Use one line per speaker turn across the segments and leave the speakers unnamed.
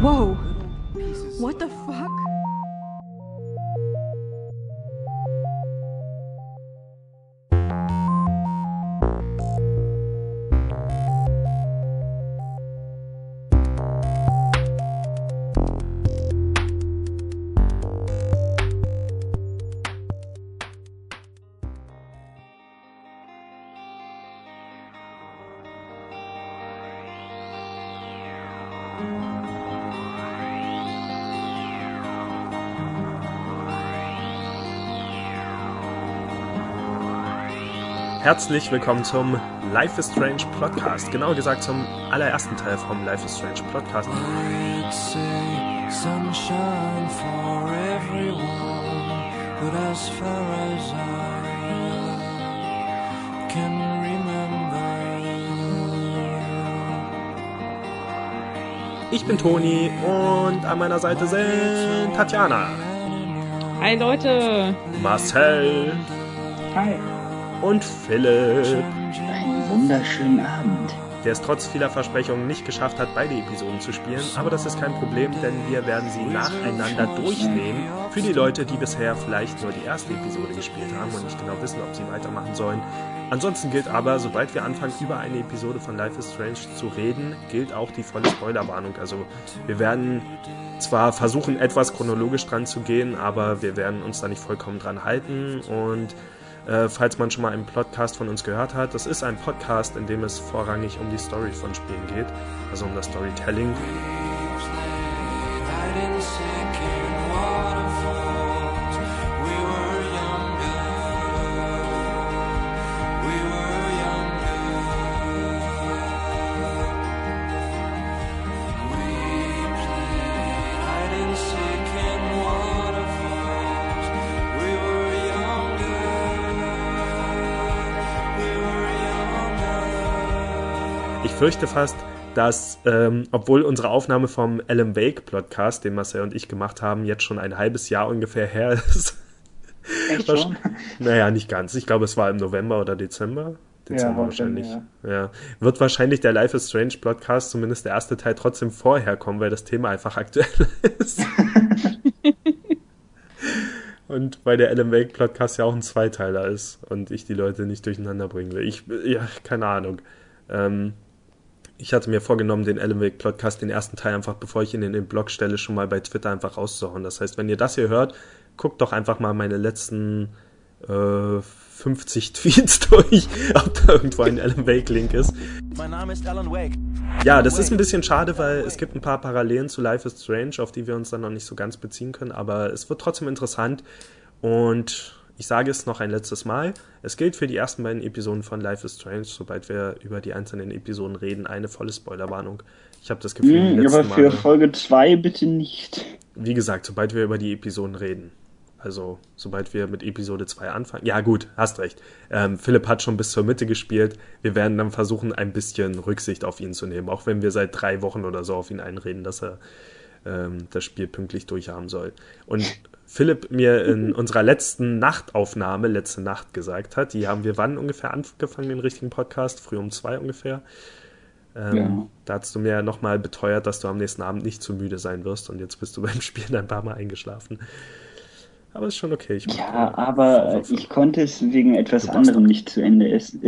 Whoa! What the fuck?
Herzlich willkommen zum Life is Strange Podcast, genauer gesagt zum allerersten Teil vom Life is Strange Podcast.
I'd say sunshine for everyone, but as far as I can remember.
Ich bin Toni und an meiner Seite sind Tatjana.
Hi Leute!
Marcel.
Hi.
Und Philipp,
Einen wunderschönen Abend.
der es trotz vieler Versprechungen nicht geschafft hat, beide Episoden zu spielen. Aber das ist kein Problem, denn wir werden sie nacheinander durchnehmen. Für die Leute, die bisher vielleicht nur die erste Episode gespielt haben und nicht genau wissen, ob sie weitermachen sollen. Ansonsten gilt aber, sobald wir anfangen, über eine Episode von Life is Strange zu reden, gilt auch die volle Spoilerwarnung. Also wir werden zwar versuchen, etwas chronologisch dran zu gehen, aber wir werden uns da nicht vollkommen dran halten. Und falls man schon mal einen Podcast von uns gehört hat, das ist ein Podcast, in dem es vorrangig um die Story von Spielen geht, also um das Storytelling. Ich fürchte fast, dass, obwohl unsere Aufnahme vom Alan Wake Podcast, den Marcel und ich gemacht haben, jetzt schon ein halbes Jahr ungefähr her ist.
Echt schon?
Naja, nicht ganz. Ich glaube, es war im November oder Dezember. Dezember
Ja,
wahrscheinlich.
ja.
Ja. Wird wahrscheinlich der Life is Strange Podcast, zumindest der erste Teil, trotzdem vorher kommen, weil das Thema einfach aktuell ist. Und weil der Alan Wake Podcast ja auch ein Zweiteiler ist und ich die Leute nicht durcheinander bringen will. Keine Ahnung. Ich hatte mir vorgenommen, den Alan Wake Podcast, den ersten Teil einfach, bevor ich ihn in den Blog stelle, schon mal bei Twitter einfach rauszuhauen. Das heißt, wenn ihr das hier hört, guckt doch einfach mal meine letzten 50 Tweets durch, ob da irgendwo ein Alan Wake Link ist.
Mein Name ist Alan Wake.
Ja, das ist ein bisschen schade, weil es gibt ein paar Parallelen zu Life is Strange, auf die wir uns dann noch nicht so ganz beziehen können, aber es wird trotzdem interessant und ich sage es noch ein letztes Mal, es gilt für die ersten beiden Episoden von Life is Strange, sobald wir über die einzelnen Episoden reden, eine volle Spoilerwarnung. Ich habe das Gefühl, die
Aber
letzten
für
Male,
Folge 2 bitte nicht.
wie gesagt, sobald wir über die Episoden reden, also sobald wir mit Episode 2 anfangen, ja gut, hast recht, Philipp hat schon bis zur Mitte gespielt, wir werden dann versuchen, ein bisschen Rücksicht auf ihn zu nehmen, auch wenn wir seit 3 Wochen oder so auf ihn einreden, dass er das Spiel pünktlich durchhaben soll. Und Philipp mir in unserer letzten Nachtaufnahme, letzte Nacht gesagt hat, die haben wir wann ungefähr angefangen, den richtigen Podcast? Früh um 2 ungefähr.
Ja.
Da hast du mir nochmal beteuert, dass du am nächsten Abend nicht zu müde sein wirst und jetzt bist du beim Spielen ein paar Mal eingeschlafen. Aber ist schon okay.
Ja, aber ich konnte es wegen etwas
Du brauchst
anderem nicht zu Ende essen.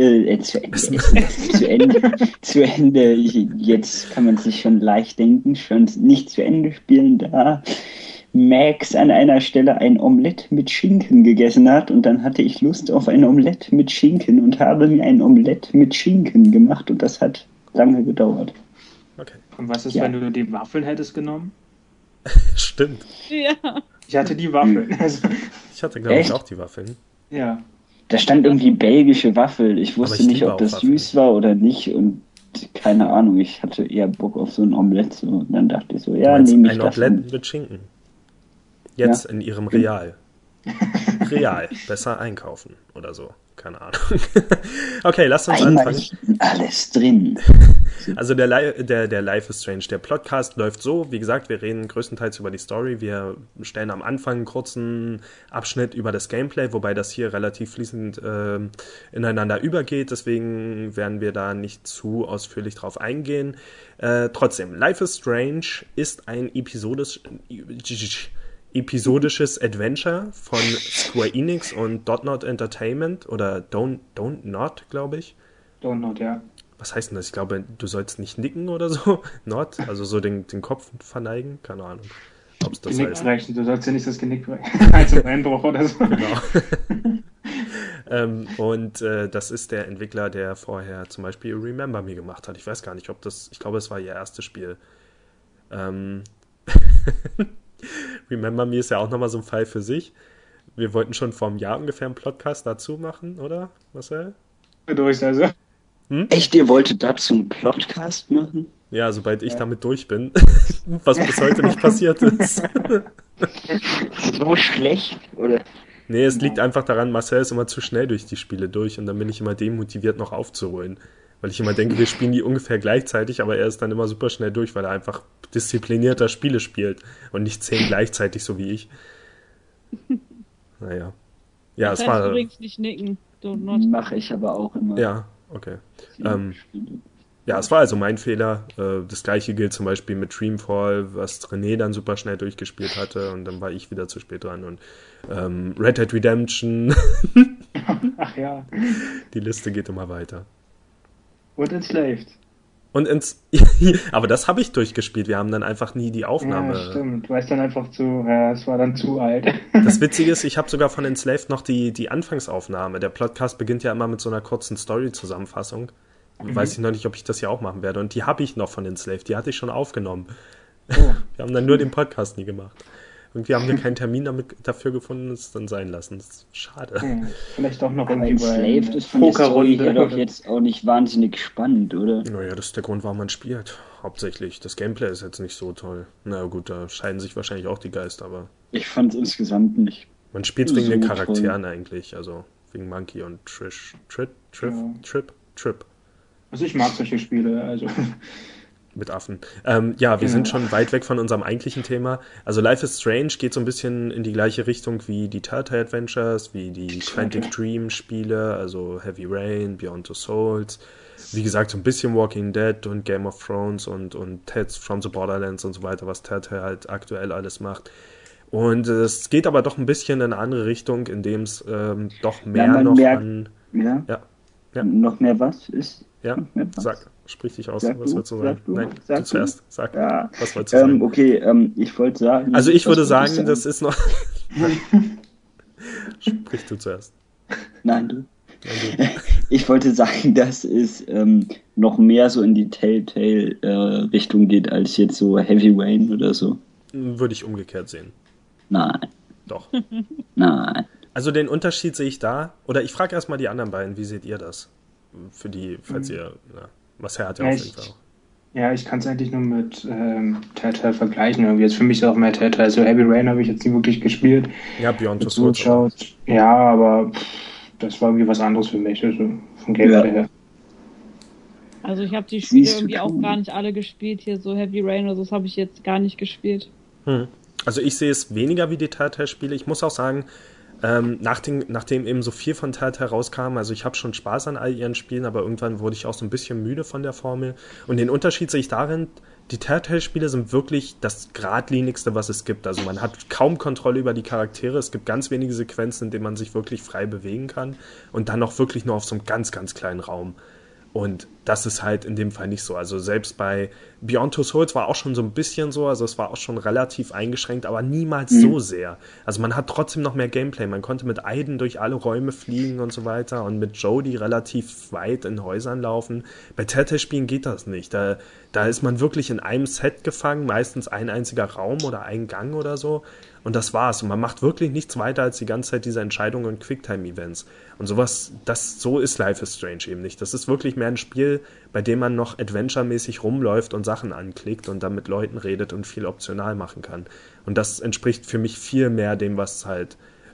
Zu Ende. Jetzt kann man sich schon leicht denken, schon nicht zu Ende spielen, da Max an einer Stelle ein Omelett mit Schinken gegessen hat und dann hatte ich Lust auf ein Omelett mit Schinken und habe mir ein Omelett mit Schinken gemacht und das hat lange gedauert.
Okay.
Und was ist,
Ja.
wenn du die Waffeln hättest genommen?
Stimmt.
Ja.
Ich hatte die Waffeln. Also,
Ich hatte, glaube ich,
Echt?
auch die Waffeln.
ja.
Da stand irgendwie belgische Waffel. Ich
Aber
wusste
ich
nicht,
liebe
ob das
auch Waffeln.
süß war oder nicht und keine Ahnung, ich hatte eher Bock auf so ein Omelett so. Und dann dachte ich so,
Du
ja,
meinst
nehme ich
ein
das.
Omelett mit Schinken. Jetzt in ihrem Real. Real. Besser einkaufen oder so. keine Ahnung. Okay, lasst uns
Einmal
anfangen.
alles drin.
Also der Life is Strange, der Podcast läuft so, wie gesagt, wir reden größtenteils über die Story, wir stellen am Anfang einen kurzen Abschnitt über das Gameplay, wobei das hier relativ fließend ineinander übergeht, deswegen werden wir da nicht zu ausführlich drauf eingehen. Trotzdem, Life is Strange ist ein episodisches Adventure von Square Enix und Don't Entertainment oder Don't Not, glaube ich.
Don't Not, ja.
Was heißt denn das? Ich glaube, du sollst nicht nicken oder so. Not, also so den Kopf verneigen. Keine Ahnung, ob es das
Genick
heißt.
brechen, du sollst ja nicht das Genick brechen. Also Einbruch oder so.
Genau. Das ist der Entwickler, der vorher zum Beispiel Remember Me gemacht hat. Ich weiß gar nicht, ich glaube, es war ihr erstes Spiel. Remember Me ist ja auch nochmal so ein Fall für sich. Wir wollten schon vor einem Jahr ungefähr einen Podcast dazu machen, oder, Marcel?
Durch, also.
Echt, ihr wolltet dazu einen Podcast machen?
Ja, sobald ich damit durch bin, was bis heute nicht passiert ist.
So schlecht, oder?
Nee, es liegt einfach daran, Marcel ist immer zu schnell durch die Spiele durch und dann bin ich immer demotiviert, noch aufzuholen. Weil ich immer denke, wir spielen die ungefähr gleichzeitig, aber er ist dann immer super schnell durch, weil er einfach disziplinierter Spiele spielt und nicht 10 gleichzeitig, so wie ich. Naja. Ja,
das
es
heißt
war...
übrigens nicht nicken. Don't not.
Mache ich aber auch immer.
Ja, okay. Ja, es war also mein Fehler. Das gleiche gilt zum Beispiel mit Dreamfall, was René dann super schnell durchgespielt hatte und dann war ich wieder zu spät dran und Red Dead Redemption.
Ach ja.
Die Liste geht immer weiter.
Und Enslaved.
Aber das habe ich durchgespielt. Wir haben dann einfach nie die Aufnahme.
Ja, stimmt. Du weißt dann einfach es war dann zu alt.
Das Witzige ist, ich habe sogar von Enslaved noch die Anfangsaufnahme. Der Podcast beginnt ja immer mit so einer kurzen Story-Zusammenfassung. Weiß ich noch nicht, ob ich das hier auch machen werde. Und die habe ich noch von Enslaved. Die hatte ich schon aufgenommen.
Oh.
Wir haben dann nur den Podcast nie gemacht. Irgendwie haben wir keinen Termin dafür gefunden, es dann sein lassen. Das ist schade.
Vielleicht auch noch
Aber
irgendwie
Enslaved ist von der Story her doch jetzt auch nicht wahnsinnig spannend, oder?
Naja, das ist der Grund, warum man spielt. Hauptsächlich. Das Gameplay ist jetzt nicht so toll. Na gut, da scheiden sich wahrscheinlich auch die Geister, aber...
Ich fand es insgesamt nicht.
Man spielt wegen den
so
Charakteren eigentlich, also wegen Monkey und Trip.
Also ich mag solche Spiele, also...
Mit Affen. Ja, wir sind schon weit weg von unserem eigentlichen Thema. Also Life is Strange geht so ein bisschen in die gleiche Richtung wie die Telltale Adventures, wie die Quantic Dream Spiele, also Heavy Rain, Beyond the Souls. Wie gesagt, so ein bisschen Walking Dead und Game of Thrones und Tales from the Borderlands und so weiter, was Telltale halt aktuell alles macht. Und es geht aber doch ein bisschen in eine andere Richtung, indem es doch mehr noch an...
Ja. Noch mehr was ist?
Ja, sprich dich aus, was würdest du sagen? Nein, du zuerst, sag, was wolltest du sagen?
Okay, ich wollte sagen...
Also ich würde sagen, das ist noch... Sprich du zuerst.
Nein, du. Ich wollte sagen, dass es noch mehr so in die Telltale-Richtung geht, als jetzt so Heavy Rain oder so.
Würde ich umgekehrt sehen.
Nein.
Doch.
Nein.
Also den Unterschied sehe ich da. Oder ich frage erstmal die anderen beiden, wie seht ihr das? Für die, falls ihr... was hat ja auf jeden Fall auch.
Ja, ich kann es eigentlich nur mit Telltale vergleichen. Irgendwie jetzt für mich ist auch mehr Telltale. Also Heavy Rain habe ich jetzt nie wirklich gespielt.
Ja, Beyond the Souls.
Ja, aber das war irgendwie was anderes für mich, also vom Gameplay her.
Also ich habe die Spiele irgendwie auch gar nicht alle gespielt. Hier so Heavy Rain oder so, das habe ich jetzt gar nicht gespielt.
Also ich sehe es weniger wie die Telltale-Spiele. Ich muss auch sagen, nachdem eben so viel von Telltale rauskam, also ich habe schon Spaß an all ihren Spielen, aber irgendwann wurde ich auch so ein bisschen müde von der Formel. Und den Unterschied sehe ich darin, die Telltale-Spiele sind wirklich das Gradlinigste, was es gibt. Also man hat kaum Kontrolle über die Charaktere. Es gibt ganz wenige Sequenzen, in denen man sich wirklich frei bewegen kann. Und dann auch wirklich nur auf so einem ganz, ganz kleinen Raum. Und das ist halt in dem Fall nicht so. Also selbst bei Beyond Two Souls war auch schon so ein bisschen so, also es war auch schon relativ eingeschränkt, aber niemals so sehr. Also man hat trotzdem noch mehr Gameplay. Man konnte mit Aiden durch alle Räume fliegen und so weiter und mit Jodie relativ weit in Häusern laufen. Bei Telltale-Spielen geht das nicht. Da ist man wirklich in einem Set gefangen, meistens ein einziger Raum oder ein Gang oder so. Und das war's. Und man macht wirklich nichts weiter als die ganze Zeit diese Entscheidungen und Quicktime-Events. Und sowas, so ist Life is Strange eben nicht. Das ist wirklich mehr ein Spiel, bei dem man noch Adventure-mäßig rumläuft und Sachen anklickt und dann mit Leuten redet und viel optional machen kann. Und das entspricht für mich viel mehr dem, was halt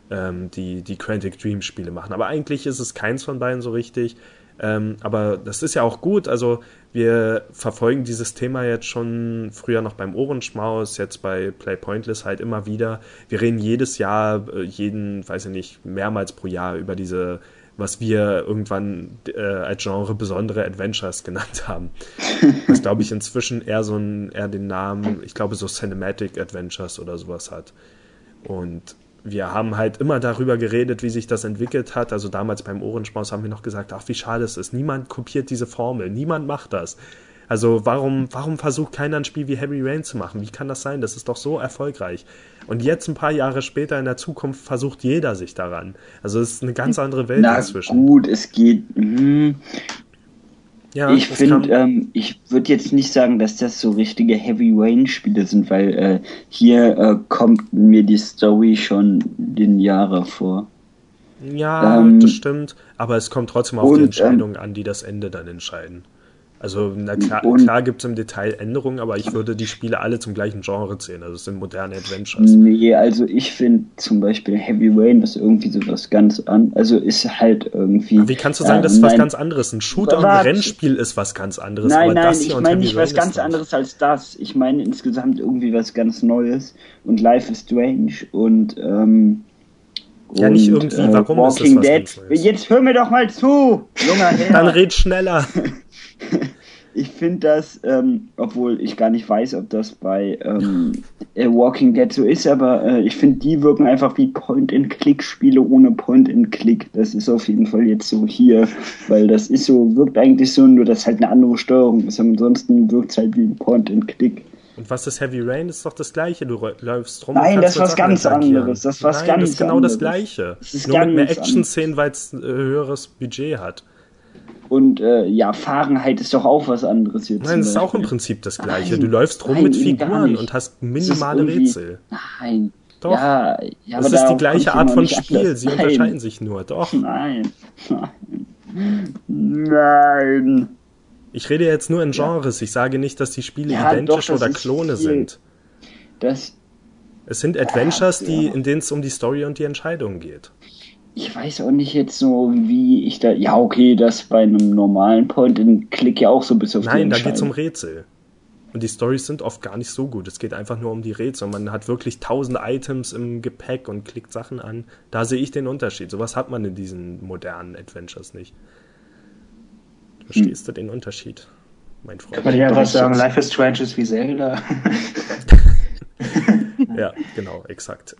die Quantic Dream Spiele machen. Aber eigentlich ist es keins von beiden so richtig. Aber das ist ja auch gut. Also wir verfolgen dieses Thema jetzt schon früher noch beim Orange Maus, jetzt bei Play Pointless halt immer wieder. Wir reden jedes Jahr, weiß ich nicht, mehrmals pro Jahr über diese, was wir irgendwann als Genre besondere Adventures genannt haben. Was, glaube ich, inzwischen eher den Namen, ich glaube, so Cinematic Adventures oder sowas hat. Und wir haben halt immer darüber geredet, wie sich das entwickelt hat. Also damals beim Orange Maus haben wir noch gesagt, ach, wie schade es ist. Niemand kopiert diese Formel. Niemand macht das. Also warum versucht keiner ein Spiel wie Heavy Rain zu machen? Wie kann das sein? Das ist doch so erfolgreich. Und jetzt ein paar Jahre später in der Zukunft versucht jeder sich daran. Also es ist eine ganz andere Welt inzwischen.
Na gut, es geht... Ja, ich finde, ich würde jetzt nicht sagen, dass das so richtige Heavy Rain-Spiele sind, weil hier kommt mir die Story schon den Jahre vor.
Ja, das stimmt, aber es kommt trotzdem auf die Entscheidungen an, die das Ende dann entscheiden. Also klar gibt es im Detail Änderungen, aber ich würde die Spiele alle zum gleichen Genre zählen. Also es sind moderne Adventures.
Nee, also ich finde zum Beispiel Heavy Rain ist irgendwie so was ganz anderes. Also ist halt irgendwie...
Aber wie kannst du sagen, das ist was ganz anderes? Ein Shooter und ein Rennspiel ist was ganz anderes.
Nein, ich meine nicht was ganz anderes als das. Ich meine insgesamt irgendwie was ganz Neues. Und Life is Strange und...
ja, nicht irgendwie, warum
Walking
ist das was
Dead. Jetzt hör mir doch mal zu, junger Herr.
Dann red schneller.
Ich finde das, obwohl ich gar nicht weiß, ob das bei Walking Dead so ist, aber ich finde, die wirken einfach wie Point-and-Click-Spiele ohne Point-and-Click. Das ist auf jeden Fall jetzt so hier, weil das ist so, wirkt eigentlich so, nur dass halt eine andere Steuerung ist. Ansonsten wirkt es halt wie ein Point-and-Click.
Und was ist Heavy Rain? Das ist doch das Gleiche. Du läufst rum.
Nein, das ist was ganz anderes. Das ist was ganz
das ist genau
anderes.
Das Gleiche. Nur mit mehr Action-Szenen, weil es ein höheres Budget hat.
Und Fahrenheit ist doch auch was anderes jetzt.
Nein, das ist auch im Prinzip das Gleiche. Du läufst rum mit Figuren und hast minimale Rätsel.
Nein.
Doch.
Ja,
das ist die gleiche Art von Spiel. Sie unterscheiden sich nur. Doch.
Nein. Nein.
Ich rede jetzt nur in Genres. Ich sage nicht, dass die Spiele identisch oder Klone sind. Es sind Adventures, in denen es um die Story und die Entscheidungen geht.
Ich weiß auch nicht jetzt so, wie ich da... Ja, okay, das bei einem normalen Point-and-Click ja auch so bis auf die Entscheidung.
Nein, da geht es um Rätsel. Und die Storys sind oft gar nicht so gut. Es geht einfach nur um die Rätsel. Man hat wirklich 1000 Items im Gepäck und klickt Sachen an. Da sehe ich den Unterschied. Sowas hat man in diesen modernen Adventures nicht. Verstehst du den Unterschied, mein Freund?
Kann man ja einfach sagen, Life is Strange ist wie Zelda.
Ja, genau, exakt.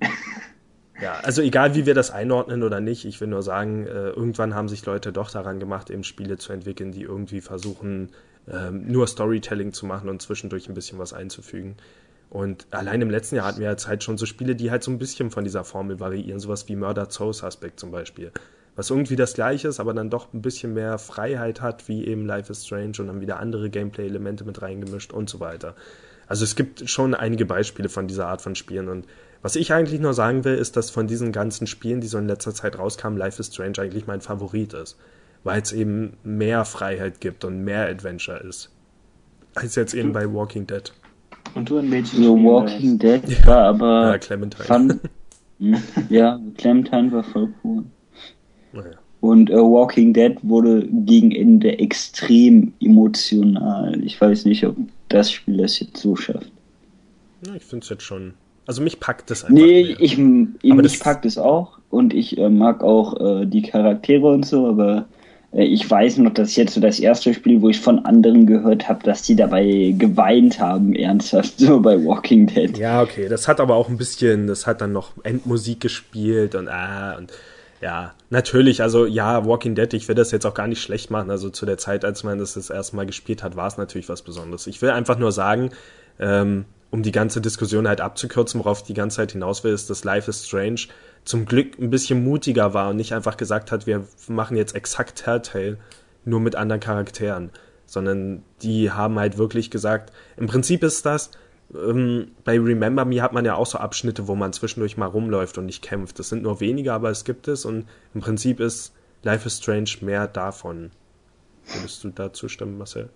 Ja, also egal wie wir das einordnen oder nicht, ich will nur sagen, irgendwann haben sich Leute doch daran gemacht, eben Spiele zu entwickeln, die irgendwie versuchen, nur Storytelling zu machen und zwischendurch ein bisschen was einzufügen. Und allein im letzten Jahr hatten wir jetzt halt schon so Spiele, die halt so ein bisschen von dieser Formel variieren, sowas wie Murder Soul Suspect zum Beispiel. Was irgendwie das Gleiche ist, aber dann doch ein bisschen mehr Freiheit hat, wie eben Life is Strange und dann wieder andere Gameplay-Elemente mit reingemischt und so weiter. Also es gibt schon einige Beispiele von dieser Art von Spielen und was ich eigentlich nur sagen will, ist, dass von diesen ganzen Spielen, die so in letzter Zeit rauskamen, Life is Strange eigentlich mein Favorit ist. Weil es eben mehr Freiheit gibt und mehr Adventure ist. Als jetzt eben bei Walking Dead.
Und du ein Mädchen?
So Walking Dead war aber...
Ja, Clementine.
Ja, Clementine war voll cool.
Naja.
Und Walking Dead wurde gegen Ende extrem emotional. Ich weiß nicht, ob das Spiel das jetzt so schafft.
Ja, ich finde es jetzt schon... Also mich packt es einfach mehr.
Mich packt es auch und ich mag auch die Charaktere und so, aber ich weiß noch, dass jetzt so das erste Spiel, wo ich von anderen gehört habe, dass die dabei geweint haben, ernsthaft, so bei Walking Dead.
Ja, okay, das hat aber auch ein bisschen, das hat dann noch Endmusik gespielt und ja, natürlich, also ja, Walking Dead, ich will das jetzt auch gar nicht schlecht machen, also zu der Zeit, als man das erste Mal gespielt hat, war es natürlich was Besonderes. Ich will einfach nur sagen, um die ganze Diskussion halt abzukürzen, worauf ich die ganze Zeit hinaus will, ist, dass Life is Strange zum Glück ein bisschen mutiger war und nicht einfach gesagt hat, wir machen jetzt exakt Telltale, nur mit anderen Charakteren, sondern die haben halt wirklich gesagt, im Prinzip ist das, bei Remember Me hat man ja auch so Abschnitte, wo man zwischendurch mal rumläuft und nicht kämpft. Das sind nur wenige, aber es gibt es und im Prinzip ist Life is Strange mehr davon. Würdest du da zustimmen, Marcel?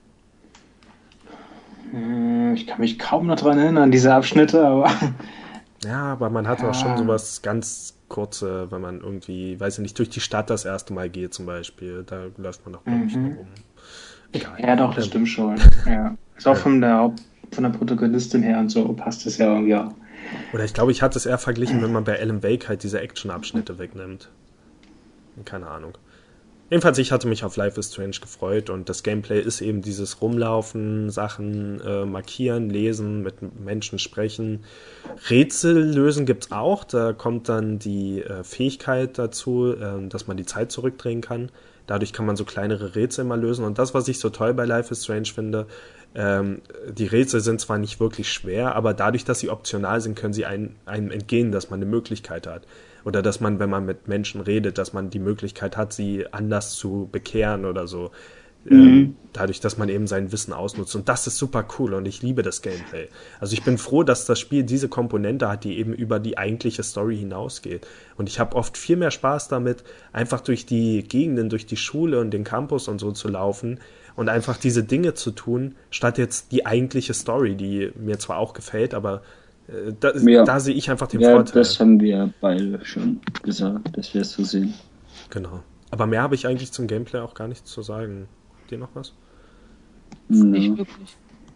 Ich kann mich kaum noch dran erinnern, diese Abschnitte, aber
Ja, aber man hat auch schon sowas ganz Kurze, wenn man irgendwie, weiß ich nicht, durch die Stadt das erste Mal geht zum Beispiel. Da läuft man doch, glaube ich, nur rum. Egal.
Ja, doch, das stimmt schon. Ja. Ist auch von der Protagonistin her und so passt es ja irgendwie auch.
Oder ich glaube, ich hatte es eher verglichen, wenn man bei Alan Wake halt diese Action-Abschnitte wegnimmt. Keine Ahnung. Jedenfalls, ich hatte mich auf Life is Strange gefreut und das Gameplay ist eben dieses Rumlaufen, Sachen markieren, lesen, mit Menschen sprechen. Rätsel lösen gibt's auch, da kommt dann die Fähigkeit dazu, dass man die Zeit zurückdrehen kann. Dadurch kann man so kleinere Rätsel mal lösen und das, was ich so toll bei Life is Strange finde, die Rätsel sind zwar nicht wirklich schwer, aber dadurch, dass sie optional sind, können sie einem entgehen, dass man eine Möglichkeit hat. Oder dass man, wenn man mit Menschen redet, dass man die Möglichkeit hat, sie anders zu bekehren oder so. Dadurch, dass man eben sein Wissen ausnutzt. Und das ist super cool und ich liebe das Gameplay. Also ich bin froh, dass das Spiel diese Komponente hat, die eben über die eigentliche Story hinausgeht. Und ich habe oft viel mehr Spaß damit, einfach durch die Gegenden, durch die Schule und den Campus und so zu laufen und einfach diese Dinge zu tun, statt jetzt die eigentliche Story, die mir zwar auch gefällt, aber da sehe ich einfach den Vorteil.
Ja, das haben wir beide schon gesagt, dass wir es so sehen.
Genau. Aber mehr habe ich eigentlich zum Gameplay auch gar nichts zu sagen. Dir noch was?
Nicht wirklich.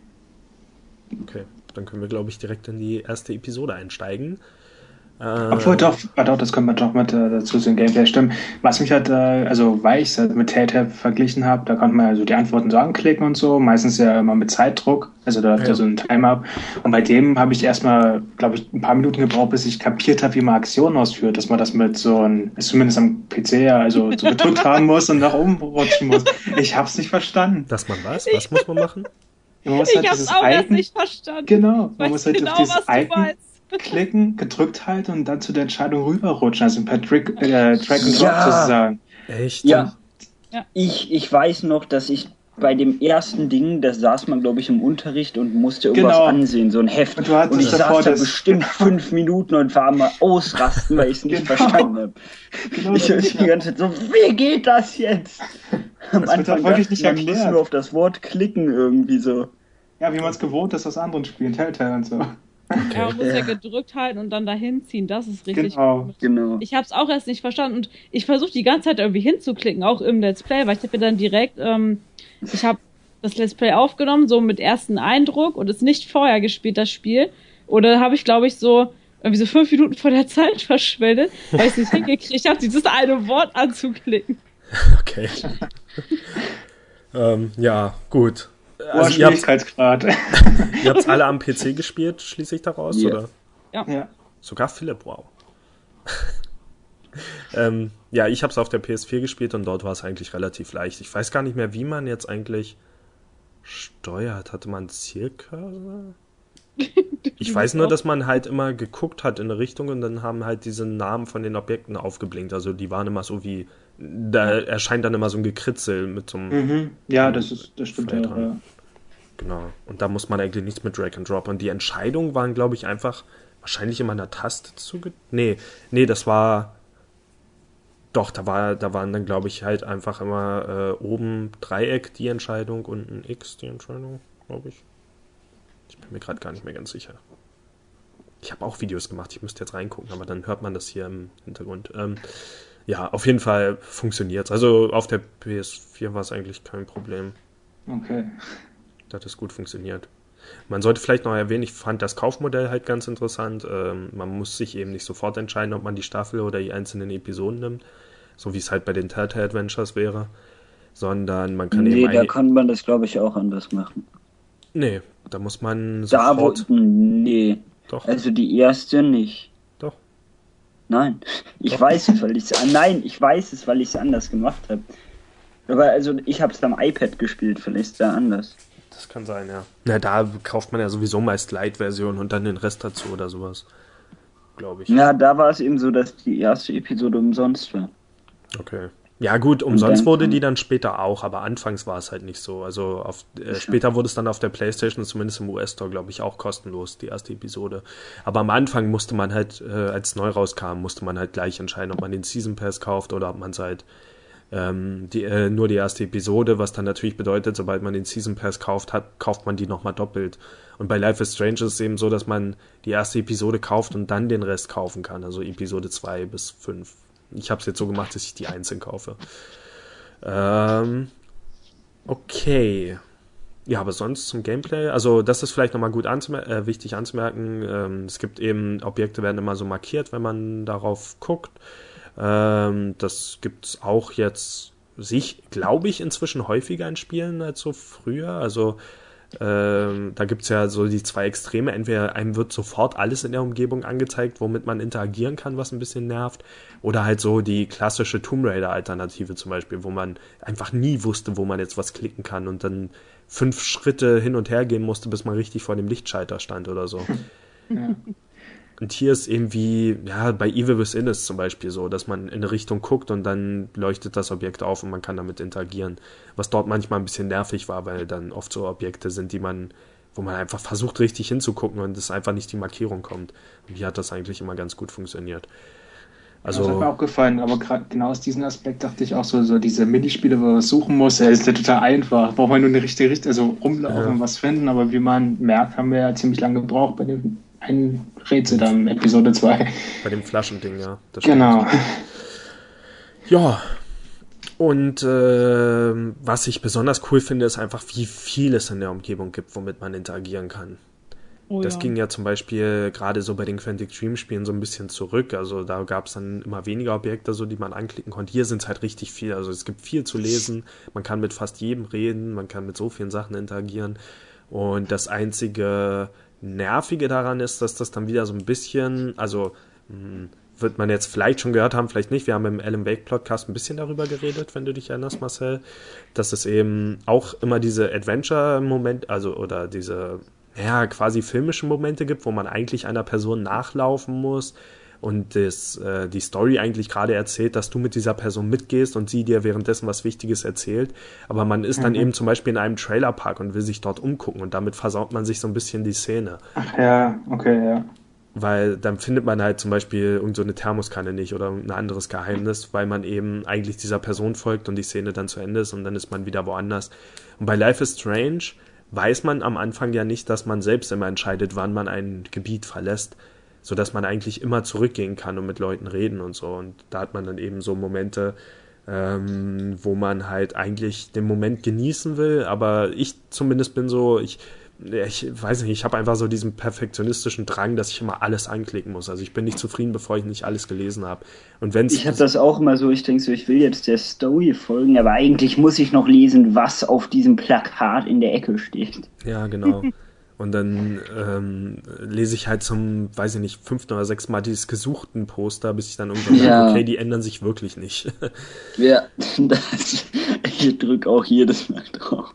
Okay, dann können wir, glaube ich, direkt in die erste Episode einsteigen.
Obwohl, doch, das können wir doch mit dazu zum Gameplay stimmen. Was mich halt, weil ich es halt mit Telltale verglichen habe, da konnte man ja so die Antworten so anklicken und so, meistens ja immer mit Zeitdruck, also da läuft ja so ein Timer. Und bei dem habe ich erstmal, glaube ich, ein paar Minuten gebraucht, bis ich kapiert habe, wie man Aktionen ausführt, dass man das mit zumindest am PC ja, also so gedrückt haben muss und nach oben rutschen muss. Ich habe es nicht verstanden.
Dass man was? Was muss man machen?
Man muss halt ich habe es auch erst nicht verstanden.
Genau, man muss halt auf dieses Icon klicken, gedrückt halten und dann zu der Entscheidung rüberrutschen, also per Drag and Drop sozusagen.
Echt?
Ja. Ich weiß noch, dass ich bei dem ersten Ding, da saß man, glaube ich, im Unterricht und musste irgendwas ansehen, so ein Heft. Und ich saß da bestimmt 5 Minuten und war mal ausrasten, weil ich es nicht verstanden habe. Genau, ich höre die ganze Zeit so, wie geht das jetzt? Am Anfang dachte ich, man muss nur auf das Wort klicken irgendwie so.
Ja, wie man es gewohnt ist aus anderen Spielen, Telltale und so.
Okay. Ja, man muss ja gedrückt halten und dann dahin ziehen, das ist richtig
gut. Genau.
Ich habe es auch erst nicht verstanden und ich versuche die ganze Zeit irgendwie hinzuklicken, auch im Let's Play, weil ich habe mir dann direkt, ich habe das Let's Play aufgenommen, so mit ersten Eindruck und es nicht vorher gespielt, das Spiel. Oder habe ich, glaube ich, irgendwie so 5 Minuten vor der Zeit verschwendet, weil ich es nicht hingekriegt habe, dieses eine Wort anzuklicken.
Okay. Ja, gut.
Also Schwierigkeitsgrad.
Ihr habt es alle am PC gespielt, schließe ich daraus, oder?
Ja.
Sogar Philipp, wow. Ja, ich habe es auf der PS4 gespielt und dort war es eigentlich relativ leicht. Ich weiß gar nicht mehr, wie man jetzt eigentlich steuert. Hatte man einen Zielcursor? Ich weiß nur, dass man halt immer geguckt hat in eine Richtung und dann haben halt diese Namen von den Objekten aufgeblinkt. Also die waren immer so wie, da erscheint dann immer so ein Gekritzel mit so einem...
Ja, das stimmt
auch. Ja. Genau. Und da muss man eigentlich nichts mit Drag and Drop. Und die Entscheidungen waren, glaube ich, einfach wahrscheinlich immer einer Taste Nee, das war... Doch, da waren dann, glaube ich, halt einfach immer oben Dreieck die Entscheidung und ein X die Entscheidung, glaube ich. Ich bin mir gerade gar nicht mehr ganz sicher. Ich habe auch Videos gemacht, ich müsste jetzt reingucken, aber dann hört man das hier im Hintergrund. Ja, auf jeden Fall funktioniert es. Also auf der PS4 war es eigentlich kein Problem.
Okay.
Das hat es gut funktioniert. Man sollte vielleicht noch erwähnen, ich fand das Kaufmodell halt ganz interessant. Man muss sich eben nicht sofort entscheiden, ob man die Staffel oder die einzelnen Episoden nimmt, so wie es halt bei den Telltale Adventures wäre, sondern man kann eben...
Nee, da kann man das, glaube ich, auch anders machen.
Nee, da muss man sofort...
Nee,
doch.
Also die erste nicht.
Doch.
Nein, ich weiß es, weil ich es anders gemacht habe. Aber also ich habe es am iPad gespielt, vielleicht ist da anders.
Das kann sein, ja. Na, da kauft man ja sowieso meist Lite-Version und dann den Rest dazu oder sowas, glaube ich.
Ja, da war es eben so, dass die erste Episode umsonst war.
Okay. Ja gut, umsonst wurde die dann später auch, aber anfangs war es halt nicht so. Also später wurde es dann auf der PlayStation, zumindest im US-Store, glaube ich, auch kostenlos, die erste Episode. Aber am Anfang musste man halt, als neu rauskam, musste man halt gleich entscheiden, ob man den Season Pass kauft oder ob man es halt nur die erste Episode, was dann natürlich bedeutet, sobald man den Season Pass kauft man die nochmal doppelt. Und bei Life is Strange ist es eben so, dass man die erste Episode kauft und dann den Rest kaufen kann, also Episode 2 bis 5. Ich habe es jetzt so gemacht, dass ich die einzeln kaufe. Okay. Ja, aber sonst zum Gameplay, also das ist vielleicht nochmal gut wichtig anzumerken. Es gibt eben, Objekte werden immer so markiert, wenn man darauf guckt. Das gibt's auch jetzt, glaube ich, inzwischen häufiger in Spielen als so früher. Also da gibt's ja so die zwei Extreme. Entweder einem wird sofort alles in der Umgebung angezeigt, womit man interagieren kann, was ein bisschen nervt. Oder halt so die klassische Tomb Raider-Alternative zum Beispiel, wo man einfach nie wusste, wo man jetzt was klicken kann und dann 5 Schritte hin und her gehen musste, bis man richtig vor dem Lichtschalter stand oder so.
Ja.
Und hier ist eben wie, ja, bei Evil Within ist zum Beispiel so, dass man in eine Richtung guckt und dann leuchtet das Objekt auf und man kann damit interagieren. Was dort manchmal ein bisschen nervig war, weil dann oft so Objekte sind, wo man einfach versucht, richtig hinzugucken und es einfach nicht die Markierung kommt. Und hier hat das eigentlich immer ganz gut funktioniert. Also,
das hat mir auch gefallen, aber gerade genau aus diesem Aspekt dachte ich auch so diese Minispiele, wo man was suchen muss, ist ja total einfach. Braucht man nur eine richtige Richtung, also rumlaufen und was finden, aber wie man merkt, haben wir ja ziemlich lange gebraucht bei dem einen Rätsel da in Episode 2.
Bei dem Flaschending, ja. Das
genau.
Stimmt. Ja. Und was ich besonders cool finde, ist einfach, wie viel es in der Umgebung gibt, womit man interagieren kann. Das ging ja zum Beispiel gerade so bei den Quantic Dream Spielen so ein bisschen zurück. Also da gab es dann immer weniger Objekte, so die man anklicken konnte. Hier sind es halt richtig viel. Also es gibt viel zu lesen. Man kann mit fast jedem reden. Man kann mit so vielen Sachen interagieren. Und das einzige Nervige daran ist, dass das dann wieder so ein bisschen, also wird man jetzt vielleicht schon gehört haben, vielleicht nicht. Wir haben im Alan Wake Podcast ein bisschen darüber geredet, wenn du dich erinnerst, Marcel, dass es eben auch immer diese Adventure-Momente, also oder diese quasi filmischen Momente gibt, wo man eigentlich einer Person nachlaufen muss und die Story eigentlich gerade erzählt, dass du mit dieser Person mitgehst und sie dir währenddessen was Wichtiges erzählt. Aber man ist dann eben zum Beispiel in einem Trailerpark und will sich dort umgucken und damit versaut man sich so ein bisschen die Szene.
Ach ja, okay, ja.
Weil dann findet man halt zum Beispiel irgend so eine Thermoskanne nicht oder ein anderes Geheimnis, weil man eben eigentlich dieser Person folgt und die Szene dann zu Ende ist und dann ist man wieder woanders. Und bei Life is Strange weiß man am Anfang ja nicht, dass man selbst immer entscheidet, wann man ein Gebiet verlässt, sodass man eigentlich immer zurückgehen kann und mit Leuten reden und so. Und da hat man dann eben so Momente, wo man halt eigentlich den Moment genießen will, aber ich zumindest bin so, ich weiß nicht, ich habe einfach so diesen perfektionistischen Drang, dass ich immer alles anklicken muss. Also ich bin nicht zufrieden, bevor ich nicht alles gelesen habe. Und wenn's
ich habe das auch immer so, ich denke so, ich will jetzt der Story folgen, aber eigentlich muss ich noch lesen, was auf diesem Plakat in der Ecke steht.
Ja, genau. Und dann lese ich halt zum, weiß ich nicht, 5. oder 6. Mal dieses gesuchten Poster, bis ich dann irgendwann sage, okay, die ändern sich wirklich nicht.
Ja, ich drücke auch jedes Mal drauf.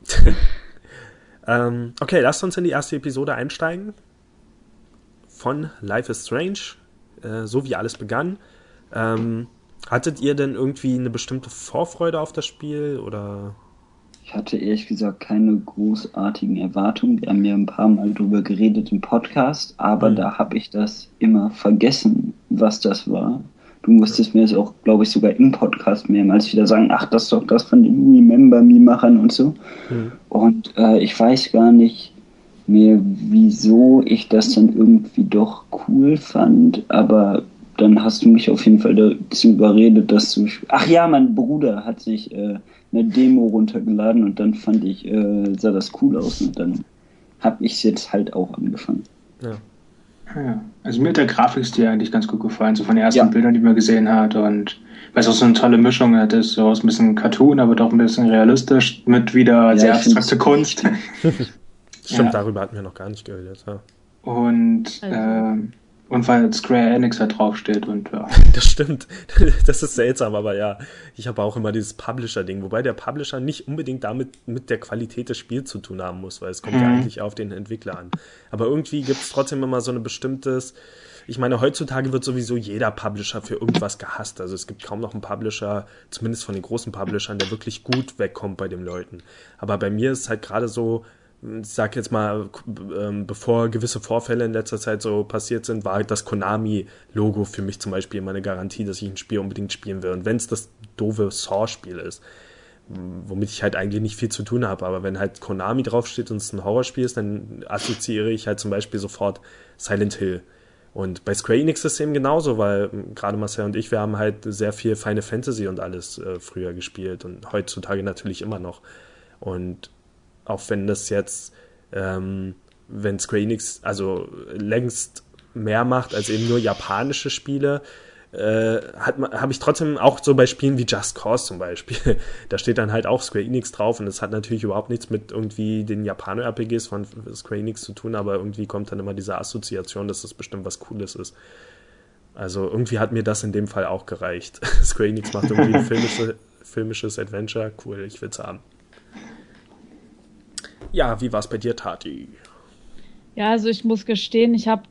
Okay, lasst uns in die erste Episode einsteigen von Life is Strange, so wie alles begann. Hattet ihr denn irgendwie eine bestimmte Vorfreude auf das Spiel oder?
Ich hatte ehrlich gesagt keine großartigen Erwartungen. Wir haben ja ein paar Mal drüber geredet im Podcast, aber da habe ich das immer vergessen, was das war. Du musstest mir das auch, glaube ich, sogar im Podcast mehrmals wieder sagen, ach, das ist doch das von den Remember Me-Machern und so. Und ich weiß gar nicht mehr, wieso ich das dann irgendwie doch cool fand, aber dann hast du mich auf jeden Fall dazu überredet, dass du... Ach ja, mein Bruder hat sich eine Demo runtergeladen und dann fand ich, sah das cool aus und dann habe ich es jetzt halt auch angefangen.
Ja.
Ja, also mir hat der Grafikstil eigentlich ganz gut gefallen, so von den ersten Bildern, die man gesehen hat und weil es auch so eine tolle Mischung hat, ist so aus ein bisschen Cartoon, aber doch ein bisschen realistisch mit wieder sehr abstrakte Kunst.
Stimmt, darüber hatten wir noch gar nicht geredet. Ja.
Und weil Square Enix halt draufsteht und ja.
Das stimmt. Das ist seltsam, aber ja, ich habe auch immer dieses Publisher-Ding, wobei der Publisher nicht unbedingt damit mit der Qualität des Spiels zu tun haben muss, weil es kommt ja eigentlich auf den Entwickler an. Aber irgendwie gibt es trotzdem immer so ein bestimmtes, ich meine, heutzutage wird sowieso jeder Publisher für irgendwas gehasst. Also es gibt kaum noch einen Publisher, zumindest von den großen Publishern, der wirklich gut wegkommt bei den Leuten. Aber bei mir ist es halt gerade so, ich sag jetzt mal, bevor gewisse Vorfälle in letzter Zeit so passiert sind, war das Konami-Logo für mich zum Beispiel immer eine Garantie, dass ich ein Spiel unbedingt spielen will. Und wenn es das doofe Saw-Spiel ist, womit ich halt eigentlich nicht viel zu tun habe, aber wenn halt Konami draufsteht und es ein Horrorspiel ist, dann assoziiere ich halt zum Beispiel sofort Silent Hill. Und bei Square Enix ist es eben genauso, weil gerade Marcel und ich, wir haben halt sehr viel Final Fantasy und alles früher gespielt und heutzutage natürlich immer noch. Und auch wenn das jetzt, wenn Square Enix also längst mehr macht als eben nur japanische Spiele, habe ich trotzdem auch so bei Spielen wie Just Cause zum Beispiel, da steht dann halt auch Square Enix drauf und das hat natürlich überhaupt nichts mit irgendwie den Japaner-RPGs von Square Enix zu tun, aber irgendwie kommt dann immer diese Assoziation, dass das bestimmt was Cooles ist. Also irgendwie hat mir das in dem Fall auch gereicht. Square Enix macht irgendwie ein filmisches Adventure, cool, ich will's haben. Ja, wie war's bei dir, Tati?
Ja, also ich muss gestehen, ich habe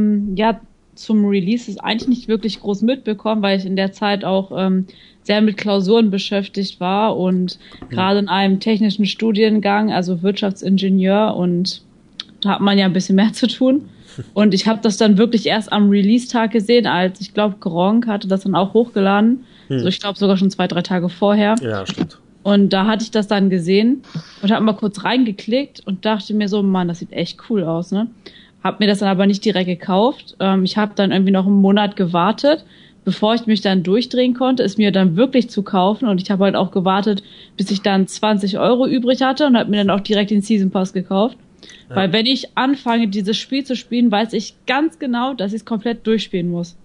zum Release es eigentlich nicht wirklich groß mitbekommen, weil ich in der Zeit auch sehr mit Klausuren beschäftigt war und gerade in einem technischen Studiengang, also Wirtschaftsingenieur, und da hat man ja ein bisschen mehr zu tun. Und ich habe das dann wirklich erst am Release-Tag gesehen, als ich glaube, Gronk hatte das dann auch hochgeladen. Also ich glaube sogar schon 2-3 Tage vorher.
Ja, stimmt.
Und da hatte ich das dann gesehen und habe mal kurz reingeklickt und dachte mir so, Mann, das sieht echt cool aus, ne? Hab mir das dann aber nicht direkt gekauft. Ich habe dann irgendwie noch einen Monat gewartet, bevor ich mich dann durchdrehen konnte, es mir dann wirklich zu kaufen. Und ich habe halt auch gewartet, bis ich dann 20 € übrig hatte und habe mir dann auch direkt den Season Pass gekauft. Ja. Weil wenn ich anfange, dieses Spiel zu spielen, weiß ich ganz genau, dass ich es komplett durchspielen muss.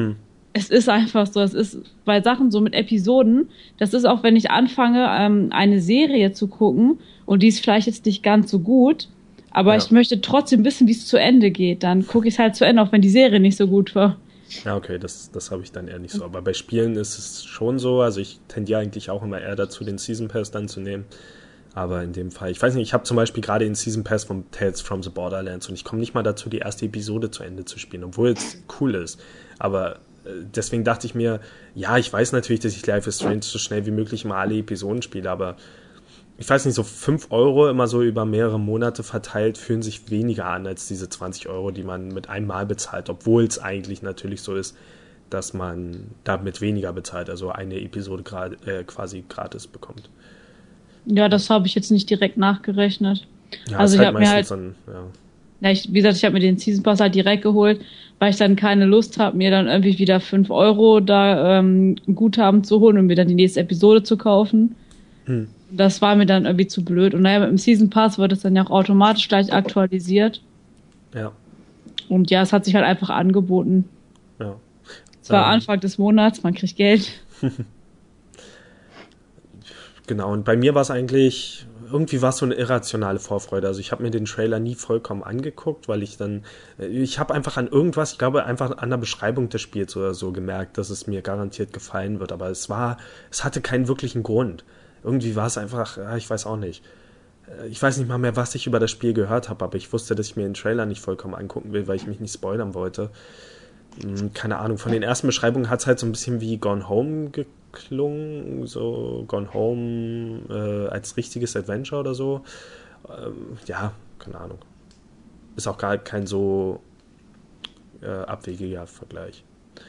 Es ist einfach so, es ist bei Sachen so mit Episoden, das ist auch, wenn ich anfange, eine Serie zu gucken und die ist vielleicht jetzt nicht ganz so gut, aber ich möchte trotzdem wissen, wie es zu Ende geht. Dann gucke ich es halt zu Ende, auch wenn die Serie nicht so gut war.
Ja, okay, das habe ich dann eher nicht so. Aber bei Spielen ist es schon so, also ich tendiere eigentlich auch immer eher dazu, den Season Pass dann zu nehmen. Aber in dem Fall, ich weiß nicht, ich habe zum Beispiel gerade den Season Pass von Tales from the Borderlands und ich komme nicht mal dazu, die erste Episode zu Ende zu spielen, obwohl es cool ist. Aber deswegen dachte ich mir, ja, ich weiß natürlich, dass ich Life is Strange so schnell wie möglich mal alle Episoden spiele, aber ich weiß nicht, so 5 € immer so über mehrere Monate verteilt fühlen sich weniger an als diese 20 €, die man mit einem Mal bezahlt, obwohl es eigentlich natürlich so ist, dass man damit weniger bezahlt, also eine Episode quasi gratis bekommt.
Ja, das habe ich jetzt nicht direkt nachgerechnet.
Ja,
also ich habe mir halt,
dann,
wie gesagt, ich habe mir den Season Pass halt direkt geholt, weil ich dann keine Lust habe, mir dann irgendwie wieder 5 € da Guthaben zu holen und mir dann die nächste Episode zu kaufen. Das war mir dann irgendwie zu blöd. Und naja, mit dem Season Pass wird es dann ja auch automatisch gleich aktualisiert.
Ja.
Und ja, es hat sich halt einfach angeboten.
Ja.
Es war Anfang des Monats, man kriegt Geld.
Genau, und bei mir war es eigentlich, irgendwie war es so eine irrationale Vorfreude. Also ich habe mir den Trailer nie vollkommen angeguckt, weil ich habe einfach an irgendwas, ich glaube einfach an der Beschreibung des Spiels oder so gemerkt, dass es mir garantiert gefallen wird. Aber es hatte keinen wirklichen Grund. Irgendwie war es einfach, ich weiß auch nicht. Ich weiß nicht mal mehr, was ich über das Spiel gehört habe, aber ich wusste, dass ich mir den Trailer nicht vollkommen angucken will, weil ich mich nicht spoilern wollte. Keine Ahnung, von den ersten Beschreibungen hat es halt so ein bisschen wie Gone Home geklungen, so Gone Home als richtiges Adventure oder so. Ja, keine Ahnung. Ist auch gar kein so abwegiger Vergleich.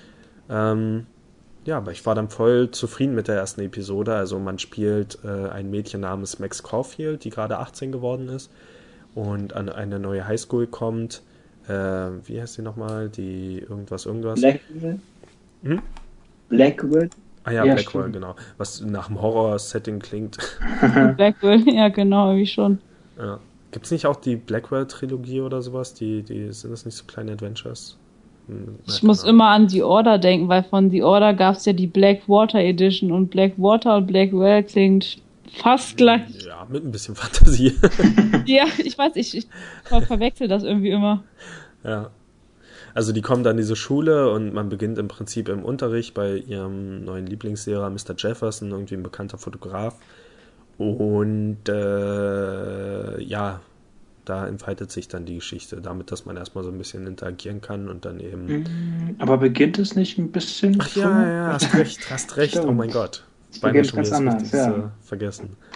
Ja, aber ich war dann voll zufrieden mit der ersten Episode. Also man spielt ein Mädchen namens Max Caulfield, die gerade 18 geworden ist und an eine neue Highschool kommt. Wie heißt die nochmal? Die irgendwas?
Blackwell?
Blackwell? Ah ja, Blackwell,
stimmt.
Genau. Was nach einem Horror-Setting klingt.
Blackwell, ja genau, wie schon.
Ja. Gibt es nicht auch die Blackwell-Trilogie oder sowas? Sind das nicht so kleine Adventures?
Ich muss immer an The Order denken, weil von The Order gab es ja die Blackwater Edition und Blackwater und Blackwell klingt fast gleich.
Ja, mit ein bisschen Fantasie.
Ja, ich weiß, ich verwechsel das irgendwie immer.
Ja. Also die kommen dann in diese Schule und man beginnt im Prinzip im Unterricht bei ihrem neuen Lieblingslehrer, Mr. Jefferson, irgendwie ein bekannter Fotograf. Und ja, da entfaltet sich dann die Geschichte, damit, dass man erstmal so ein bisschen interagieren kann und dann eben...
Aber beginnt es nicht ein bisschen
Ach ja, hast recht.
Stimmt.
Oh mein Gott.
Es beginnt ganz anders,
vergessen.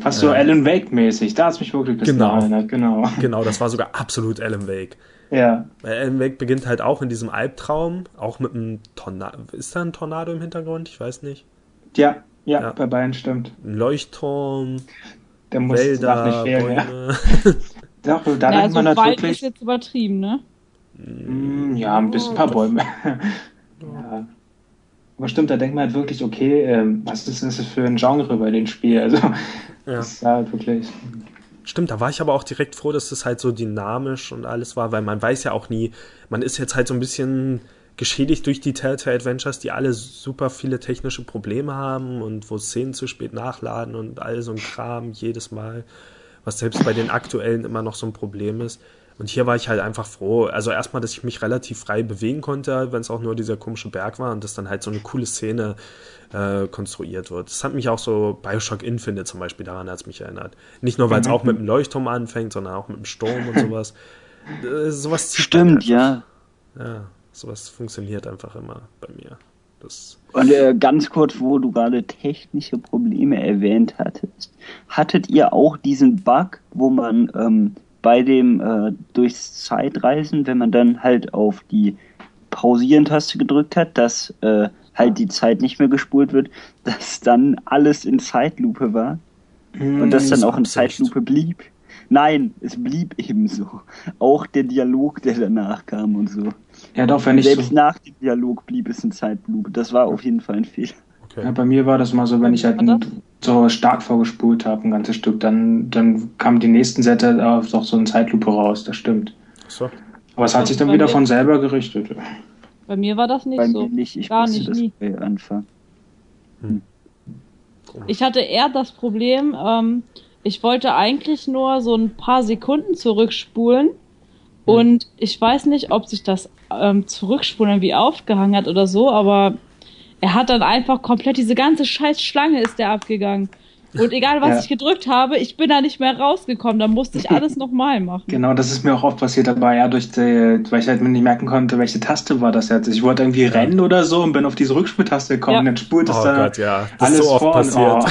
Fast so Alan Wake-mäßig, da hat es mich wirklich ein bisschen erinnert, genau.
Genau, das war sogar absolut Alan Wake.
Ja.
Weil Alan Wake beginnt halt auch in diesem Albtraum, auch mit einem Tornado. Ist da ein Tornado im Hintergrund? Ich weiß nicht.
Ja, bei beiden stimmt.
Ein Leuchtturm,
Der muss
Wälder,
nicht fehlen,
Bäume.
Doch, da denkt man
Wald
natürlich.
ist jetzt übertrieben, ne?
Ja, ein paar Bäume. Ja. Aber stimmt, da denkt man halt wirklich, okay, was ist das für ein Genre bei dem Spiel? Also, das ist halt wirklich.
Stimmt, da war ich aber auch direkt froh, dass es halt so dynamisch und alles war, weil man weiß ja auch nie, man ist jetzt halt so ein bisschen geschädigt durch die Telltale Adventures, die alle super viele technische Probleme haben und wo Szenen zu spät nachladen und all so ein Kram jedes Mal, was selbst bei den aktuellen immer noch so ein Problem ist. Und hier war ich halt einfach froh. Also erstmal, dass ich mich relativ frei bewegen konnte, wenn es auch nur dieser komische Berg war und dass dann halt so eine coole Szene konstruiert wird. Das hat mich auch so Bioshock Infinite zum Beispiel, daran hat es mich erinnert. Nicht nur, weil es auch mit dem Leuchtturm anfängt, sondern auch mit dem Sturm und sowas. Sowas zieht
Stimmt, ja.
Ja, sowas funktioniert einfach immer bei mir.
Und ganz kurz, wo du gerade technische Probleme erwähnt hattest. Hattet ihr auch diesen Bug, wo man bei dem durchs Zeitreisen, wenn man dann halt auf die Pausieren-Taste gedrückt hat, dass halt die Zeit nicht mehr gespult wird, dass dann alles in Zeitlupe war und das dann auch in Zeitlupe blieb? Nein, es blieb eben so. Auch der Dialog, der danach kam und so.
Ja, doch, wenn ich
Selbst nach dem Dialog blieb es in Zeitlupe. Das war auf jeden Fall ein Fehler.
Okay.
Ja, bei mir war das mal so, wenn ich halt so stark vorgespult habe, ein ganzes Stück, dann kamen die nächsten Sätze auf doch so eine Zeitlupe raus, das stimmt.
So.
Aber es hat sich dann wieder von selber gerichtet.
Bei mir war das nicht
Bei
so.
mir nicht, ich
Gar
musste
nicht,
das
nie.
bei Anfang.
Ich hatte eher das Problem, ich wollte eigentlich nur so ein paar Sekunden zurückspulen und ich weiß nicht, ob sich das Zurückspulen irgendwie aufgehangen hat oder so, aber er hat dann einfach komplett, diese ganze scheiß Schlange ist der abgegangen. Und egal, was ich gedrückt habe, ich bin da nicht mehr rausgekommen. Da musste ich alles nochmal machen.
Genau, das ist mir auch oft passiert dabei, ja, weil ich halt mir nicht merken konnte, welche Taste war das jetzt. Ich wollte irgendwie rennen oder so und bin auf diese Rückspultaste gekommen und dann spult es da
Gott, ja. Das
alles
ist so oft
vor
passiert.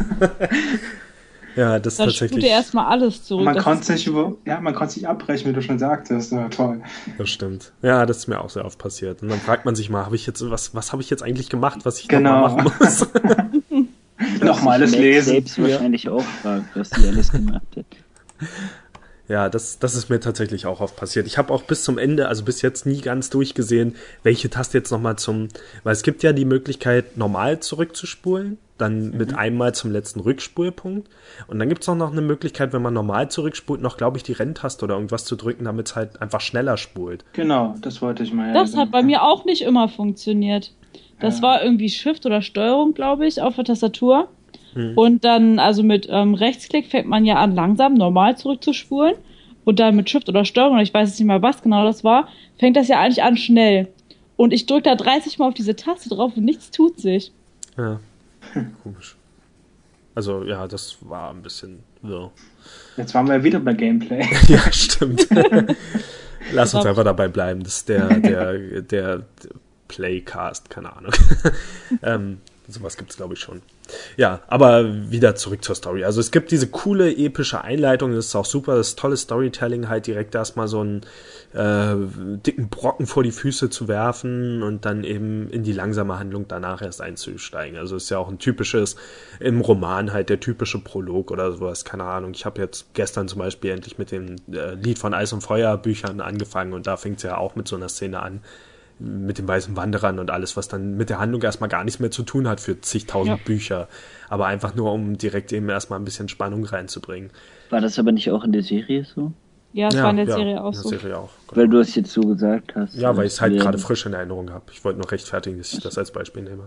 Ja, das ist
Dann
tatsächlich.
spult er erstmal alles zurück.
Man konnte es nicht abbrechen, wie du schon sagtest. Ja, toll.
Das stimmt. Ja, das ist mir auch sehr oft passiert. Und dann fragt man sich mal, was habe ich jetzt eigentlich gemacht, was ich
Genau.
nochmal machen muss?
Nochmal alles lesen.
Selbst wahrscheinlich auch fragt, was sie alles gemacht hat.
Ja, das ist mir tatsächlich auch oft passiert. Ich habe auch bis zum Ende, also bis jetzt nie ganz durchgesehen, welche Taste jetzt nochmal weil es gibt ja die Möglichkeit, normal zurückzuspulen, dann mit einmal zum letzten Rückspulpunkt. Und dann gibt es auch noch eine Möglichkeit, wenn man normal zurückspult, noch, glaube ich, die Renntaste oder irgendwas zu drücken, damit es halt einfach schneller spult.
Genau, das wollte ich mal.
Das hat bei mir auch nicht immer funktioniert. Das war irgendwie Shift oder Steuerung, glaube ich, auf der Tastatur. Und dann, also mit Rechtsklick fängt man ja an, langsam normal zurückzuspulen. Und dann mit Shift oder Steuerung, ich weiß jetzt nicht mal, was genau das war, fängt das ja eigentlich an schnell. Und ich drücke da 30 Mal auf diese Taste drauf und nichts tut sich.
Ja, komisch. Also, ja, das war ein bisschen wirr.
Jetzt waren wir ja wieder bei Gameplay.
Ja, stimmt. Lass uns einfach dabei bleiben. Das ist der Playcast, keine Ahnung. Sowas gibt's, glaube ich, schon. Ja, aber wieder zurück zur Story. Also es gibt diese coole, epische Einleitung, das ist auch super, das ist tolles Storytelling, halt direkt erstmal so einen dicken Brocken vor die Füße zu werfen und dann eben in die langsame Handlung danach erst einzusteigen. Also ist ja auch ein typisches, im Roman halt der typische Prolog oder sowas, keine Ahnung. Ich habe jetzt gestern zum Beispiel endlich mit dem Lied von Eis und Feuer Büchern angefangen und da fängt's ja auch mit so einer Szene an, mit den weißen Wanderern und alles, was dann mit der Handlung erstmal gar nichts mehr zu tun hat für zigtausend Bücher, aber einfach nur, um direkt eben erstmal ein bisschen Spannung reinzubringen.
War das aber nicht auch in der Serie so?
Ja, es war in der Serie auch so.
Serie auch, genau.
Weil du es jetzt so gesagt hast.
Ja, weil ich es halt gerade frisch in Erinnerung habe. Ich wollte noch rechtfertigen, dass ich das als Beispiel nehme.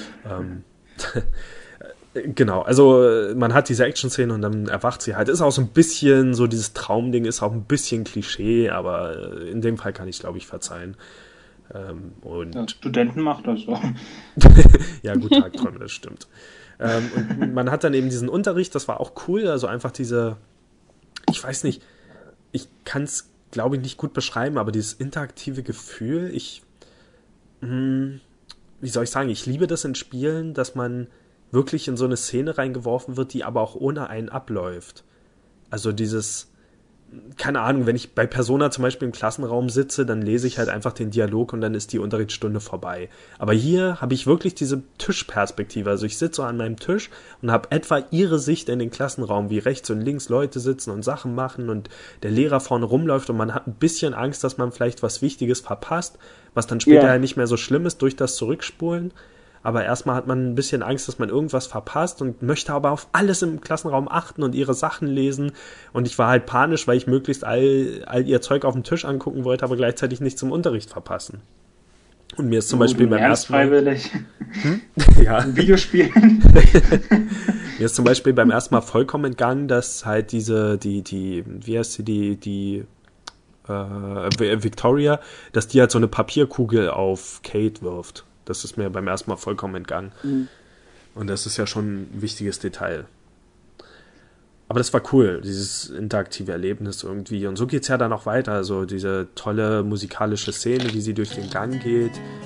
Genau, also man hat diese Action-Szene und dann erwacht sie halt. Ist auch so ein bisschen so, dieses Traumding ist auch ein bisschen Klischee, aber in dem Fall kann ich es, glaube ich, verzeihen. Und
ja, Studenten macht das so.
Ja, gut, Tagträume, das stimmt. Und man hat dann eben diesen Unterricht, das war auch cool, also einfach diese, ich weiß nicht, ich kann es, glaube ich, nicht gut beschreiben, aber dieses interaktive Gefühl, wie soll ich sagen, ich liebe das in Spielen, dass man wirklich in so eine Szene reingeworfen wird, die aber auch ohne einen abläuft. Also dieses, keine Ahnung, wenn ich bei Persona zum Beispiel im Klassenraum sitze, dann lese ich halt einfach den Dialog und dann ist die Unterrichtsstunde vorbei. Aber hier habe ich wirklich diese Tischperspektive. Also ich sitze so an meinem Tisch und habe etwa ihre Sicht in den Klassenraum, wie rechts und links Leute sitzen und Sachen machen und der Lehrer vorne rumläuft und man hat ein bisschen Angst, dass man vielleicht was Wichtiges verpasst, was dann später ja nicht mehr so schlimm ist durch das Zurückspulen. Aber erstmal hat man ein bisschen Angst, dass man irgendwas verpasst und möchte aber auf alles im Klassenraum achten und ihre Sachen lesen. Und ich war halt panisch, weil ich möglichst all ihr Zeug auf dem Tisch angucken wollte, aber gleichzeitig nicht zum Unterricht verpassen. Und mir ist zum Beispiel beim ersten Mal...
freiwillig.
Ja.
Ein Videospielen.
Mir ist zum Beispiel beim ersten Mal vollkommen entgangen, dass halt wie heißt sie, die Victoria, dass die halt so eine Papierkugel auf Kate wirft. Das ist mir beim ersten Mal vollkommen entgangen. Mhm. Und das ist ja schon ein wichtiges Detail. Aber das war cool, dieses interaktive Erlebnis irgendwie. Und so geht's ja dann auch weiter. Also diese tolle musikalische Szene, wie sie durch den Gang geht.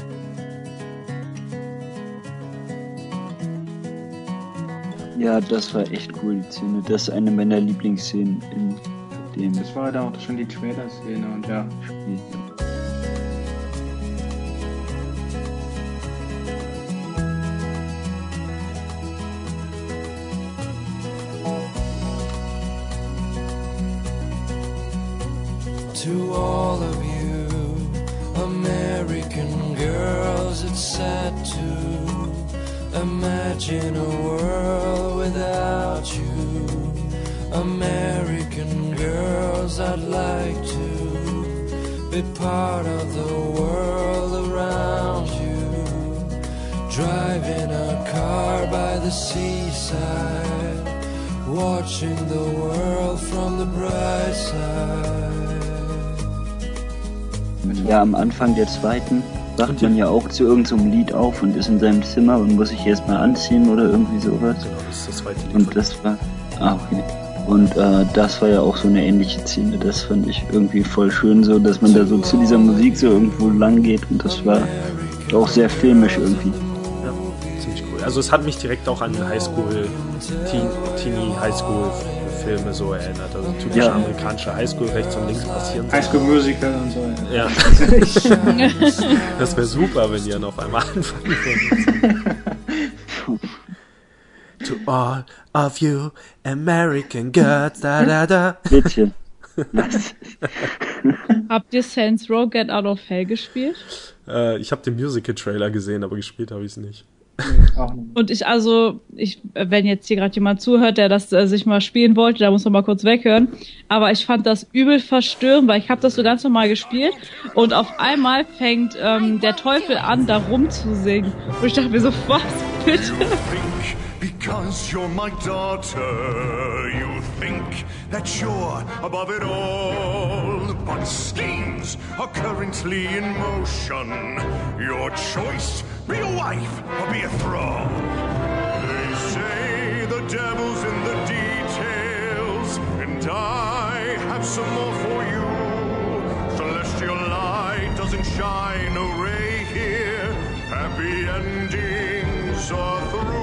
Ja, das war echt cool, die Szene. Das ist eine meiner Lieblingsszenen in dem.
Das war da auch schon die Trailer-Szene und ja. Spiel.
To all of you American girls, it's sad to imagine a world without you. American girls, I'd like to be part of the world around you. Driving a car by the seaside, watching the world from the bright side.
Ja, am Anfang der zweiten wacht man ja auch zu irgendeinem Lied auf und ist in seinem Zimmer und muss sich erstmal anziehen oder irgendwie sowas.
Genau, das ist das zweite Lied.
Und das war... okay. Und das war ja auch so eine ähnliche Szene. Das fand ich irgendwie voll schön so, dass man da so zu dieser Musik so irgendwo lang geht und das war auch sehr filmisch irgendwie.
Ja, ziemlich cool. Also es hat mich direkt auch an Highschool, Teenie Highschool-Filme so erinnert. Also typische amerikanische Highschool, rechts und links passieren.
Highschool-Musical und so.
Ja. Das wäre super, wenn die dann auf einmal anfangen würden. To all of you American girls, da da da.
Bitte.
Habt ihr Saints Row Get Out of Hell gespielt?
Ich habe den Musical-Trailer gesehen, aber gespielt habe ich es nicht.
Nee, auch nicht.
Und wenn jetzt hier gerade jemand zuhört, der das sich mal spielen wollte, da muss man mal kurz weghören. Aber ich fand das übel verstörend, weil ich habe das so ganz normal gespielt und auf einmal fängt der Teufel an, da rumzusingen. Und ich dachte mir so, was, bitte?
Because you're my daughter, you think that you're above it all. But schemes are currently in motion. Your choice, be a wife or be a thrall. They say the devil's in the details, and I have some more for you. Celestial light doesn't shine a ray here. Happy endings are through.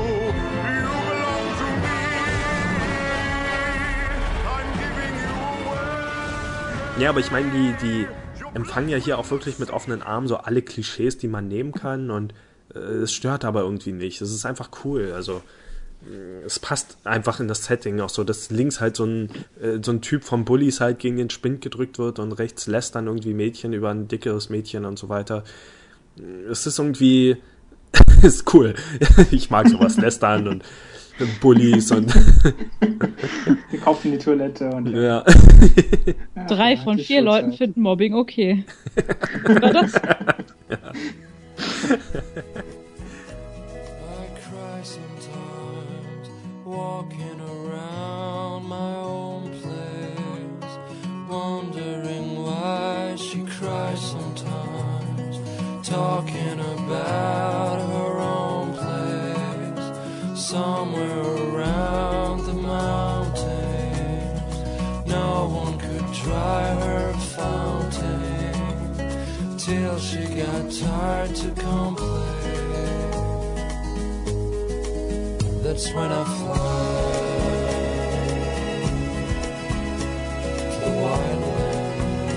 Ja, aber ich meine, die empfangen ja hier auch wirklich mit offenen Armen so alle Klischees, die man nehmen kann und es stört aber irgendwie nicht. Es ist einfach cool, also es passt einfach in das Setting auch so, dass links halt so ein Typ vom Bullies halt gegen den Spind gedrückt wird und rechts lässt dann irgendwie Mädchen über ein dickeres Mädchen und so weiter. Es ist irgendwie, ist cool. Ich mag sowas, lästern und Bullies und
Wir kaufen die Toilette und
ja.
3 von 4 Leuten finden Mobbing okay. War das?
Ja.
I cry sometimes, walking around my own place, wondering why she cries sometimes, talking about her own place, somewhere around the mountains. No one could dry her fountain till she got tired to complain. that's when I fly to the wildland,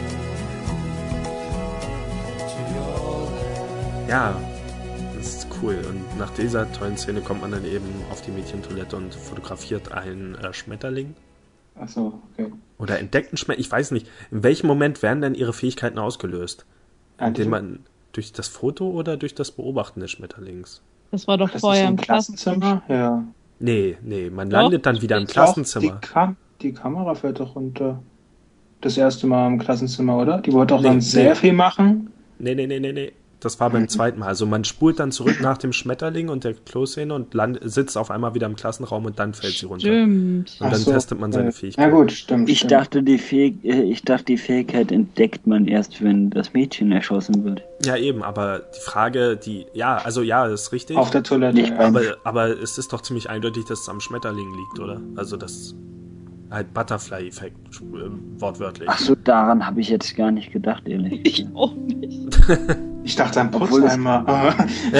to your land.
Ja, das ist cool. Und nach dieser tollen Szene kommt man dann eben auf die Mädchentoilette und fotografiert einen Schmetterling.
Ach so, okay.
Oder entdeckt einen Schmetterling. Ich weiß nicht, in welchem Moment werden denn ihre Fähigkeiten ausgelöst? Indem man durch das Foto oder durch das Beobachten des Schmetterlings?
Das war doch
Das
vorher
ist
im Klassenzimmer.
Ja.
Nee, man landet dann wieder im Klassenzimmer.
Die Kamera fällt doch runter. Das erste Mal im Klassenzimmer, oder? Die wollte doch dann
Nee.
sehr viel machen.
Nee. Das war beim zweiten Mal. Also man spult dann zurück nach dem Schmetterling und der Kloszene und sitzt auf einmal wieder im Klassenraum und dann fällt sie runter.
Stimmt.
Und dann testet man seine
Ja
Fähigkeiten.
gut, stimmt.
Ich dachte, die Fähigkeit entdeckt man erst, wenn das Mädchen erschossen wird.
Ja, eben, aber die Frage, das ist richtig.
Auf der Toilette.
Nicht beim-
Aber es ist doch ziemlich eindeutig, dass es am Schmetterling liegt, oder? Also das halt Butterfly-Effekt, wortwörtlich.
Ach so, daran habe ich jetzt gar nicht gedacht, ehrlich
Ich
gesagt.
auch nicht.
Ich dachte an
Obwohl es-
Putzeimer.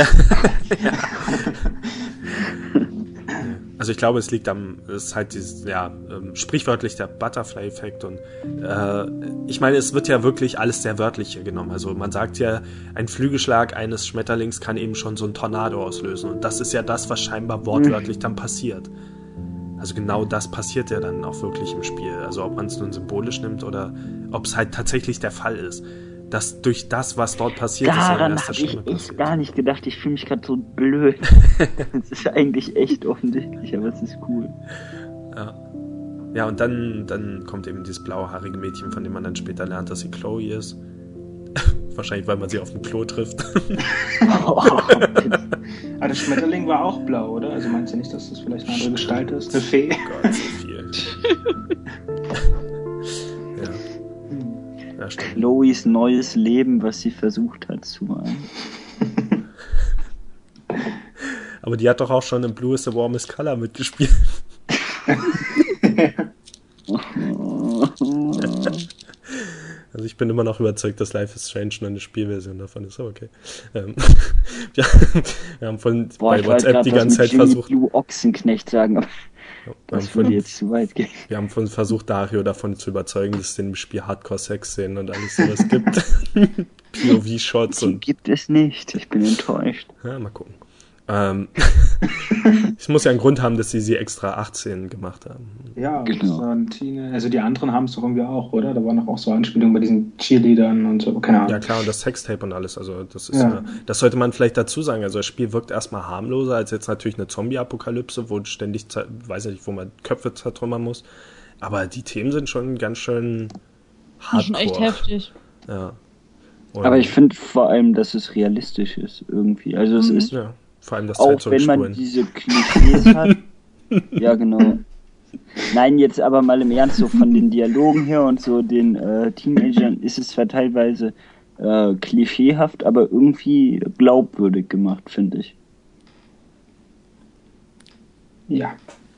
Also ich glaube, es liegt es ist halt dieses, sprichwörtlich der Butterfly-Effekt und ich meine, es wird ja wirklich alles sehr wörtlich hier genommen. Also man sagt ja, ein Flügelschlag eines Schmetterlings kann eben schon so ein Tornado auslösen und das ist ja das, was scheinbar wortwörtlich dann passiert. Also genau das passiert ja dann auch wirklich im Spiel. Also ob man es nun symbolisch nimmt oder ob es halt tatsächlich der Fall ist. Dass durch das, was dort passiert ist,
Daran
erst
habe
das
ich
Schlimme
echt
passiert.
gar nicht gedacht. Ich fühle mich gerade so blöd. Es ist eigentlich echt offensichtlich, aber es ist cool.
Ja, und dann kommt eben dieses blauhaarige Mädchen, von dem man dann später lernt, dass sie Chloe ist. Wahrscheinlich, weil man sie auf dem Klo trifft.
Aber das Schmetterling war auch blau, oder? Also meinst du nicht, dass das vielleicht eine andere Gestalt ist? Eine Fee?
Gott, so viel. Ja, stimmt.
Chloes neues Leben, was sie versucht hat zu machen.
Aber die hat doch auch schon in Blue is the Warmest Color mitgespielt. Also ich bin immer noch überzeugt, dass Life is Strange nur eine Spielversion davon ist, aber okay. Wir haben bei
Ich wollte
WhatsApp
grad
die
was
ganze
mit
Zeit versucht,
Jimmy Ochsenknecht sagen, aber das würde jetzt zu weit gehen.
wir haben versucht, Dario davon zu überzeugen, dass es in dem Spiel Hardcore-Sex-Szenen und alles sowas gibt. POV-Shots
Die
und
gibt es nicht. Ich bin enttäuscht.
ja, mal gucken. Es muss ja einen Grund haben, dass sie extra 18 gemacht haben.
Ja,
Genau.
so ein Teen, also die anderen haben es doch irgendwie auch, oder? Da waren doch auch so Anspielungen bei diesen Cheerleadern und so, keine Ahnung.
Ja klar, und das Sextape und alles, also das ist
Ja.
das sollte man vielleicht dazu sagen, also das Spiel wirkt erstmal harmloser als jetzt natürlich eine Zombie-Apokalypse, wo ständig, weiß nicht, wo man Köpfe zertrümmern muss, aber die Themen sind schon ganz schön
Das
hardcore.
ist schon echt heftig.
Ja. Und,
Aber ich finde vor allem, dass es realistisch ist irgendwie. Also es ist,
ja, vor allem das
auch wenn man
Zeitzurückspulen.
diese Klischees hat. Ja, genau. Nein, jetzt aber mal im Ernst, so von den Dialogen her und so den Teenagern ist es zwar teilweise klischeehaft, aber irgendwie glaubwürdig gemacht, finde ich.
Ja.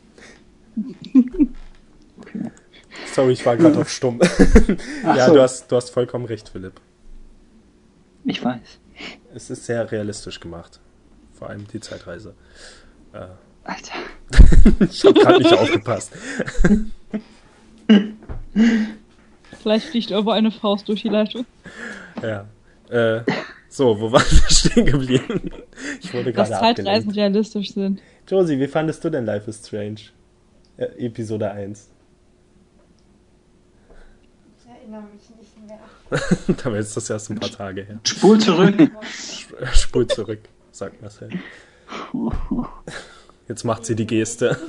Okay.
Sorry, ich war gerade auf stumm. Ja,
so.
du hast vollkommen recht, Philipp.
Ich weiß.
Es ist sehr realistisch gemacht. Vor allem die Zeitreise.
Alter.
Ich habe gerade nicht aufgepasst.
Vielleicht fliegt irgendwo eine Faust durch die Leitung.
Ja. So, wo waren wir stehen geblieben? Ich wurde
Dass
gerade
Zeitreisen
abgelenkt.
realistisch sind.
Josie, wie fandest du denn Life is Strange? Episode 1.
Ich erinnere mich nicht mehr.
Dabei ist das erst ein paar Tage her.
Spul zurück.
Spul zurück, sagt Marcel. Jetzt macht sie die Geste.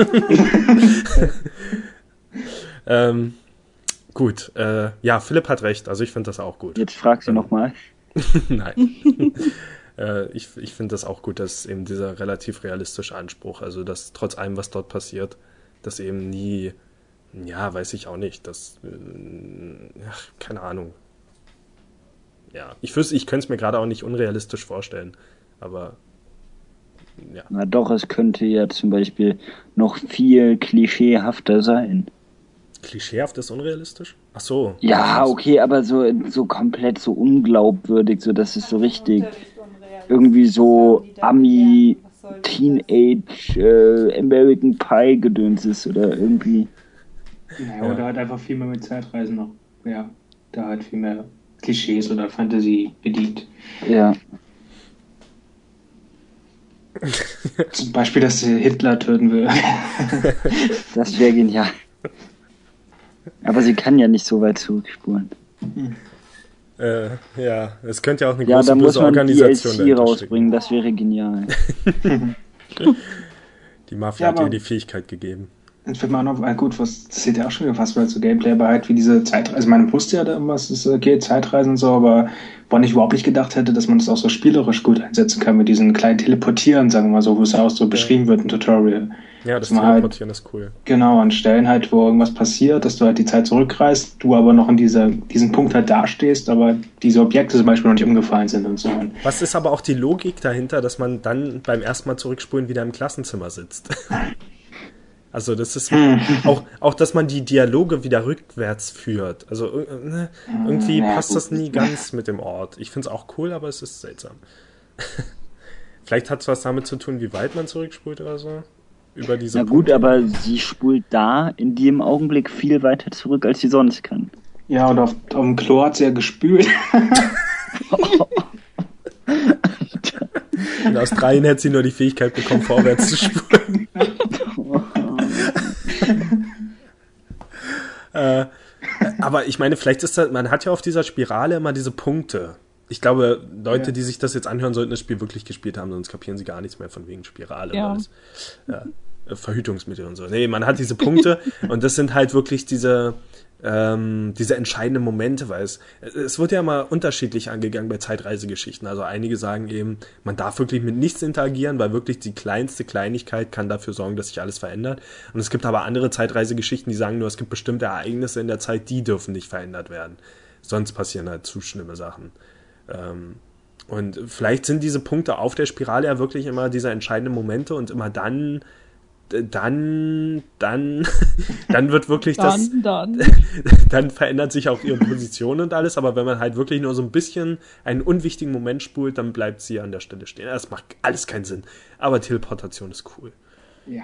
Gut, ja, Philipp hat recht, also ich finde das auch gut.
Jetzt frag sie nochmal.
Nein. Ich finde das auch gut, dass eben dieser relativ realistische Anspruch, also dass trotz allem, was dort passiert, dass eben nie, ja, weiß ich auch nicht, dass, keine Ahnung. Ja, ich könnte es mir gerade auch nicht unrealistisch vorstellen, aber ja.
Na doch, es könnte ja zum Beispiel noch viel klischeehafter sein.
Klischeehaft ist unrealistisch? Ach so.
Ja, okay, aber so komplett so unglaubwürdig, so dass es so richtig irgendwie so Ami
soll
Teenage American Pie Gedöns ist oder irgendwie.
Naja, oder halt einfach viel mehr mit Zeitreisen noch. Ja, da halt viel mehr Klischees oder Fantasy bedient.
Ja.
Zum Beispiel, dass sie Hitler töten will.
Das wäre genial. Aber sie kann ja nicht so weit zurückspulen.
Ja, es könnte ja auch eine
Ja,
große
da muss
böse
man
Organisation
DLC
dahinter
rausbringen, das wäre genial.
stecken. Die Mafia
Ja,
hat ihr
aber-
die Fähigkeit gegeben.
Das fällt mir auch noch, gut, das sieht ja auch schon wieder fast mal zu Gameplay, aber halt wie diese Zeitreisen, also man wusste ja da was es geht, Zeitreisen und so, aber woran ich überhaupt nicht gedacht hätte, dass man das auch so spielerisch gut einsetzen kann mit diesen kleinen Teleportieren, sagen wir mal so, wo es ja auch so beschrieben wird im Tutorial.
Ja, das
Dass man halt-
Teleportieren ist cool.
Genau, an Stellen halt, wo irgendwas passiert, dass du halt die Zeit zurückreist, du aber noch in diesem Punkt halt dastehst, aber diese Objekte zum Beispiel noch nicht umgefallen sind und so.
Was ist aber auch die Logik dahinter, dass man dann beim ersten Mal zurückspulen wieder im Klassenzimmer sitzt? Also das ist auch, dass man die Dialoge wieder rückwärts führt. Also irgendwie
Ja,
passt
gut.
das nie ganz mit dem Ort. Ich finde es auch cool, aber es ist seltsam. Vielleicht hat es was damit zu tun, wie weit man zurückspult oder so. Über diese
Na gut,
Punkte.
aber sie spult da in dem Augenblick viel weiter zurück, als sie sonst kann.
Ja, und auf dem Klo hat sie ja gespült.
In Australien hätte sie nur die Fähigkeit bekommen, vorwärts zu spulen. Aber ich meine, vielleicht ist das, man hat ja auf dieser Spirale immer diese Punkte. Ich glaube, Leute, die sich das jetzt anhören, sollten das Spiel wirklich gespielt haben, sonst kapieren sie gar nichts mehr von wegen Spirale
Ja.
und alles. Verhütungsmittel und so. Nee, man hat diese Punkte und das sind halt wirklich diese entscheidenden Momente, weil es wird ja mal unterschiedlich angegangen bei Zeitreisegeschichten. Also einige sagen eben, man darf wirklich mit nichts interagieren, weil wirklich die kleinste Kleinigkeit kann dafür sorgen, dass sich alles verändert. Und es gibt aber andere Zeitreisegeschichten, die sagen nur, es gibt bestimmte Ereignisse in der Zeit, die dürfen nicht verändert werden. Sonst passieren halt zu schlimme Sachen. Und vielleicht sind diese Punkte auf der Spirale ja wirklich immer diese entscheidenden Momente und immer dann wird wirklich dann verändert sich auch ihre Position und alles, aber wenn man halt wirklich nur so ein bisschen einen unwichtigen Moment spult, dann bleibt sie an der Stelle stehen. Das macht alles keinen Sinn, aber Teleportation ist cool.
Ja.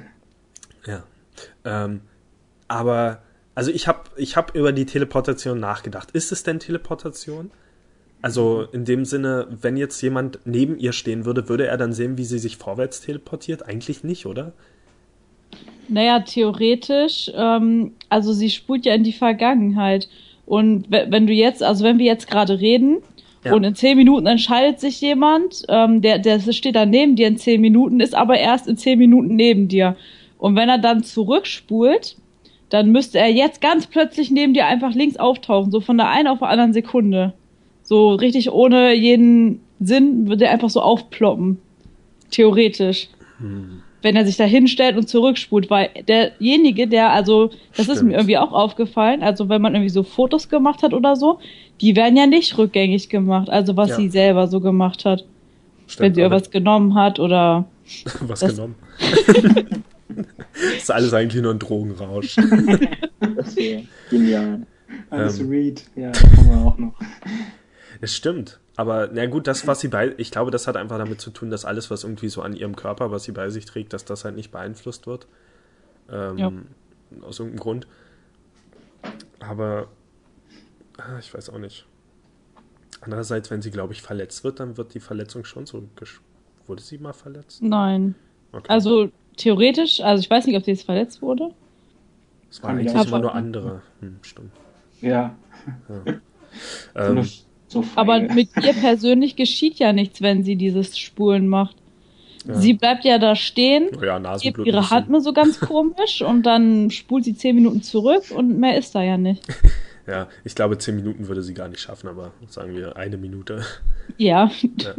Ja. Aber, also ich hab über die Teleportation nachgedacht. Ist es denn Teleportation? Also in dem Sinne, wenn jetzt jemand neben ihr stehen würde, würde er dann sehen, wie sie sich vorwärts teleportiert? Eigentlich nicht, oder?
Naja, theoretisch, also sie spult ja in die Vergangenheit. Und wenn wir jetzt gerade reden,
Ja.
und in 10 Minuten entscheidet sich jemand, der steht dann neben dir in 10 Minuten, ist aber erst in 10 Minuten neben dir. Und wenn er dann zurückspult, dann müsste er jetzt ganz plötzlich neben dir einfach links auftauchen, so von der einen auf der anderen Sekunde. So richtig ohne jeden Sinn würde er einfach so aufploppen. Theoretisch. Wenn er sich da hinstellt und zurückspult, weil derjenige, das ist
Stimmt.
mir irgendwie auch aufgefallen, also wenn man irgendwie so Fotos gemacht hat oder so, die werden ja nicht rückgängig gemacht, also was
Ja.
sie selber so gemacht hat.
Stimmt,
Wenn sie
aber-
irgendwas genommen hat oder...
Was
das-
genommen? Das ist alles eigentlich nur ein Drogenrausch.
Das wäre genial.
Alles Read, ja, haben wir auch noch.
Es stimmt. Aber na gut, ich glaube, das hat einfach damit zu tun, dass alles, was irgendwie so an ihrem Körper, was sie bei sich trägt, dass das halt nicht beeinflusst wird.
Ja.
Aus irgendeinem Grund. Aber ich weiß auch nicht. Andererseits, wenn sie, glaube ich, verletzt wird, dann wird die Verletzung schon zurückgeschickt. Wurde sie mal verletzt?
Nein.
Okay.
Also theoretisch, also ich weiß nicht, ob sie jetzt verletzt wurde.
es waren
kann
eigentlich
ich
immer
auch-
nur andere. Stimmt.
Ja.
Ähm,
So
Aber
feige.
mit ihr persönlich geschieht ja nichts, wenn sie dieses Spulen macht. Sie bleibt ja da stehen,
ja,
hebt
Nasenblut.
ihre Hand nur so ganz komisch und dann spult sie 10 Minuten zurück und mehr ist da ja nicht.
Ja, ich glaube, 10 Minuten würde sie gar nicht schaffen, aber sagen wir 1 Minute.
Ja.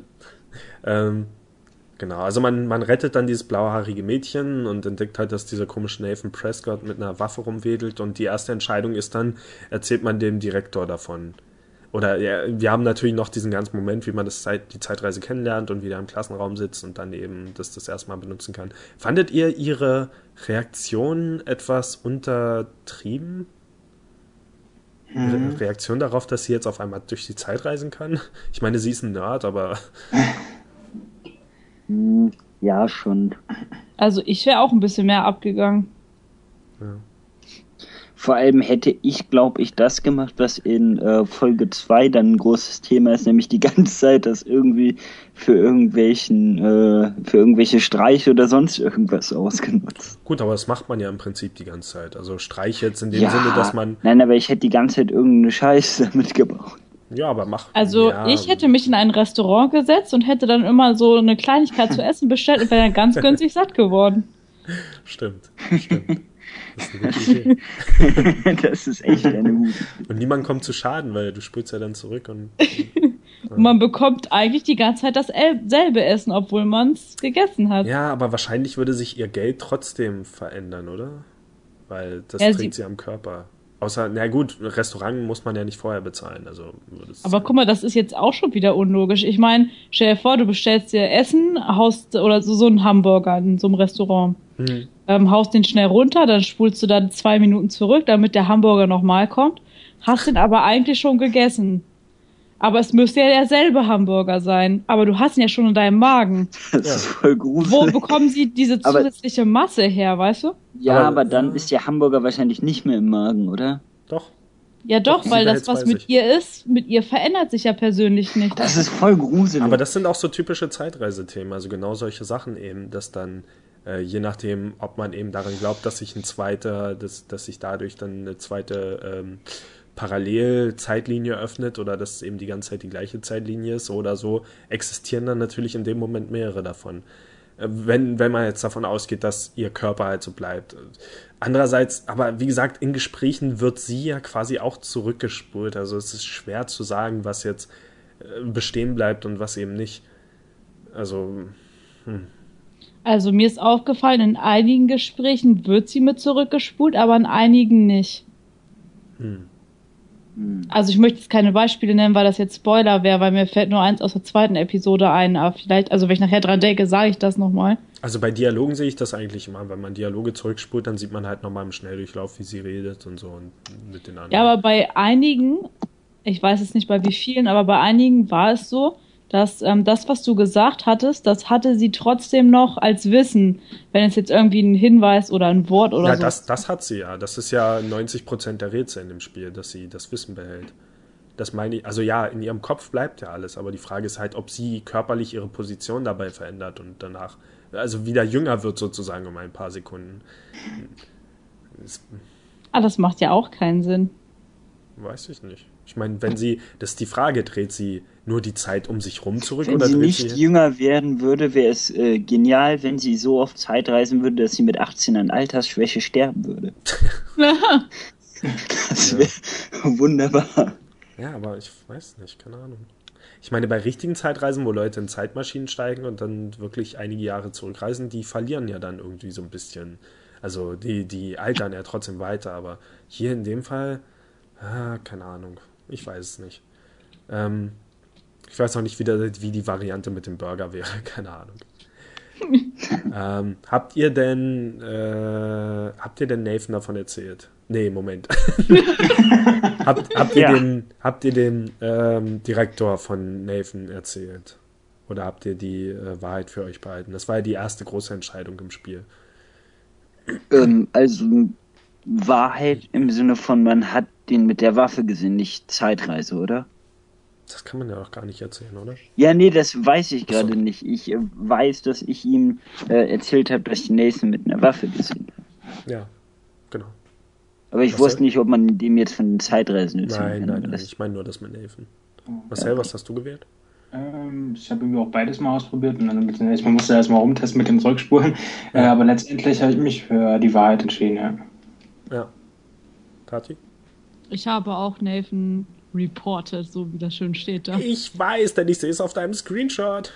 Genau, also man rettet dann dieses blauhaarige Mädchen und entdeckt halt, dass dieser komische Nathan Prescott mit einer Waffe rumwedelt und die erste Entscheidung ist dann, erzählt man dem Direktor davon. Oder ja, wir haben natürlich noch diesen ganzen Moment, wie man die Zeitreise kennenlernt und wieder im Klassenraum sitzt und dann eben das erste Mal benutzen kann. Fandet ihr ihre Reaktion etwas untertrieben? Ihre Reaktion darauf, dass sie jetzt auf einmal durch die Zeit reisen kann? Ich meine, sie ist ein Nerd, aber
Ja, schon.
Also ich wäre auch ein bisschen mehr abgegangen.
Ja.
Vor allem hätte ich, glaube ich, das gemacht, was in Folge 2 dann ein großes Thema ist, nämlich die ganze Zeit das irgendwie für irgendwelche Streiche oder sonst irgendwas ausgenutzt.
Gut, aber das macht man ja im Prinzip die ganze Zeit. Also Streich jetzt in dem Sinne, dass man...
Nein, aber ich hätte die ganze Zeit irgendeine Scheiße damit gebaut.
Ja, aber mach...
Also
ja,
ich hätte mich in ein Restaurant gesetzt und hätte dann immer so eine Kleinigkeit zu essen bestellt und wäre dann ganz günstig satt geworden.
Stimmt. Das ist eine gute Idee.
Das ist echt eine gute Idee.
Und niemand kommt zu Schaden, weil du spulst ja dann zurück und...
Und man bekommt eigentlich die ganze Zeit dasselbe Essen, obwohl man es gegessen hat.
Ja, aber wahrscheinlich würde sich ihr Geld trotzdem verändern, oder? Weil das
Ja,
trägt sie am Körper. Außer, na gut, ein Restaurant muss man ja nicht vorher bezahlen. Also
Aber guck mal, das ist jetzt auch schon wieder unlogisch. Ich meine, stell dir vor, du bestellst dir Essen, haust oder so einen Hamburger in so einem Restaurant. Haust den schnell runter, dann spulst du dann 2 Minuten zurück, damit der Hamburger nochmal kommt. Hast den aber eigentlich schon gegessen. Aber es müsste ja derselbe Hamburger sein. Aber du hast ihn ja schon in deinem Magen.
Das ist voll gruselig.
Wo bekommen sie diese zusätzliche Masse her, weißt du?
Ja, aber dann ist der Hamburger wahrscheinlich nicht mehr im Magen, oder?
Doch.
Ja doch, weil das, was mit ihr ist, mit ihr verändert sich ja persönlich nicht.
Das ist voll gruselig.
Aber das sind auch so typische Zeitreisethemen. Also genau solche Sachen eben, dass dann je nachdem, ob man eben daran glaubt, dass sich dass sich dadurch dann eine zweite Parallelzeitlinie öffnet oder dass es eben die ganze Zeit die gleiche Zeitlinie ist oder so, existieren dann natürlich in dem Moment mehrere davon. Wenn man jetzt davon ausgeht, dass ihr Körper halt so bleibt. Andererseits, aber wie gesagt, in Gesprächen wird sie ja quasi auch zurückgespult. Also es ist schwer zu sagen, was jetzt bestehen bleibt und was eben nicht.
Also mir ist aufgefallen, in einigen Gesprächen wird sie mit zurückgespult, aber in einigen nicht. Also ich möchte jetzt keine Beispiele nennen, weil das jetzt Spoiler wäre, weil mir fällt nur eins aus der 2. Episode ein, aber vielleicht, also wenn ich nachher dran denke, sage ich das nochmal.
Also bei Dialogen sehe ich das eigentlich immer, wenn man Dialoge zurückspult, dann sieht man halt nochmal im Schnelldurchlauf, wie sie redet und so und mit den anderen.
Ja, aber bei einigen, ich weiß jetzt nicht bei wie vielen, aber bei einigen war es so, dass das, was du gesagt hattest, das hatte sie trotzdem noch als Wissen, wenn es jetzt irgendwie ein Hinweis oder ein Wort oder so.
Ja, das hat sie ja. Das ist ja 90% der Rätsel in dem Spiel, dass sie das Wissen behält. Das meine ich, also ja, in ihrem Kopf bleibt ja alles, aber die Frage ist halt, ob sie körperlich ihre Position dabei verändert und danach, also wieder jünger wird sozusagen um ein paar Sekunden.
Das macht ja auch keinen Sinn.
Weiß ich nicht. Ich meine, das ist die Frage, dreht sie nur die Zeit um sich rum zurück?
Wenn
oder
sie
dreht
nicht jünger werden würde, wäre es genial, wenn sie so oft Zeit reisen würde, dass sie mit 18 an Altersschwäche sterben würde. Das wäre wunderbar.
Ja, aber ich weiß nicht, keine Ahnung. Ich meine, bei richtigen Zeitreisen, wo Leute in Zeitmaschinen steigen und dann wirklich einige Jahre zurückreisen, die verlieren ja dann irgendwie so ein bisschen. Also die altern ja trotzdem weiter, aber hier in dem Fall, keine Ahnung. Ich weiß es nicht. Ich weiß auch nicht, wie die Variante mit dem Burger wäre. Keine Ahnung. Habt ihr denn Nathan davon erzählt? Nee, Moment. Habt ihr dem Direktor von Nathan erzählt? Oder habt ihr die Wahrheit für euch behalten? Das war ja die erste große Entscheidung im Spiel.
Also Wahrheit im Sinne von, man hat den mit der Waffe gesehen, nicht Zeitreise, oder?
Das kann man ja auch gar nicht erzählen, oder?
Ja, nee, das weiß ich gerade nicht. Ich weiß, dass ich ihm erzählt habe, dass ich Nathan mit einer Waffe gesehen habe.
Ja, genau.
Aber ich wusste nicht, ob man dem jetzt von den Zeitreisen erzählen kann.
Nein, ich meine nur das mit Nathan. Marcel, was hast du gewählt?
Ich habe irgendwie auch beides mal ausprobiert und dann man musste erstmal rumtesten mit dem Zurückspulen. Aber letztendlich habe ich mich für die Wahrheit entschieden, ja.
Ja. Tati?
Ich habe auch Nathan reported, so wie das schön steht da.
Ich weiß, denn ich sehe es auf deinem Screenshot.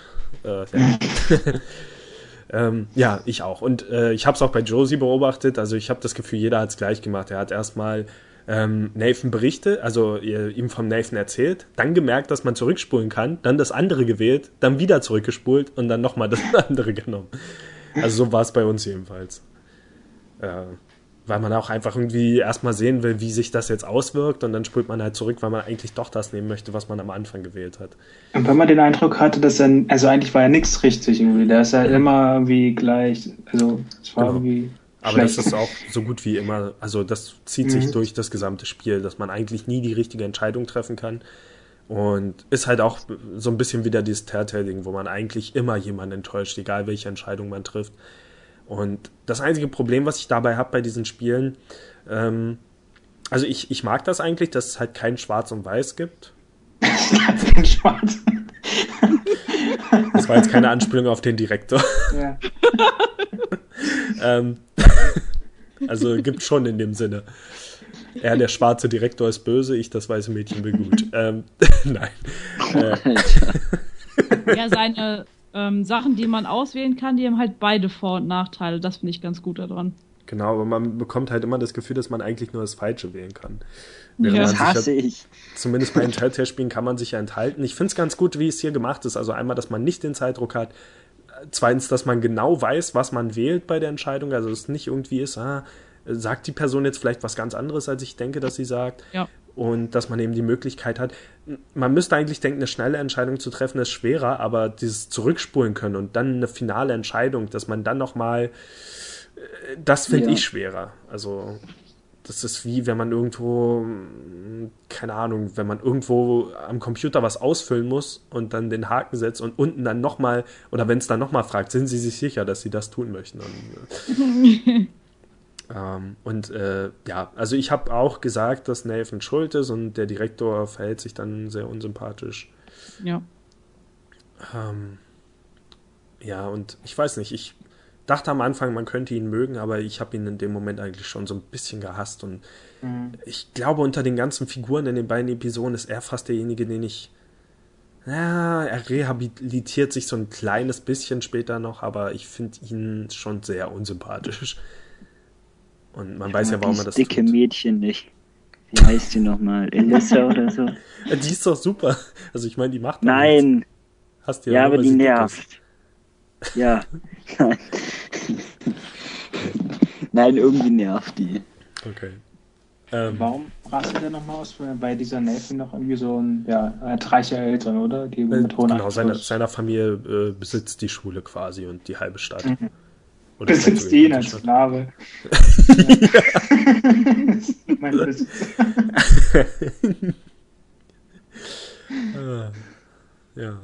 Ja, ich auch. Und ich habe es auch bei Josie beobachtet. Also ich habe das Gefühl, jeder hat es gleich gemacht. Er hat erstmal Nathan berichtet, also ihm vom Nathan erzählt, dann gemerkt, dass man zurückspulen kann, dann das andere gewählt, dann wieder zurückgespult und dann nochmal das andere genommen. Also so war es bei uns jedenfalls. weil man auch einfach irgendwie erstmal sehen will, wie sich das jetzt auswirkt und dann spult man halt zurück, weil man eigentlich doch das nehmen möchte, was man am Anfang gewählt hat.
Und wenn man den Eindruck hatte, dass dann, also eigentlich war ja nichts richtig irgendwie, der ist ja immer irgendwie gleich, also es war irgendwie
Aber
schlecht.
das ist auch so gut wie immer, also das zieht sich durch das gesamte Spiel, dass man eigentlich nie die richtige Entscheidung treffen kann. Und ist halt auch so ein bisschen wieder dieses Telltale-Ding, wo man eigentlich immer jemanden enttäuscht, egal welche Entscheidung man trifft. Und das einzige Problem, was ich dabei habe bei diesen Spielen, also ich mag das eigentlich, dass es halt kein Schwarz und Weiß gibt.
Schwarz.
Das war jetzt keine Anspielung auf den Direktor.
Ja.
Also gibt schon in dem Sinne. Er, der schwarze Direktor, ist böse, ich, das weiße Mädchen, bin gut. Nein.
Ja, seine Sachen, die man auswählen kann, die haben halt beide Vor- und Nachteile. Das finde ich ganz gut daran.
Genau, aber man bekommt halt immer das Gefühl, dass man eigentlich nur das Falsche wählen kann.
Ja.
Man
Das
sich
hasse ich.
Zumindest bei den Telltale-Spielen kann man sich ja enthalten. Ich finde es ganz gut, wie es hier gemacht ist. Also einmal, dass man nicht den Zeitdruck hat. Zweitens, dass man genau weiß, was man wählt bei der Entscheidung. Also es nicht irgendwie ist, sagt die Person jetzt vielleicht was ganz anderes, als ich denke, dass sie sagt.
Ja.
Und dass man eben die Möglichkeit hat. Man müsste eigentlich denken, eine schnelle Entscheidung zu treffen ist schwerer, aber dieses Zurückspulen können und dann eine finale Entscheidung, dass man dann nochmal, das finde ich schwerer. Also das ist wie, wenn man irgendwo, keine Ahnung, wenn man irgendwo am Computer was ausfüllen muss und dann den Haken setzt und unten dann nochmal, oder wenn es dann nochmal fragt, sind Sie sich sicher, dass Sie das tun möchten? Ja, also ich habe auch gesagt, dass Nathan schuld ist und der Direktor verhält sich dann sehr unsympathisch.
Ja.
Ja, und ich weiß nicht, ich dachte am Anfang, man könnte ihn mögen, aber ich habe ihn in dem Moment eigentlich schon so ein bisschen gehasst und ich glaube, unter den ganzen Figuren in den beiden Episoden ist er fast derjenige, den ich, er rehabilitiert sich so ein kleines bisschen später noch, aber ich finde ihn schon sehr unsympathisch. Und man weiß ja, warum man das
dicke
tut.
Mädchen nicht. Wie heißt die nochmal? Elissa oder so?
Die ist doch super. Also ich meine, die macht doch
Nein.
nichts. Hast du
Ja,
nur,
aber
weil
die
sie dick
nervt. Ja. Nein. Nein, irgendwie nervt die.
ist. Okay.
Warum rastet er nochmal aus? Weil dieser Nathan noch irgendwie so ein, er hat reiche Eltern, oder? Die mit hohen
Genau,
Einfluss.
seiner Familie besitzt die Schule quasi und die halbe Stadt. Oder
Besitzt
die
ihn
ganze
als
Stadt.
Sklave. Mein Besitz.
Ja.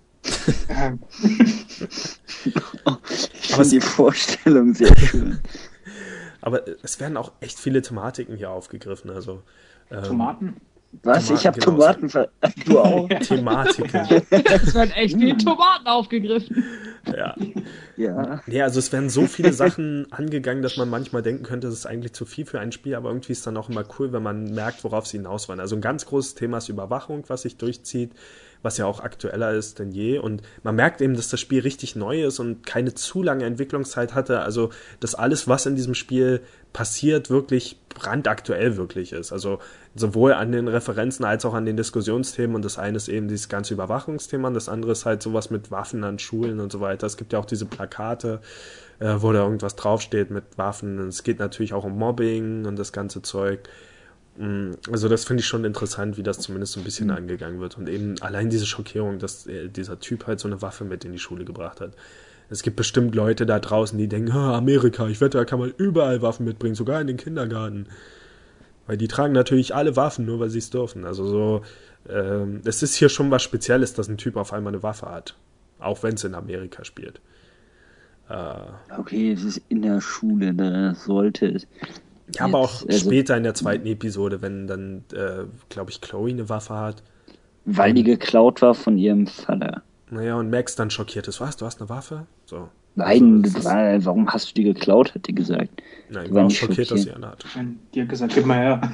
Ich finde die Vorstellung sehr schön.
Aber es werden auch echt viele Thematiken hier aufgegriffen. Also
Tomaten?
Was? Ich habe
Tomaten,
Tomaten Du auch?
Thematiken.
Es werden echt viele Tomaten aufgegriffen.
Ja.
Ja.
Ja, also es werden so viele Sachen angegangen, dass man manchmal denken könnte, das ist eigentlich zu viel für ein Spiel, aber irgendwie ist dann auch immer cool, wenn man merkt, worauf sie hinaus wollen. Also ein ganz großes Thema ist Überwachung, was sich durchzieht, was ja auch aktueller ist denn je. Und man merkt eben, dass das Spiel richtig neu ist und keine zu lange Entwicklungszeit hatte. Also, dass alles, was in diesem Spiel passiert, wirklich brandaktuell wirklich ist. Also sowohl an den Referenzen als auch an den Diskussionsthemen. Und das eine ist eben dieses ganze Überwachungsthema und das andere ist halt sowas mit Waffen an Schulen und so weiter. Es gibt ja auch diese Plakate, wo da irgendwas draufsteht mit Waffen. Und es geht natürlich auch um Mobbing und das ganze Zeug. Also das finde ich schon interessant, wie das zumindest so ein bisschen angegangen wird. Und eben allein diese Schockierung, dass dieser Typ halt so eine Waffe mit in die Schule gebracht hat. Es gibt bestimmt Leute da draußen, die denken, Amerika, ich wette, da kann man überall Waffen mitbringen, sogar in den Kindergarten. Weil die tragen natürlich alle Waffen, nur weil sie es dürfen. Also so, es ist hier schon was Spezielles, dass ein Typ auf einmal eine Waffe hat. Auch wenn es in Amerika spielt.
Okay, es ist in der Schule, da sollte es.
Ja, aber auch
Jetzt,
später in der zweiten Episode, wenn dann, glaube ich, Chloe eine Waffe hat.
Weil die geklaut war von ihrem Vater.
Naja, und Max dann schockiert ist. Was, du hast eine Waffe? So.
Nein,
Also,
warum hast du die geklaut, hat die gesagt.
Nein,
Die war
warum
nicht
schockiert, dass sie
schockiert.
eine hat?
Und die hat gesagt, gib mal her.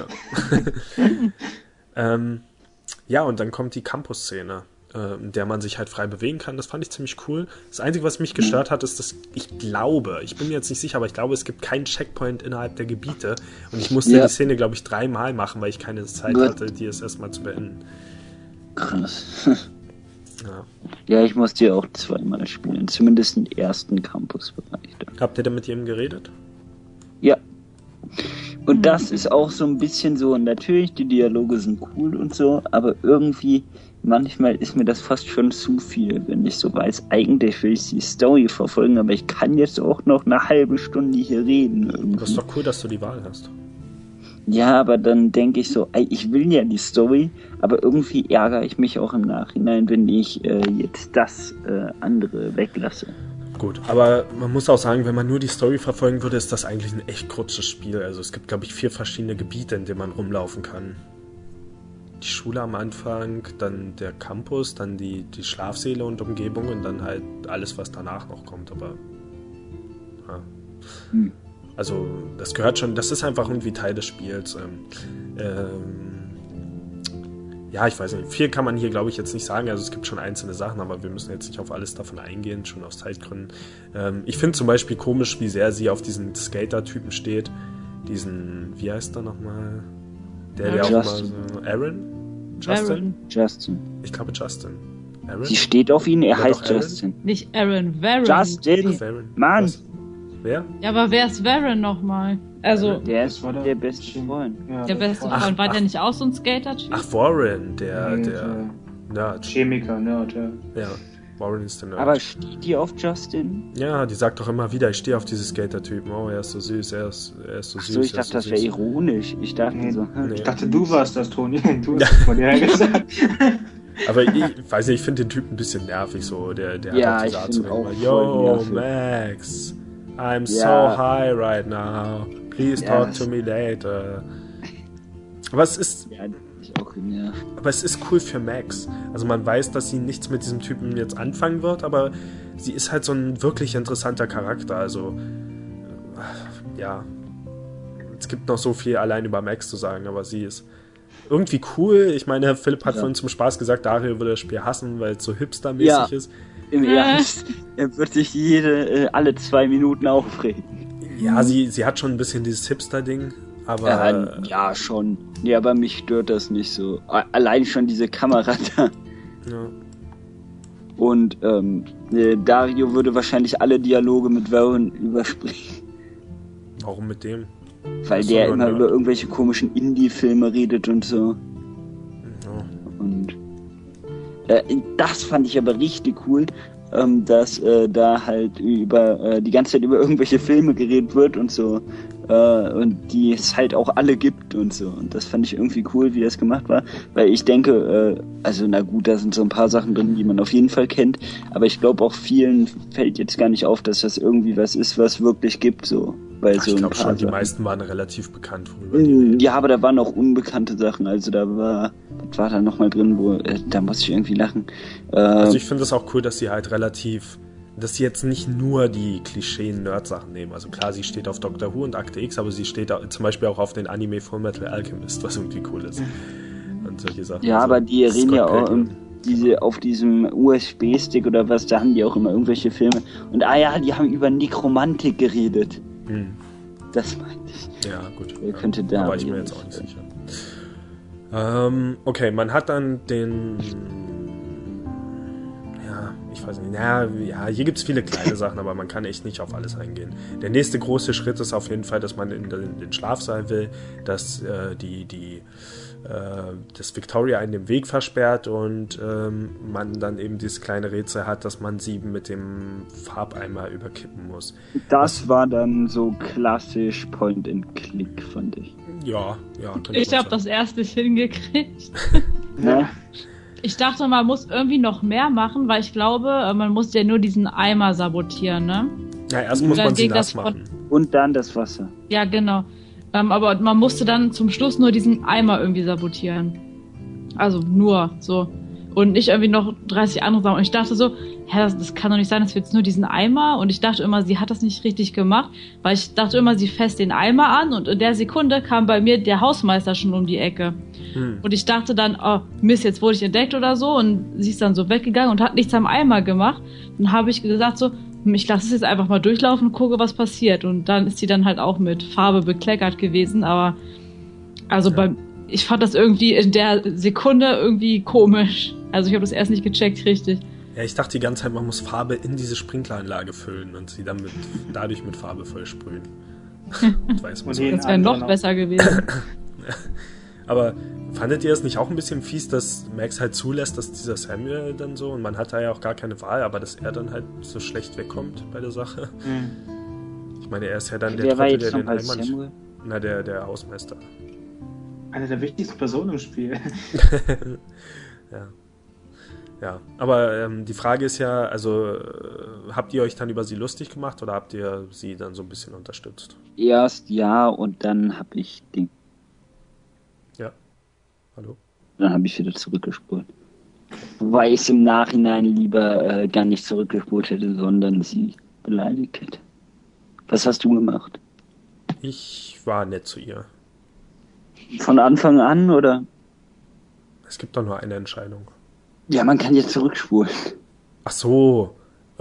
Ja. Ja, und dann kommt die Campus-Szene, in der man sich halt frei bewegen kann. Das fand ich ziemlich cool. Das Einzige, was mich gestört hat, ist, dass ich bin mir jetzt nicht sicher, aber ich glaube, es gibt keinen Checkpoint innerhalb der Gebiete. Und ich musste die Szene, glaube ich, 3-mal machen, weil ich keine Zeit hatte, die es erstmal zu beenden.
Krass.
Ja.
Ja, ich musste ja auch 2-mal spielen. Zumindest den ersten Campusbereich.
Habt ihr denn mit jedem geredet?
Ja. Und das ist auch so ein bisschen so, natürlich, die Dialoge sind cool und so, aber irgendwie, manchmal ist mir das fast schon zu viel, wenn ich so weiß, eigentlich will ich die Story verfolgen, aber ich kann jetzt auch noch eine halbe Stunde hier reden. Irgendwie.
Das ist doch cool, dass du die Wahl hast.
Ja, aber dann denke ich so, ich will ja die Story, aber irgendwie ärgere ich mich auch im Nachhinein, wenn ich jetzt das andere weglasse.
Gut, aber man muss auch sagen, wenn man nur die Story verfolgen würde, ist das eigentlich ein echt kurzes Spiel. Also es gibt, glaube ich, 4 verschiedene Gebiete, in denen man rumlaufen kann. Die Schule am Anfang, dann der Campus, dann die Schlafsäle und Umgebung und dann halt alles, was danach noch kommt. Aber ja. Also das gehört schon, das ist einfach irgendwie Teil des Spiels. Ja, ich weiß nicht, viel kann man hier, glaube ich, jetzt nicht sagen. Also es gibt schon einzelne Sachen, aber wir müssen jetzt nicht auf alles davon eingehen, schon aus Zeitgründen. Ich finde zum Beispiel komisch, wie sehr sie auf diesen Skater-Typen steht. Diesen, wie heißt der nochmal? Der auch immer so... Aaron?
Justin.
Ich glaube Justin. Aaron?
Sie steht auf ihn, er heißt Justin.
Nicht Aaron, Varron.
Justin! Mann!
Was? Wer?
Ja, aber wer ist Varron nochmal? Also,
der ist der beste Freund.
Ja,
der beste Freund. War der nicht auch so ein Skater-Typ?
Ach, Warren, der Nerd.
Chemiker, Nerd, ja.
Ja, Warren ist der Nerd.
Aber steht die auf Justin?
Ja, die sagt doch immer wieder, ich stehe auf diese Skater-Typen. Oh, er ist so süß, er ist so süß.
Achso, ich dachte, das wäre ironisch. Ich dachte so.
Nee.
Ich dachte, du warst das, Toni. Du hast es von dir gesagt.
Aber ich weiß nicht, ich finde den Typen ein bisschen nervig so. Der
Ja,
hat
ich
auch diese Art
finde
zu
auch
reden.
voll
Yo,
nervig.
Max, I'm so
Ja.
high right now. Please
Ja,
talk to me later. Aber es ist
Ja, ich auch genervt.
Aber es ist cool für Max. Also man weiß, dass sie nichts mit diesem Typen jetzt anfangen wird, aber sie ist halt so ein wirklich interessanter Charakter. Also, ja. Es gibt noch so viel allein über Max zu sagen, aber sie ist irgendwie cool. Ich meine, Philipp hat vorhin zum Spaß gesagt, Dario würde das Spiel hassen, weil es so hipstermäßig ist.
Im Ernst, er wird sich alle 2 Minuten aufregen.
Ja, sie hat schon ein bisschen dieses Hipster-Ding, aber...
Ja, schon. Ja, aber mich stört das nicht so. Allein schon diese Kamera da.
Ja.
Und Dario würde wahrscheinlich alle Dialoge mit Varron überspringen.
Warum mit dem?
Weil der immer über irgendwelche komischen Indie-Filme redet und so.
Ja.
Und das fand ich aber richtig cool, dass da halt die ganze Zeit über irgendwelche Filme geredet wird und so. Und die es halt auch alle gibt und so. Und das fand ich irgendwie cool, wie das gemacht war. Weil ich denke, also na gut, da sind so ein paar Sachen drin, die man auf jeden Fall kennt. Aber ich glaube auch vielen fällt jetzt gar nicht auf, dass das irgendwie was ist, was wirklich gibt, so. Weil
Ach,
so
ich glaube schon, die
Sachen.
meisten waren relativ bekannt. Worüber die reden.
Ja, aber da waren auch unbekannte Sachen. Also was war da nochmal drin, da muss ich irgendwie lachen.
Also ich finde es auch cool, dass sie halt dass sie jetzt nicht nur die Klischee-Nerd-Sachen nehmen. Also klar, sie steht auf Doctor Who und Akte X, aber sie steht zum Beispiel auch auf den Anime Fullmetal Alchemist, was irgendwie cool ist. Und solche Sachen.
Ja,
also,
aber die reden
Scott
ja auch
Pilgrim.
auf diesem USB-Stick oder was, da haben die auch immer irgendwelche Filme. Und die haben über Nekromantik geredet. Das meinte ich.
Ja, gut.
Wer könnte da
war ich mir
reden?
jetzt auch nicht sicher. Okay, man hat dann den... Ja, ich weiß nicht. Ja, hier gibt es viele kleine Sachen, aber man kann echt nicht auf alles eingehen. Der nächste große Schritt ist auf jeden Fall, dass man in den Schlafsaal will, dass das Victoria einen den Weg versperrt und man dann eben dieses kleine Rätsel hat, dass man sie mit dem Farbeimer überkippen muss.
Das war dann so klassisch Point-and-Click, fand ich.
Ja.
Ich habe das erst nicht hingekriegt.
Ne?
Ich dachte, man muss irgendwie noch mehr machen, weil ich glaube, man muss ja nur diesen Eimer sabotieren, ne?
Ja, erst muss
Dann
man sie
ging das
nass machen.
Und dann das Wasser.
Ja, genau. Aber man musste dann zum Schluss nur diesen Eimer irgendwie sabotieren. Also nur so. Und nicht irgendwie noch 30 andere Sachen. Und ich dachte so, das kann doch nicht sein, dass wir jetzt nur diesen Eimer. Und ich dachte immer, sie hat das nicht richtig gemacht, weil ich dachte immer, sie fasst den Eimer an und in der Sekunde kam bei mir der Hausmeister schon um die Ecke. Und ich dachte dann, oh Mist, jetzt wurde ich entdeckt oder so. Und sie ist dann so weggegangen und hat nichts am Eimer gemacht. Dann habe ich gesagt so, ich lasse es jetzt einfach mal durchlaufen und gucke, was passiert. Und dann ist sie dann halt auch mit Farbe bekleckert gewesen. Aber ich fand das irgendwie in der Sekunde irgendwie komisch. Also ich habe das erst nicht gecheckt, richtig.
Ja, ich dachte die ganze Zeit, man muss Farbe in diese Sprinkleranlage füllen und sie dann dadurch mit Farbe voll sprühen. Und weiß was.
Und
Das wäre noch besser gewesen.
Aber fandet ihr es nicht auch ein bisschen fies, dass Max halt zulässt, dass dieser Samuel dann so, und man hat da ja auch gar keine Wahl, aber dass er dann halt so schlecht wegkommt bei der Sache? Ich meine, er ist ja dann der
Wer war
Trottel,
jetzt
der
noch
den
als
Einmann...
Samuel?
Na, der Hausmeister.
Eine der wichtigsten Personen im Spiel.
Ja, aber die Frage ist ja, also habt ihr euch dann über sie lustig gemacht oder habt ihr sie dann so ein bisschen unterstützt?
Erst ja und dann habe ich
Hallo?
Dann habe ich wieder zurückgespult. Wobei ich es im Nachhinein lieber gar nicht zurückgespult hätte, sondern sie beleidigt hätte. Was hast du gemacht?
Ich war nett zu ihr.
Von Anfang an, oder?
Es gibt doch nur eine Entscheidung.
Ja, man kann jetzt zurückspulen.
Ach so.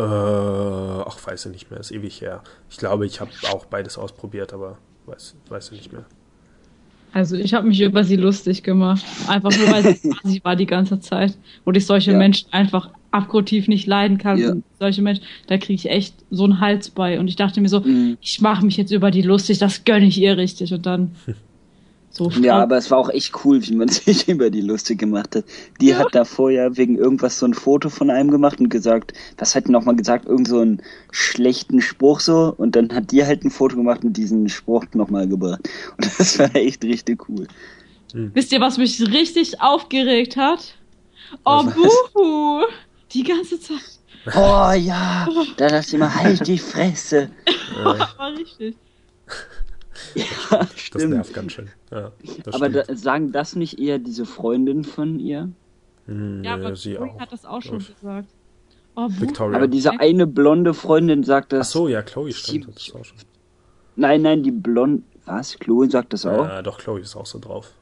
Weiß ich nicht mehr. Ist ewig her. Ich glaube, ich habe auch beides ausprobiert, aber weiß ich nicht mehr.
Also ich habe mich über sie lustig gemacht. Einfach nur, weil sie war die ganze Zeit. Und ich solche Menschen einfach abgrundtief nicht leiden kann.
Ja.
Und solche Menschen, da kriege ich echt so einen Hals bei. Und ich dachte mir so, ich mache mich jetzt über die lustig, das gönne ich ihr richtig. Und dann so.
Ja, aber es war auch echt cool, wie man sich über die lustig gemacht hat. Die hat da vorher wegen irgendwas so ein Foto von einem gemacht und gesagt, was hat die nochmal gesagt, irgend so einen schlechten Spruch so, und dann hat die halt ein Foto gemacht und diesen Spruch nochmal gebracht. Und das war echt richtig cool.
Wisst ihr, was mich richtig aufgeregt hat? Oh, Buhu! Die ganze Zeit.
Oh ja, da dachte ich immer, halt die Fresse.
War richtig.
Ja,
Das
stimmt.
nervt ganz schön. Ja, das
Aber
stimmt.
sagen das nicht eher diese Freundin von ihr?
Ja, aber
sie
Chloe
auch.
hat das auch schon
glaub ich.
gesagt. Oh, Buhu.
Victoria.
Aber diese eine blonde Freundin sagt
Ach
das.
so, ja, Chloe stimmt. Das ist auch schon.
Nein, die blonde. Was? Chloe sagt das auch?
Ja, doch, Chloe ist auch so drauf.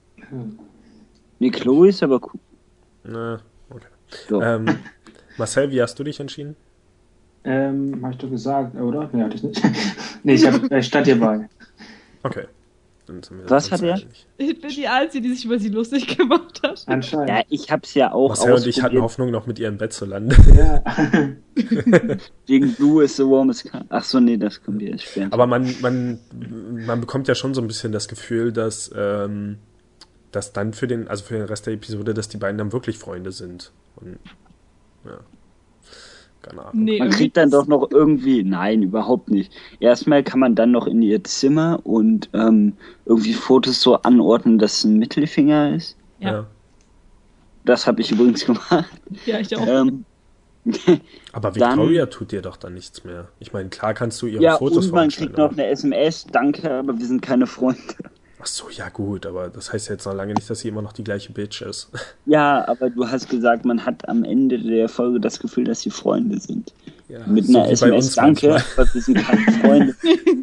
Nee, Chloe ist aber cool.
Na, okay.
Doch.
Marcel, wie hast du dich entschieden?
Hab ich doch gesagt, oder? Nee, hatte ich nicht. Nee, ich stand hier bei.
Okay. Dann sind wir
Was
uns
hat er?
einig.
Ich bin die Einzige, die sich über sie lustig gemacht hat.
Anscheinend.
Ja, ich hab's ja auch
Marcel und ich hatten
ausprobiert.
Hoffnung, noch mit ihr im Bett zu landen.
Ja.
Gegen Blue is the warmest car. Ach so, nee, das kommt erst später.
Aber man bekommt ja schon so ein bisschen das Gefühl, dass dann für den Rest der Episode, dass die beiden dann wirklich Freunde sind. Und, ja. Keine Ahnung.
Nee,
Man kriegt dann doch noch irgendwie, nein, überhaupt nicht. Erstmal kann man dann noch in ihr Zimmer und irgendwie Fotos so anordnen, dass es ein Mittelfinger ist.
Ja.
Das habe ich übrigens gemacht.
Ja, ich auch.
Aber
Dann-
Victoria tut dir doch dann nichts mehr. Ich meine, klar kannst du ihre
Ja,
Fotos
und man
vorstellen,
kriegt noch
aber-
eine SMS, danke, aber wir sind keine Freunde.
Ach so, ja gut, aber das heißt jetzt noch lange nicht, dass sie immer noch die gleiche Bitch ist.
Ja, aber du hast gesagt, man hat am Ende der Folge das Gefühl, dass sie Freunde sind.
Ja,
Mit
so
einer
wie bei
SMS,
uns
danke,
manchmal.
aber wir sind keine Freunde.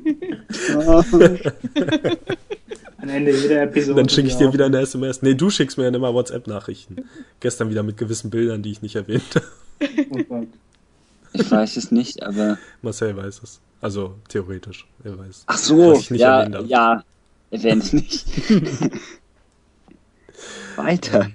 Am Ende jeder Episode.
Dann schicke ich
ja
dir
auch-
wieder eine SMS. Nee, du schickst mir dann immer WhatsApp-Nachrichten. Gestern wieder mit gewissen Bildern, die ich nicht erwähnte.
Oh Gott.
Ich weiß es nicht, aber...
Marcel weiß es. Also theoretisch, er weiß.
Ach so,
Was ich nicht
ja,
erwähnen darf.
ja, erwähnt es nicht. Weiter.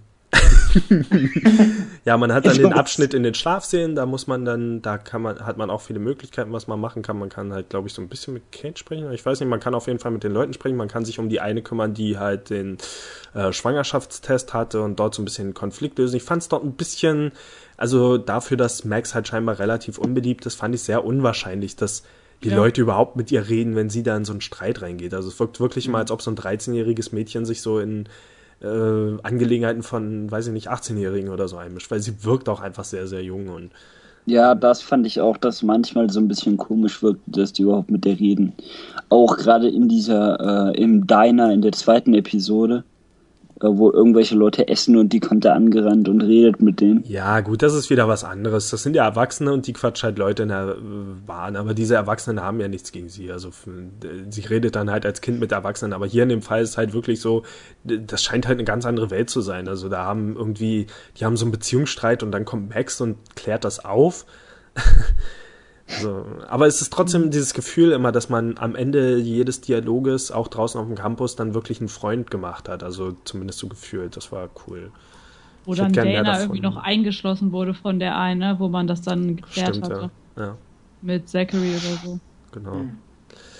Ja, man hat dann den Abschnitt in den Schlafsälen, da muss man dann, hat man auch viele Möglichkeiten, was man machen kann. Man kann halt, glaube ich, so ein bisschen mit Kate sprechen. Ich weiß nicht, man kann auf jeden Fall mit den Leuten sprechen. Man kann sich um die eine kümmern, die halt den Schwangerschaftstest hatte und dort so ein bisschen Konflikt lösen. Ich fand es dort ein bisschen, also dafür, dass Max halt scheinbar relativ unbeliebt ist, fand ich sehr unwahrscheinlich, dass die Leute überhaupt mit ihr reden, wenn sie da in so einen Streit reingeht. Also es wirkt wirklich mal, als ob so ein 13-jähriges Mädchen sich so in Angelegenheiten von, weiß ich nicht, 18-Jährigen oder so einmischt, weil sie wirkt auch einfach sehr, sehr jung und
Ja, das fand ich auch, dass manchmal so ein bisschen komisch wirkt, dass die überhaupt mit der reden. Auch gerade in dieser, im Diner in der zweiten Episode, wo irgendwelche Leute essen und die kommt da angerannt und redet mit denen.
ja, gut, das ist wieder was anderes. Das sind ja Erwachsene und die quatscht halt Leute in der Bahn, aber diese Erwachsenen haben ja nichts gegen sie. Also sie redet dann halt als Kind mit Erwachsenen, aber hier in dem Fall ist halt wirklich so, das scheint halt eine ganz andere Welt zu sein. Also da haben irgendwie, die haben so einen Beziehungsstreit und dann kommt Max und klärt das auf. Also, aber es ist trotzdem dieses Gefühl immer, dass man am Ende jedes Dialoges, auch draußen auf dem Campus, dann wirklich einen Freund gemacht hat. Also zumindest so gefühlt. Das war cool.
Wo
Ich
dann
hätte gern mehr
Dana
davon.
irgendwie noch eingeschlossen wurde von der eine, wo man das dann geklärt
Stimmt,
hatte.
ja.
Mit Zachary oder so.
Genau.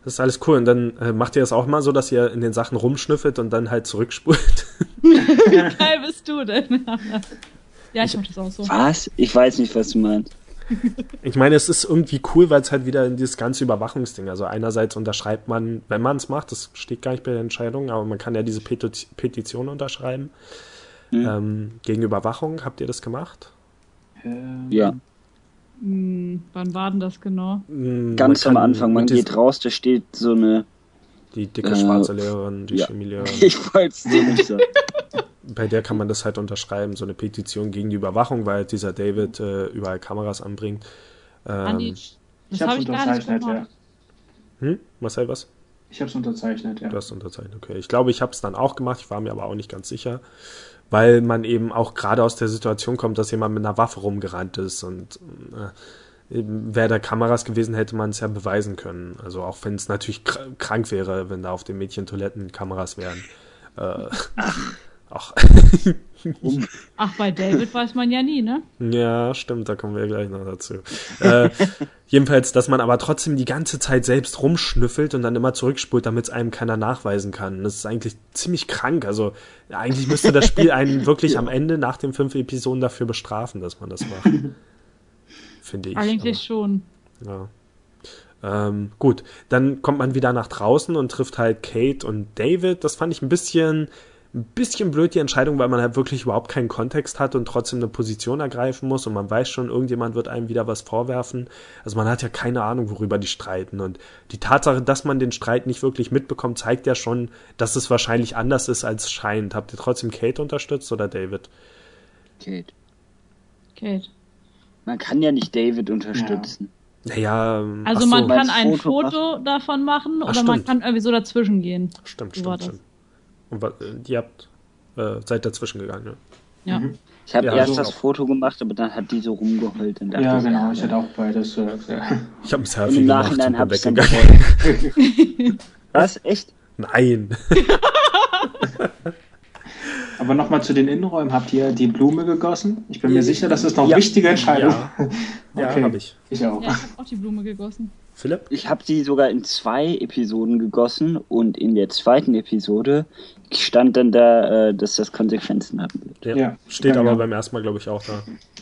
Das ist alles cool. Und dann macht ihr das auch mal so, dass ihr in den Sachen rumschnüffelt und dann halt zurückspult?
Wie geil bist du denn? Ja, ich mach das auch so.
Was? Ich weiß nicht, was du meinst.
Ich meine, es ist irgendwie cool, weil es halt wieder in dieses ganze Überwachungsding, also einerseits unterschreibt man, wenn man es macht, das steht gar nicht bei der Entscheidung, aber man kann ja diese Petition unterschreiben gegen Überwachung. Habt ihr das gemacht?
Ja.
Wann war denn das genau?
Ganz am Anfang, man geht raus, da steht so eine...
Die dicke schwarze Lehrerin, die Chemielehrerin.
Ich wollte es so nicht sagen.
Bei der kann man das halt unterschreiben, so eine Petition gegen die Überwachung, weil dieser David überall Kameras anbringt.
Andi,
Ich
das
hab's
habe ich gar nicht
unterzeichnet,
gemacht.
Marcel, was?
Ich hab's unterzeichnet, ja.
Du hast unterzeichnet, okay. Ich glaube, ich habe es dann auch gemacht, ich war mir aber auch nicht ganz sicher, weil man eben auch gerade aus der Situation kommt, dass jemand mit einer Waffe rumgerannt ist und wäre da Kameras gewesen, hätte man es ja beweisen können. Also auch wenn es natürlich krank wäre, wenn da auf den Mädchentoiletten Kameras wären. Ach.
Ach, bei David weiß man ja nie, ne?
Ja, stimmt, da kommen wir gleich noch dazu. Jedenfalls, dass man aber trotzdem die ganze Zeit selbst rumschnüffelt und dann immer zurückspult, damit es einem keiner nachweisen kann. Das ist eigentlich ziemlich krank. Also eigentlich müsste das Spiel einen wirklich am Ende nach den 5 Episoden dafür bestrafen, dass man das macht. Finde ich.
Eigentlich schon.
Ja. Gut, dann kommt man wieder nach draußen und trifft halt Kate und David. Das fand ich ein bisschen blöd, die Entscheidung, weil man halt wirklich überhaupt keinen Kontext hat und trotzdem eine Position ergreifen muss und man weiß schon, irgendjemand wird einem wieder was vorwerfen. Also man hat ja keine Ahnung, worüber die streiten und die Tatsache, dass man den Streit nicht wirklich mitbekommt, zeigt ja schon, dass es wahrscheinlich anders ist, als es scheint. Habt ihr trotzdem Kate unterstützt oder David?
Kate.
Man kann ja nicht David unterstützen.
Naja,
Also man kann ein Foto davon machen oder man kann irgendwie so dazwischen gehen.
Stimmt. Und ihr seid dazwischen gegangen, ne?
Ja.
Ich habe erst
so
das
auch.
Foto gemacht, aber dann hat die so rumgeheult. Und
Ja, genau, ich hatte auch beides. Ja.
Ich habe ein
Und
Selfie
im
gemacht
Nachhinein
und
habe
bin
ich dann
weggegangen.
bereut. Was? Echt?
Nein.
Aber nochmal zu den Innenräumen. Habt ihr die Blume gegossen? Ich bin mir sicher, das ist noch eine wichtige Entscheidung.
Ja,
Okay.
habe ich.
Ich auch.
Ja, ich habe auch die Blume gegossen.
Philipp?
Ich habe die sogar in 2 Episoden gegossen und in der 2. Episode stand dann da, dass das Konsequenzen haben wird.
Ja. Steht aber
genau.
beim ersten Mal, glaube ich, auch da.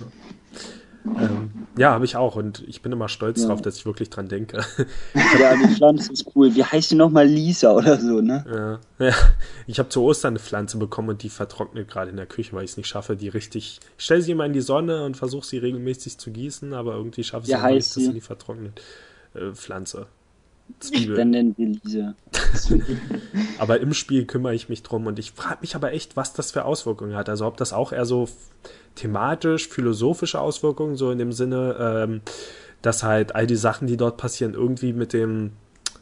Ja, habe ich auch und ich bin immer stolz drauf, dass ich wirklich dran denke.
Ja, die Pflanze ist cool. Wie heißt die nochmal? Lisa oder so, ne?
Ja. Ich habe zu Ostern eine Pflanze bekommen und die vertrocknet gerade in der Küche, weil ich es nicht schaffe, die richtig... Ich stelle sie immer in die Sonne und versuche sie regelmäßig zu gießen, aber irgendwie schaffe ich es nicht, dass sie vertrocknet. Pflanze. Zwiebel.
Dann nennen wir Lisa.
Aber im Spiel kümmere ich mich drum und ich frage mich aber echt, was das für Auswirkungen hat. Also ob das auch eher so thematisch, philosophische Auswirkungen, so in dem Sinne, dass halt all die Sachen, die dort passieren, irgendwie mit dem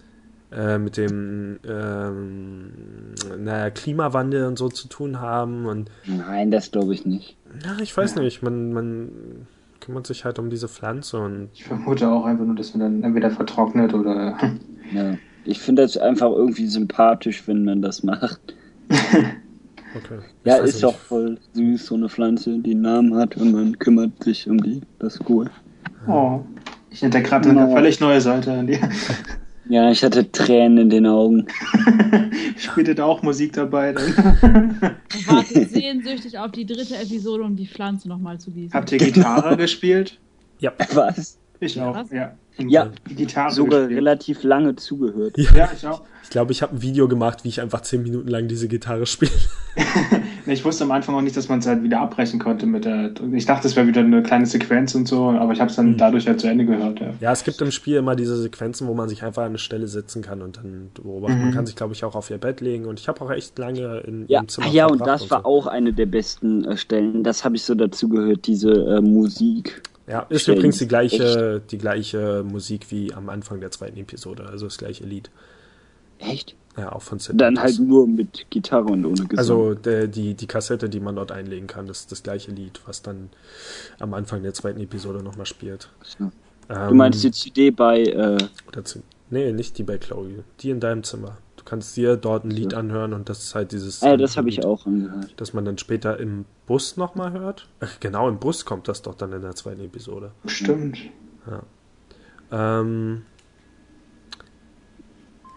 Klimawandel und so zu tun haben. Und
Nein, das glaube ich nicht.
ja, ich weiß nicht, man kümmert sich halt um diese Pflanze und
Ich vermute auch einfach nur, dass man dann entweder vertrocknet oder...
Ja. Ich finde das einfach irgendwie sympathisch, wenn man das macht.
okay.
Ja,
Ich weiß
ist
nicht.
doch voll süß, so eine Pflanze, die einen Namen hat und man kümmert sich um die. Das ist cool.
Oh, ich entdecke gerade eine völlig neue Seite an dir.
Ja, ich hatte Tränen in den Augen.
Spielte da auch Musik dabei? Dann?
Ich warte sehnsüchtig auf die 3. Episode, um die Pflanze nochmal zu gießen.
Habt ihr Gitarre gespielt?
Ja.
Was?
Ich auch,
Was?
ja.
Ja,
Gitarre
sogar
gespielt.
relativ lange zugehört.
Ja, ich auch.
Ich glaube, ich habe ein Video gemacht, wie ich einfach 10 Minuten lang diese Gitarre spiele.
Ich wusste am Anfang auch nicht, dass man es halt wieder abbrechen konnte mit der... Ich dachte, es wäre wieder eine kleine Sequenz und so, aber ich habe es dann dadurch halt zu Ende gehört. Ja.
Ja, es gibt im Spiel immer diese Sequenzen, wo man sich einfach an eine Stelle setzen kann und dann beobachten. Man kann sich, glaube ich, auch auf ihr Bett legen und ich habe auch echt lange im Zimmer
Ja, und
verbracht
das war
so.
auch eine der besten Stellen. Das habe ich so dazu gehört, diese Musik.
Ja, ist
Stellen.
übrigens die gleiche Musik wie am Anfang der 2. Episode, also das gleiche Lied.
Echt?
Ja, auch von Sid
Dann
Vicious.
halt nur mit Gitarre und ohne Gesang.
Also die Kassette, die man dort einlegen kann, das ist das gleiche Lied, was dann am Anfang der 2. Episode nochmal spielt.
So. Du meinst die CD bei...
Nee, nicht die bei Chloe, die in deinem Zimmer. Du kannst dir dort ein Lied anhören und das ist halt dieses...
das habe ich
Lied,
auch angehört.
das man dann später im Bus nochmal hört. Genau, im Bus kommt das doch dann in der 2. Episode.
Stimmt.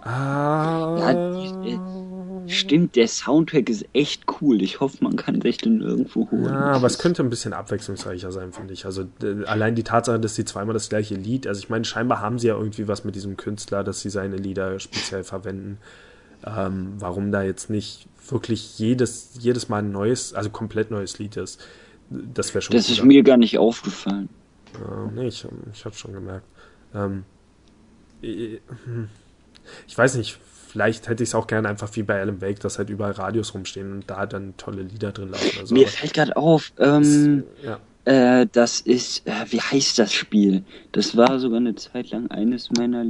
Stimmt, der Soundtrack ist echt cool. Ich hoffe, man kann sich den irgendwo holen.
Ja, aber es könnte ein bisschen abwechslungsreicher sein, finde ich. Also allein die Tatsache, dass sie zweimal das gleiche Lied, also ich meine, scheinbar haben sie ja irgendwie was mit diesem Künstler, dass sie seine Lieder speziell verwenden. Warum da jetzt nicht wirklich jedes Mal ein neues, also komplett neues Lied ist, das wäre schon
Das ist mir gar nicht aufgefallen.
Nee, ich habe schon gemerkt. Ich weiß nicht, vielleicht hätte ich es auch gerne einfach wie bei Alan Wake, dass halt überall Radios rumstehen und da dann tolle Lieder drin laufen. Also,
mir fällt gerade auf, das ist, wie heißt das Spiel? Das war sogar eine Zeit lang eines meiner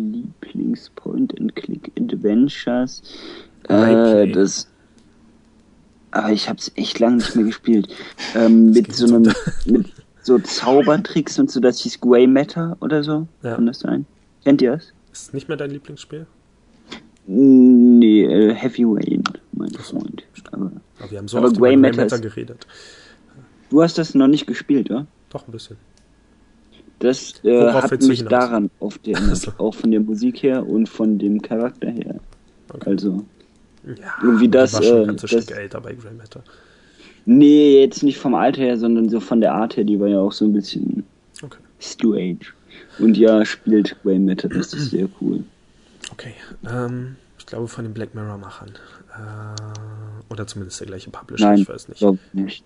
Lieblings-Point-and-Click-Adventures. Aber ich hab's echt lange nicht mehr gespielt. Mit so Zaubertricks und so, das hieß Grey Matter oder so.
Ja.
Kann das sein? Kennt ihr das?
Ist es nicht mehr dein Lieblingsspiel?
Nee, Heavy Rain, mein Freund. Aber
wir haben so oft über Grey Matter geredet.
Du hast das noch nicht gespielt, oder?
Doch, ein bisschen.
Das hat mich daran oft erinnert. Auch von der Musik her und von dem Charakter her.
Okay.
Also,
ja,
irgendwie das...
war schon ein ganzes Stück älter bei Grey Matter.
Nee, jetzt nicht vom Alter her, sondern so von der Art her, die war ja auch so ein bisschen strange. Und ja, spielt Grey Matter, das ist sehr cool.
Okay, ich glaube von den Black Mirror-Machern. Oder zumindest der gleiche Publisher,
Nein,
ich weiß nicht.
Glaub nicht.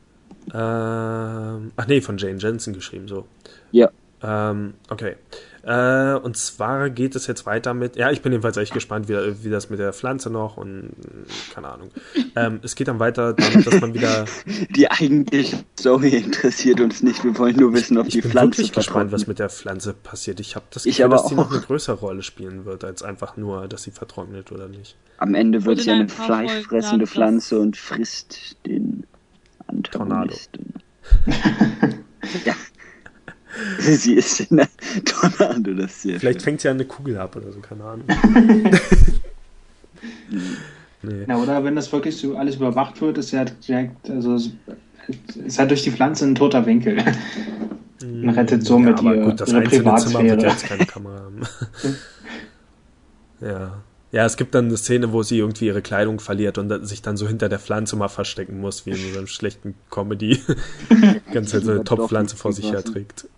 Von Jane Jensen geschrieben, so.
Ja.
Okay. Und zwar geht es jetzt weiter mit, ich bin jedenfalls echt gespannt, wie das mit der Pflanze noch und keine Ahnung. Es geht dann weiter damit, dass man wieder...
Die eigentliche Story interessiert uns nicht, wir wollen nur wissen, ob die Pflanze...
Ich bin wirklich gespannt, was mit der Pflanze passiert. Ich habe das Gefühl, dass die noch eine größere Rolle spielen wird, als einfach nur, dass sie vertrocknet oder nicht.
Am Ende wird sie eine fleischfressende Pflanze und frisst den Antagonisten. Ja. Sie ist in der Tornado, das ist sehr
Vielleicht fängt sie an eine Kugel ab oder so, keine Ahnung.
Nee. Na, oder wenn das wirklich so alles überwacht wird, ist ja direkt, also es hat durch die Pflanze ein toter Winkel. Man rettet somit ihre
Privatsphäre. Wird jetzt keine Kamera haben. Ja, es gibt dann eine Szene, wo sie irgendwie ihre Kleidung verliert und sich dann so hinter der Pflanze mal verstecken muss, wie in so einem schlechten Comedy. Ganz halt so eine Topfpflanze vor sich her trägt.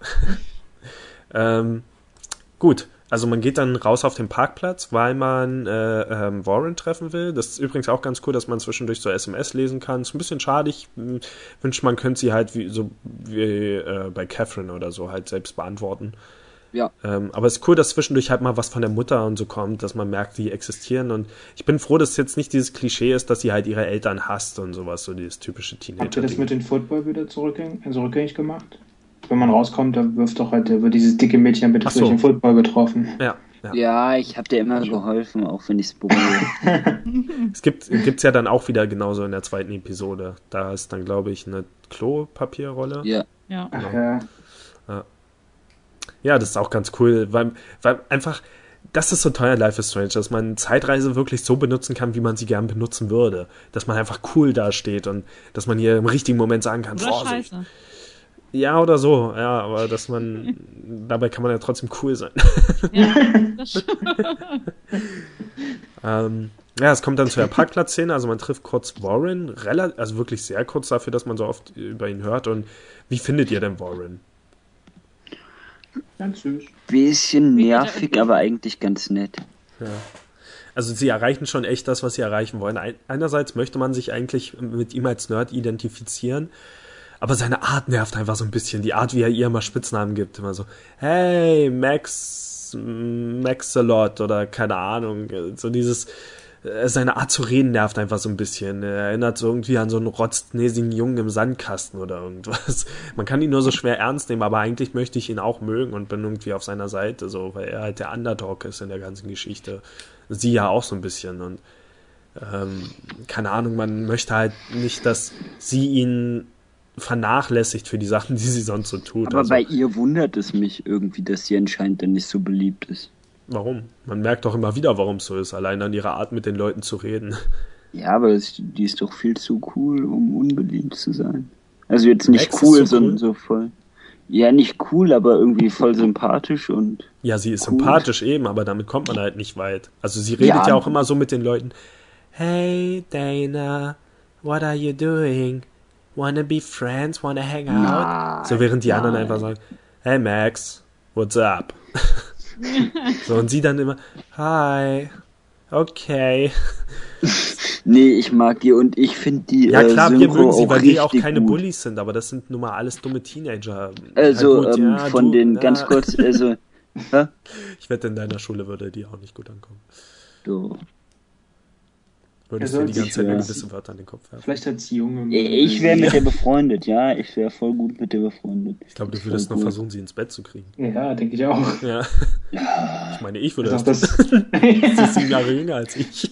Gut, also man geht dann raus auf den Parkplatz, weil man Warren treffen will. Das ist übrigens auch ganz cool, dass man zwischendurch so SMS lesen kann. Ist ein bisschen schade. Ich wünsche, man könnte sie halt wie bei Catherine oder so halt selbst beantworten.
Ja.
Aber es ist cool, dass zwischendurch halt mal was von der Mutter und so kommt, dass man merkt, die existieren. Und ich bin froh, dass es jetzt nicht dieses Klischee ist, dass sie halt ihre Eltern hasst und sowas, so dieses typische Teenager-Ding.
Habt ihr das mit dem Football wieder rückgängig gemacht? Wenn man rauskommt, da wird dieses dicke Mädchen bitte durch den Football getroffen.
Ja, ich habe dir immer geholfen, auch wenn ich es bereue.
Es gibt's ja dann auch wieder genauso in der zweiten Episode. Da ist dann, glaube ich, eine Klopapierrolle.
Ja.
Ach ja.
Ja, das ist auch ganz cool, weil einfach, das ist so teuer Life is Strange, dass man Zeitreise wirklich so benutzen kann, wie man sie gern benutzen würde. Dass man einfach cool dasteht und dass man hier im richtigen Moment sagen kann, Vorsicht.
Scheiße.
Ja, oder so, ja, aber dabei kann man ja trotzdem cool sein.
Ja, das stimmt.
Es kommt dann zu der Parkplatzszene, also man trifft kurz Warren, also wirklich sehr kurz dafür, dass man so oft über ihn hört. Und wie findet ihr denn Warren?
Ganz süß.
Bisschen nervig, aber eigentlich ganz nett.
Ja. Also sie erreichen schon echt das, was sie erreichen wollen. Einerseits möchte man sich eigentlich mit ihm als Nerd identifizieren, aber seine Art nervt einfach so ein bisschen. Die Art, wie er ihr immer Spitznamen gibt. Immer so, hey, Max-a-lot oder keine Ahnung. So dieses, seine Art zu reden nervt einfach so ein bisschen. Er erinnert so irgendwie an so einen rotznäsigen Jungen im Sandkasten oder irgendwas. Man kann ihn nur so schwer ernst nehmen, aber eigentlich möchte ich ihn auch mögen und bin irgendwie auf seiner Seite, so, weil er halt der Underdog ist in der ganzen Geschichte. Sie ja auch so ein bisschen und keine Ahnung, man möchte halt nicht, dass sie ihn vernachlässigt für die Sachen, die sie sonst so tut.
Aber bei ihr wundert es mich irgendwie, dass sie anscheinend dann nicht so beliebt ist.
Warum? Man merkt doch immer wieder, warum es so ist, allein an ihrer Art mit den Leuten zu reden.
Ja, aber die ist doch viel zu cool, um unbeliebt zu sein. Also jetzt nicht
Max
cool,
ist so
sondern
cool?
so voll. Ja, nicht cool, aber irgendwie voll sympathisch und...
Ja, sie ist
Gut.
sympathisch eben, aber damit kommt man halt nicht weit. Also sie redet ja auch immer so mit den Leuten. Hey, Dana, what are you doing? Wanna be friends? Wanna hang out?
Nein,
So während die anderen einfach sagen, hey Max, what's up? So, und sie dann immer, hi, okay.
Nee, ich mag die und ich finde die
Ja klar, wir
Synchro
mögen sie, weil die auch
richtig
keine
gut.
Bullies sind, aber das sind nun mal alles dumme Teenager.
Also
Ja, gut, ja,
von
du,
den,
ja.
ganz kurz, also... Hä?
Ich wette, in deiner Schule würde die auch nicht gut ankommen.
Du.
Würdest
Ja,
du die ganze Zeit nur
ja.
gewisse Wörter an den Kopf werfen.
Vielleicht als Junge.
Ich wäre mit der befreundet, ja. Ich wäre voll gut mit der befreundet.
Ich glaube, du würdest noch versuchen, sie ins Bett zu kriegen.
Ja, denke ich auch.
Ja. Ich meine, ich würde
Also
das
das,
tun. Sie ist 7 Jahre jünger als ich.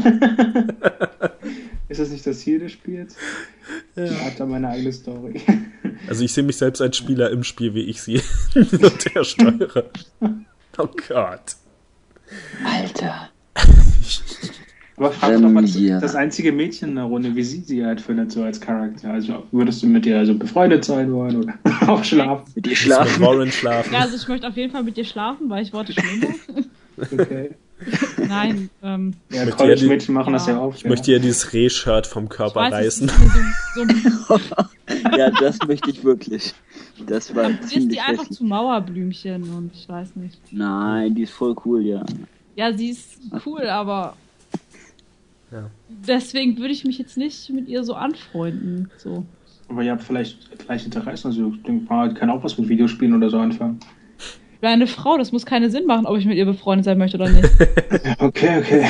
ist das nicht das Ziel des Spiels?
Ja.
Ich habe da meine eigene Story.
Also ich sehe mich selbst als Spieler im Spiel, wie ich sie und der steuere. Oh Gott.
Alter.
Aber frag doch mal
ja.
das einzige Mädchen in der Runde, wie sie halt findet, so als Charakter. Also würdest du mit ihr so befreundet sein wollen oder auch schlafen?
Mit dir
Mit
schlafen.
Warren schlafen.
Ja, also ich möchte auf jeden Fall mit dir schlafen, weil ich wollte schon immer.
Okay.
Nein,
Ja,
Möchte
College-Mädchen machen das ja auch.
Ich möchte ihr dieses Reh-Shirt vom Körper
ich weiß, es
reißen.
ist so
Ja, das möchte ich wirklich. Das war
ist
ziemlich
die einfach
hässlich.
zu Mauerblümchen und ich weiß nicht.
Nein, die ist voll cool, ja.
Ja, sie ist cool, aber
Ja.
deswegen würde ich mich jetzt nicht mit ihr so anfreunden. So.
Aber ihr habt vielleicht gleich Interessen. Also ich denke mal, kann auch was mit Videospielen oder so anfangen.
Ich bin eine Frau, das muss keinen Sinn machen, ob ich mit ihr befreundet sein möchte oder nicht.
Okay.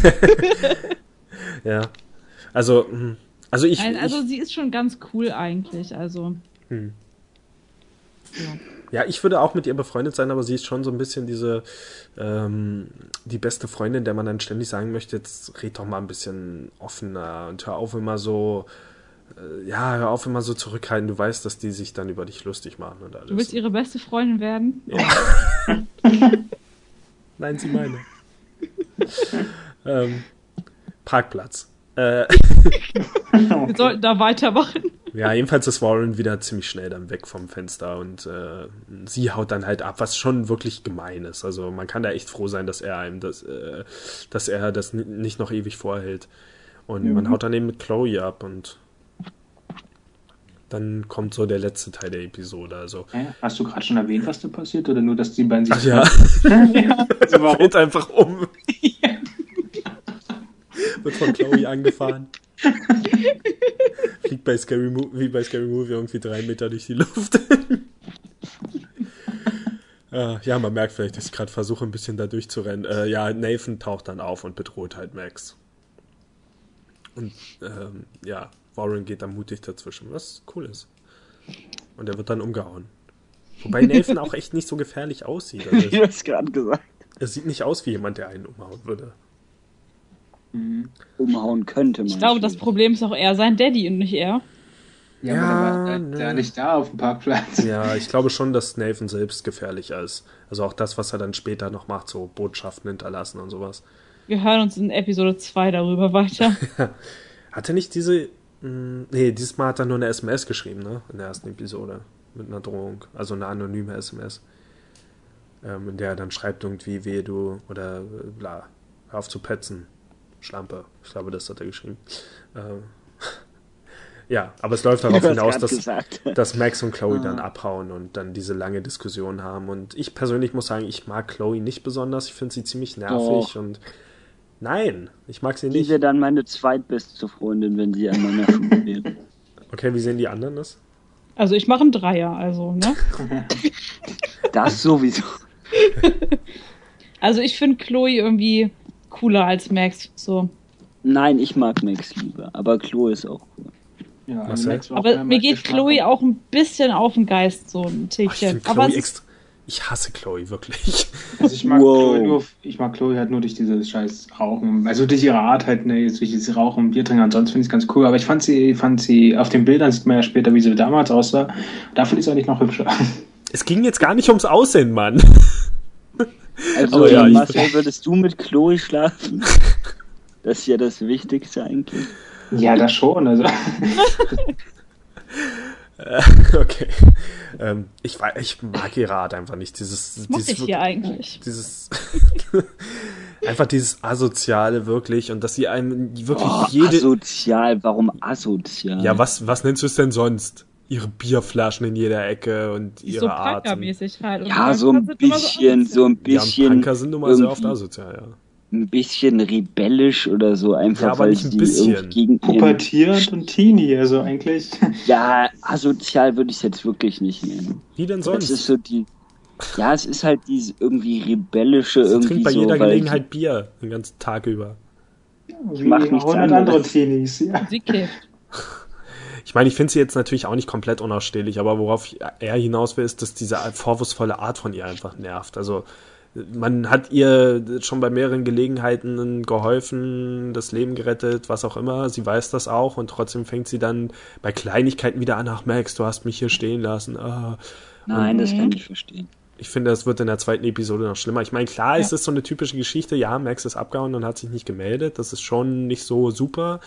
Ja. Also ich...
Nein, also sie ist schon ganz cool eigentlich. Also
Ja, ich würde auch mit ihr befreundet sein, aber sie ist schon so ein bisschen diese, die beste Freundin, der man dann ständig sagen möchte, jetzt red doch mal ein bisschen offener und hör auf immer so, hör auf immer so zurückhaltend, du weißt, dass die sich dann über dich lustig machen und alles.
du willst ihre beste Freundin werden.
Nein, sie meine. Parkplatz.
Wir sollten da weitermachen.
Ja, jedenfalls ist Warren wieder ziemlich schnell dann weg vom Fenster und sie haut dann halt ab, was schon wirklich gemein ist. Also man kann da echt froh sein, dass er einem dass er das nicht noch ewig vorhält. Und man haut dann eben mit Chloe ab und dann kommt so der letzte Teil der Episode. Also
Hast du gerade schon erwähnt, was da passiert? Oder nur, dass die beiden sich...
ach ja,
Also warum?
fällt einfach um. Wird von Chloe angefahren. Fliegt wie bei Scary Movie irgendwie 3 Meter durch die Luft. Ja, man merkt vielleicht, dass ich gerade versuche, ein bisschen da durchzurennen. Ja, Nathan taucht dann auf und bedroht halt Max. Und Warren geht dann mutig dazwischen, was cool ist. Und er wird dann umgehauen. Wobei Nathan auch echt nicht so gefährlich aussieht. Also
Wie du es gerade gesagt.
er sieht nicht aus wie jemand, der einen umhauen würde.
Umhauen könnte man.
Ich glaube, das Problem ist auch eher sein Daddy und nicht er.
Ja, aber der war da nicht da auf dem Parkplatz.
Ja, ich glaube schon, dass Nathan selbst gefährlicher ist. Also auch das, was er dann später noch macht, so Botschaften hinterlassen und sowas.
Wir hören uns in Episode 2 darüber weiter.
Hat er nicht dieses Mal hat er nur eine SMS geschrieben, ne? In der ersten Episode. Mit einer Drohung. Also eine anonyme SMS. In der er dann schreibt irgendwie, wehe du, oder bla, hör auf zu petzen. Schlampe. Ich glaube, das hat er geschrieben. Ja, aber es läuft darauf hinaus, dass Max und Chloe dann abhauen und dann diese lange Diskussion haben. Und ich persönlich muss sagen, ich mag Chloe nicht besonders. Ich finde sie ziemlich nervig und nein, ich mag sie nicht.
Die wäre dann meine zweitbeste Freundin, wenn sie an meiner Schule wäre.
Okay, wie sehen die anderen das?
Also ich mache einen Dreier, also, ne?
Das sowieso.
Also ich finde Chloe irgendwie cooler als Max, so.
Nein, ich mag Max lieber, aber Chloe ist auch cool.
Ja,
Was
also Max war auch
Aber
mehrmals
mir geht
geschlafen.
Chloe auch ein bisschen auf den Geist, so ein
Ich
Tickchen.
finde
Aber
Chloe
es ist,
ich hasse Chloe, wirklich.
Also ich mag
Wow.
Chloe halt nur durch dieses scheiß Rauchen. Also durch ihre Art halt, ne, jetzt durch dieses Rauchen und Bier trinken, ansonsten finde ich es ganz cool. Aber ich fand sie, auf den Bildern sieht man ja später, wie sie damals aussah. Da finde ich sie eigentlich noch hübscher.
Es ging jetzt gar nicht ums Aussehen, Mann.
Also,
Aber ja,
Marcel, würdest du mit Chloe schlafen? Das ist ja das Wichtigste eigentlich.
Ja, das schon. Also.
Okay. Ich mag ihre Art einfach nicht.
Was mache ich hier eigentlich?
Einfach dieses Asoziale wirklich und dass sie einem wirklich jede...
Asozial, warum asozial?
Ja, was nennst du es denn sonst? Ihre Bierflaschen in jeder Ecke und ihre
so
Art.
Punkermäßig halt. Und
Ja, so ein bisschen.
Ja, Punker sind nun mal sehr oft asozial, ja.
Ein bisschen rebellisch oder so, einfach
Ja, aber
weil
nicht ein
sie
bisschen.
irgendwie gegen
Pubertierend und Teenie, also eigentlich.
Ja, asozial würde ich es jetzt wirklich nicht nennen.
Wie denn
Es
sonst?
ist so es ist halt diese irgendwie rebellische
Sie
irgendwie
trinkt bei
so,
jeder
weil
Gelegenheit Bier, den ganzen Tag über.
Wie
mach nichts
100
anderes.
andere Teenies, ja.
Sie kifft.
Ich meine, ich finde sie jetzt natürlich auch nicht komplett unausstehlich, aber worauf er hinaus will, ist, dass diese vorwurfsvolle Art von ihr einfach nervt. Also man hat ihr schon bei mehreren Gelegenheiten geholfen, das Leben gerettet, was auch immer. Sie weiß das auch und trotzdem fängt sie dann bei Kleinigkeiten wieder an. Ach Max, du hast mich hier stehen lassen.
Nein, das kann ich verstehen.
Ich finde, das wird in der zweiten Episode noch schlimmer. Ich meine, klar, es ist so eine typische Geschichte. Ja, Max ist abgehauen und hat sich nicht gemeldet. Das ist schon nicht so super.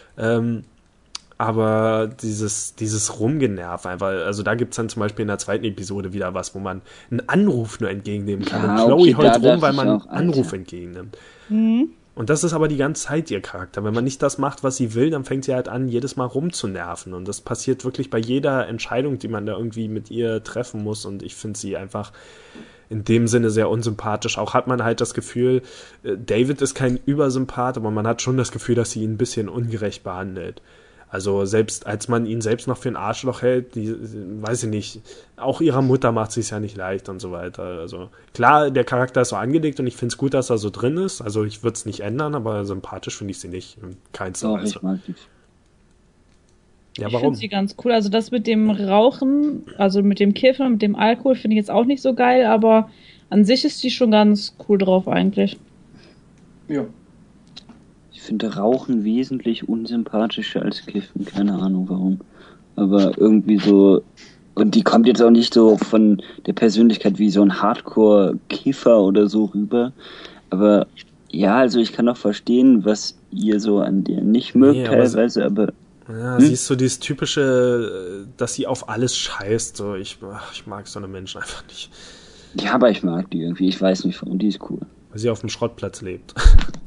Aber dieses Rumgenerv einfach, also da gibt's dann zum Beispiel in der zweiten Episode wieder was, wo man einen Anruf nur entgegennehmen kann.
Ja,
und Chloe
okay,
heult
da
rum, weil
darf
man
ich
einen
auch,
Anruf
Alter.
entgegennimmt. Und das ist aber die ganze Zeit ihr Charakter. Wenn man nicht das macht, was sie will, dann fängt sie halt an, jedes Mal rumzunerven. Und das passiert wirklich bei jeder Entscheidung, die man da irgendwie mit ihr treffen muss. Und ich finde sie einfach in dem Sinne sehr unsympathisch. Auch hat man halt das Gefühl, David ist kein Übersympath, aber man hat schon das Gefühl, dass sie ihn ein bisschen ungerecht behandelt. Also selbst als man ihn selbst noch für ein Arschloch hält, weiß ich nicht, auch ihrer Mutter macht sie es ja nicht leicht und so weiter. Also klar, der Charakter ist so angelegt und ich finde es gut, dass er so drin ist. Also ich würde es nicht ändern, aber sympathisch finde ich sie nicht. In keinster
Doch,
Weise.
ich mag die.
Ja,
Ich
warum?
finde sie ganz cool. Also das mit dem Rauchen, also mit dem Kiffen, mit dem Alkohol finde ich jetzt auch nicht so geil, aber an sich ist sie schon ganz cool drauf eigentlich.
Ja.
Ich finde Rauchen wesentlich unsympathischer als Kiffen, keine Ahnung warum. Aber irgendwie so, und die kommt jetzt auch nicht so von der Persönlichkeit wie so ein Hardcore-Kiffer oder so rüber. Aber ja, also ich kann auch verstehen, was ihr so an der nicht mögt
Nee, aber
teilweise, aber
Ja, sie ist so dieses typische, dass sie auf alles scheißt. So, ich mag so eine Menschen einfach nicht.
ja, aber ich mag die irgendwie, ich weiß nicht warum, die ist cool.
Weil sie auf dem Schrottplatz lebt.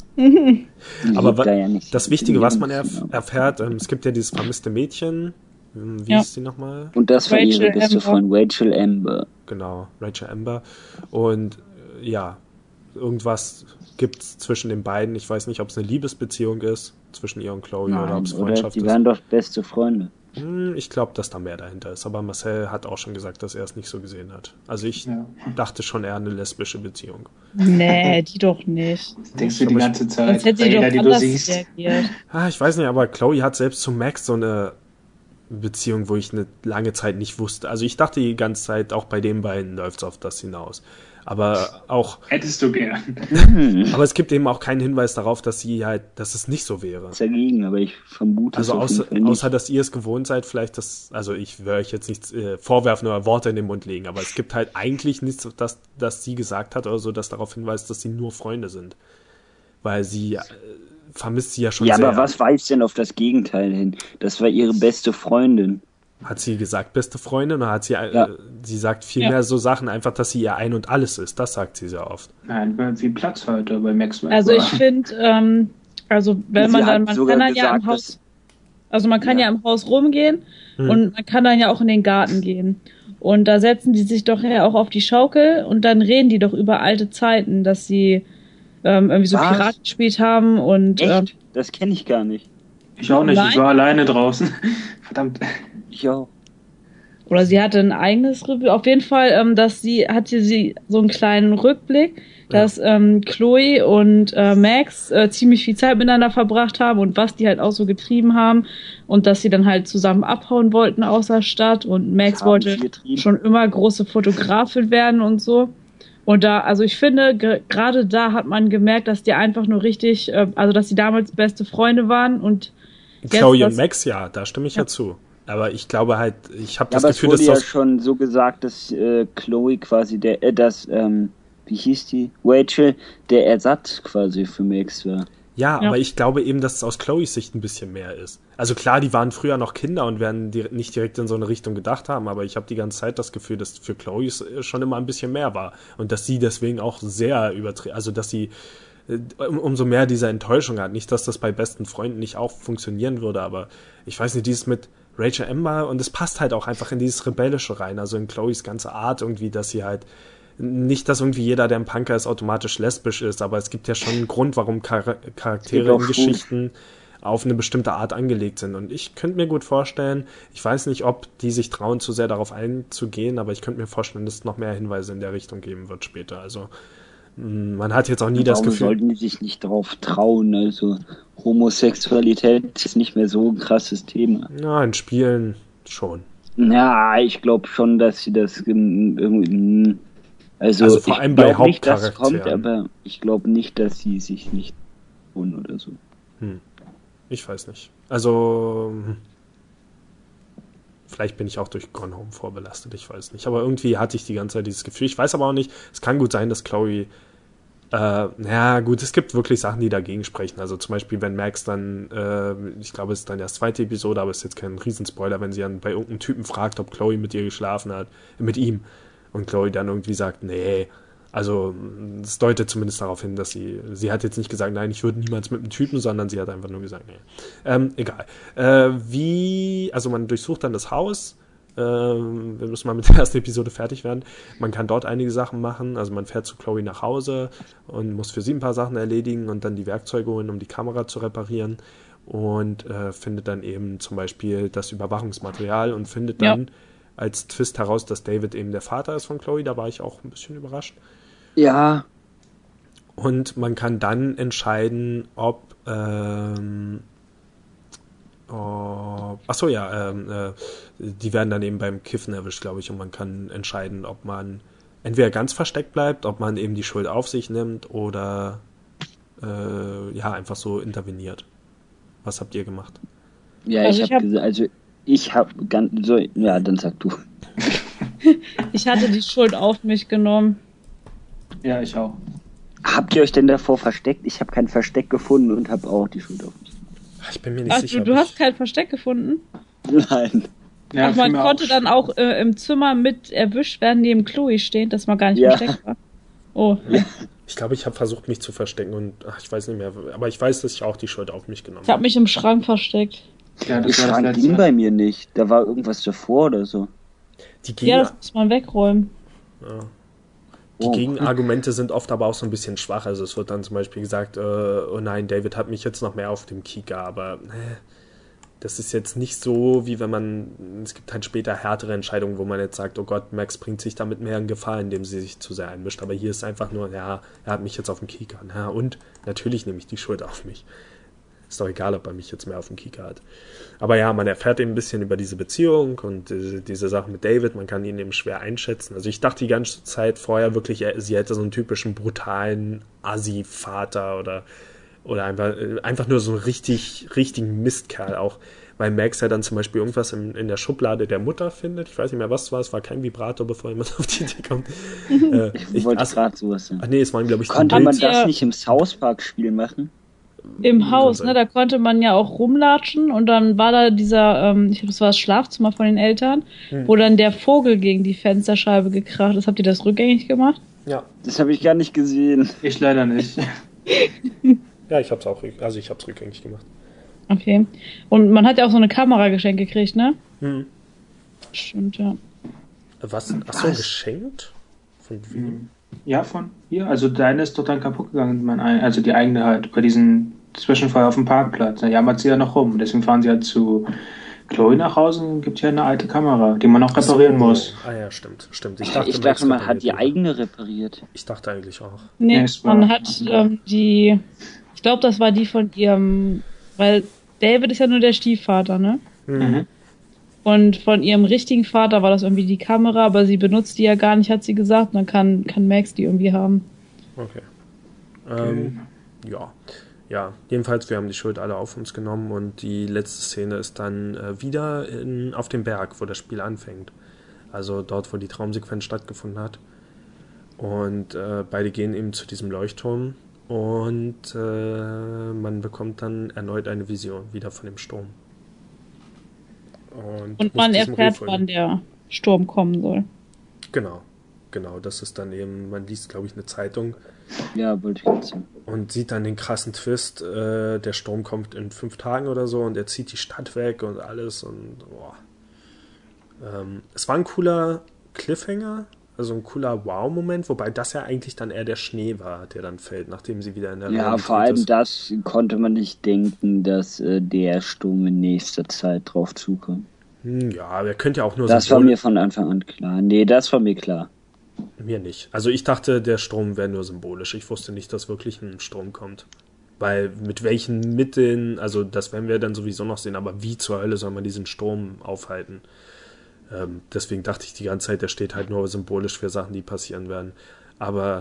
Die
Aber
lebt da ja nicht.
das Wichtige, was man
Genau.
erfährt, es gibt ja dieses vermisste Mädchen. Wie
Ja.
ist sie nochmal?
Und das war ihre
Rachel
beste
Amber.
Freundin, Rachel Amber.
Genau, Rachel Amber. Und ja, irgendwas gibt's zwischen den beiden. Ich weiß nicht, ob es eine Liebesbeziehung ist zwischen ihr und Chloe oder ob es
Oder
Freundschaft
die
ist.
waren doch beste Freunde.
Ich glaube, dass da mehr dahinter ist. Aber Marcel hat auch schon gesagt, dass er es nicht so gesehen hat. Also ich dachte schon eher eine lesbische Beziehung.
Nee, die doch nicht.
Denkst du die ganze Zeit,
Sonst hätte
bei
sie doch
jeder, die du
anders
siehst.
reagiert.
Ich weiß nicht, aber Chloe hat selbst zu Max so eine Beziehung, wo ich eine lange Zeit nicht wusste. Also ich dachte die ganze Zeit, auch bei den beiden läuft es auf das hinaus. Aber auch,
Hättest du gern.
aber es gibt eben auch keinen Hinweis darauf, dass es nicht so wäre.
Ist dagegen, aber ich vermute
Also
es auf jeden Fall nicht.
außer, dass ihr es gewohnt seid, vielleicht also ich will euch jetzt nichts vorwerfen oder Worte in den Mund legen, aber es gibt halt eigentlich nichts, das sie gesagt hat oder so, das darauf hinweist, dass sie nur Freunde sind. Weil sie vermisst sie ja schon
Ja,
sehr.
aber was weist denn auf das Gegenteil hin? Das war ihre beste Freundin.
Hat sie gesagt, beste Freundin, oder hat sie,
Ja.
sie sagt vielmehr so Sachen, einfach, dass sie ihr Ein und Alles ist. Das sagt sie sehr oft.
Nein, wie Platz heute bei Maxwell.
Also ich finde, also wenn
Sie
man dann,
hat
man
sogar
kann dann ja im
gesagt,
Haus, also man kann ja im Haus rumgehen und man kann dann ja auch in den Garten gehen. Und da setzen die sich doch ja auch auf die Schaukel und dann reden die doch über alte Zeiten, dass sie irgendwie so
Was?
Piraten gespielt haben und
Echt? Das kenne ich gar nicht.
Ich auch nicht,
Nein.
ich war alleine draußen. Verdammt.
Ich auch.
oder sie hatte ein eigenes Revue. Auf jeden Fall, hatte sie so einen kleinen Rückblick, dass Chloe und Max ziemlich viel Zeit miteinander verbracht haben und was die halt auch so getrieben haben und dass sie dann halt zusammen abhauen wollten aus der Stadt und Max
Haben
wollte
sie getrieben?
schon immer große Fotografin werden und so. Und da, also ich finde, gerade da hat man gemerkt, dass die einfach nur richtig, also dass sie damals beste Freunde waren und
Chloe
das-
und Max, ja, da stimme ich ja zu. Aber ich glaube halt, ich habe
Ja,
das
aber es
Gefühl,
wurde
dass
ja
das
schon so gesagt, dass Chloe quasi wie hieß die? Rachel, der Ersatz quasi für Max war.
Ja, aber ich glaube eben, dass es aus Chloes Sicht ein bisschen mehr ist. Also klar, die waren früher noch Kinder und werden nicht direkt in so eine Richtung gedacht haben, aber ich habe die ganze Zeit das Gefühl, dass für Chloe schon immer ein bisschen mehr war. Und dass sie deswegen auch sehr also dass sie umso mehr diese Enttäuschung hat. Nicht, dass das bei besten Freunden nicht auch funktionieren würde, aber ich weiß nicht, dieses mit Rachel Amber, und es passt halt auch einfach in dieses Rebellische rein, also in Chloes ganze Art irgendwie, dass sie halt nicht, dass irgendwie jeder, der ein Punker ist, automatisch lesbisch ist, aber es gibt ja schon einen Grund, warum Charaktere in Geschichten auf eine bestimmte Art angelegt sind. Und ich könnte mir gut vorstellen, ich weiß nicht, ob die sich trauen, zu sehr darauf einzugehen, aber ich könnte mir vorstellen, dass es noch mehr Hinweise in der Richtung geben wird später. Also man hat jetzt auch nie das Gefühl...
Warum sollten die sich nicht darauf trauen? Also Homosexualität ist nicht mehr so ein krasses Thema.
Ja, in Spielen schon.
Ja, ich glaube schon, dass sie das irgendwie... Also
vor allem bei
nicht, dass es
Hauptcharakteren.
kommt, aber ich glaube nicht, dass sie sich nicht tun oder so.
Ich weiß nicht. Also vielleicht bin ich auch durch Gone Home vorbelastet, ich weiß nicht. Aber irgendwie hatte ich die ganze Zeit dieses Gefühl. Ich weiß aber auch nicht, es kann gut sein, dass Chloe es gibt wirklich Sachen, die dagegen sprechen. Also zum Beispiel, wenn Max dann, ich glaube, es ist dann erst zweite Episode, aber es ist jetzt kein Riesenspoiler, wenn sie dann bei irgendeinem Typen fragt, ob Chloe mit ihr geschlafen hat, mit ihm. Und Chloe dann irgendwie sagt, nee, also es deutet zumindest darauf hin, dass sie hat jetzt nicht gesagt, nein, ich würde niemals mit einem Typen, sondern sie hat einfach nur gesagt, nee. Egal. Also man durchsucht dann das Haus, wir müssen mal mit der ersten Episode fertig werden. Man kann dort einige Sachen machen, also man fährt zu Chloe nach Hause und muss für sie ein paar Sachen erledigen und dann die Werkzeuge holen, um die Kamera zu reparieren und findet dann eben zum Beispiel das Überwachungsmaterial und findet dann als Twist heraus, dass David eben der Vater ist von Chloe. Da war ich auch ein bisschen überrascht.
Ja.
Und man kann dann entscheiden, ob die werden dann eben beim Kiffen erwischt, glaube ich, und man kann entscheiden, ob man entweder ganz versteckt bleibt, ob man eben die Schuld auf sich nimmt oder einfach so interveniert. Was habt ihr gemacht?
Ja,
Also
ich habe ganz so, ja, dann sag du.
Ich hatte die Schuld auf mich genommen.
Ja, ich auch.
Habt ihr euch denn davor versteckt? Ich habe kein Versteck gefunden und habe auch die Schuld auf mich.
Ich bin mir nicht sicher.
Du hast kein Versteck gefunden?
Nein.
Ja,
Ach, man konnte dann auch im Zimmer mit erwischt werden, neben Chloe stehen, dass man gar nicht versteckt war. Oh.
Ja.
Ich glaube, ich habe versucht, mich zu verstecken und ich weiß nicht mehr, aber ich weiß, dass ich auch die Schuld auf mich genommen
Ich habe mich im Schrank versteckt.
Ja,
Der
das war das
Schrank ging
letzte.
bei mir nicht. Da war irgendwas davor oder so.
Ja, das muss man wegräumen.
Die Gegenargumente sind oft aber auch so ein bisschen schwach. Also es wird dann zum Beispiel gesagt, oh nein, David hat mich jetzt noch mehr auf dem Kieker, aber das ist jetzt nicht so, wie wenn es gibt halt später härtere Entscheidungen, wo man jetzt sagt, oh Gott, Max bringt sich damit mehr in Gefahr, indem sie sich zu sehr einmischt. Aber hier ist einfach nur, ja, er hat mich jetzt auf dem Kieker. Ja, und natürlich nehme ich die Schuld auf mich. Ist doch egal, ob er mich jetzt mehr auf dem Kieker hat. Aber ja, man erfährt eben ein bisschen über diese Beziehung und diese Sache mit David. Man kann ihn eben schwer einschätzen. Also ich dachte die ganze Zeit vorher wirklich, sie hätte so einen typischen brutalen Assi-Vater oder einfach nur so einen richtigen Mistkerl auch. Weil Max ja dann zum Beispiel irgendwas in der Schublade der Mutter findet. Ich weiß nicht mehr, was es war. Es war kein Vibrator, bevor jemand auf die Idee kommt.
Ich wollte gerade sowas sagen.
Ach nee, es waren, glaube ich,
Konnte man
Bild-
das nicht im South Park-Spiel machen?
Im Haus, ne, da konnte man ja auch rumlatschen und dann war da dieser, ich glaube, das war das Schlafzimmer von den Eltern, wo dann der Vogel gegen die Fensterscheibe gekracht ist. Habt ihr das rückgängig gemacht?
Ja.
Das habe ich gar nicht gesehen.
Ich leider nicht.
Ja, ich hab's rückgängig gemacht.
Okay. Und man hat ja auch so eine Kamera geschenkt gekriegt, ne? Stimmt, ja.
Was? Achso, geschenkt? Von wem?
Ja, von hier. Also deine ist doch dann kaputt gegangen, also die eigene halt, bei diesem Zwischenfall auf dem Parkplatz. Da jammert sie ja noch rum. Deswegen fahren sie halt zu Chloe nach Hause und gibt hier eine alte Kamera, die man noch reparieren muss.
Ah ja, stimmt.
Ich dachte, man hat die eigene repariert.
Ich dachte eigentlich auch.
Nee,
Nee, es war-
man hat ich glaube, das war die von ihrem, weil David ist ja nur der Stiefvater, ne?
Mhm.
Und von ihrem richtigen Vater war das irgendwie die Kamera, aber sie benutzt die ja gar nicht, hat sie gesagt. Und dann kann Max die irgendwie haben.
Okay. Ja, jedenfalls, wir haben die Schuld alle auf uns genommen und die letzte Szene ist dann wieder auf dem Berg, wo das Spiel anfängt. Also dort, wo die Traumsequenz stattgefunden hat. Und beide gehen eben zu diesem Leuchtturm Und man bekommt dann erneut eine Vision, wieder von dem Sturm.
Und man erfährt, wann der Sturm kommen soll.
Genau, das ist dann eben, man liest, glaube ich, eine Zeitung.
Ja, wollte ich jetzt sagen.
Und sieht dann den krassen Twist, der Sturm kommt in 5 Tagen oder so und er zieht die Stadt weg und alles und boah. Es war ein cooler Cliffhanger, also ein cooler Wow-Moment, wobei das ja eigentlich dann eher der Schnee war, der dann fällt, nachdem sie wieder in der
Ja,
Realität
vor allem
ist.
das konnte man nicht denken, dass der Sturm in nächster Zeit drauf zukommt.
Ja, der könnte ja auch nur
Das war mir von Anfang an klar. Nee, das war mir klar.
Mir nicht. Also ich dachte, der Sturm wäre nur symbolisch. Ich wusste nicht, dass wirklich ein Sturm kommt. Weil mit welchen Mitteln, also das werden wir dann sowieso noch sehen, aber wie zur Hölle soll man diesen Sturm aufhalten? Deswegen dachte ich die ganze Zeit, der steht halt nur symbolisch für Sachen, die passieren werden. Aber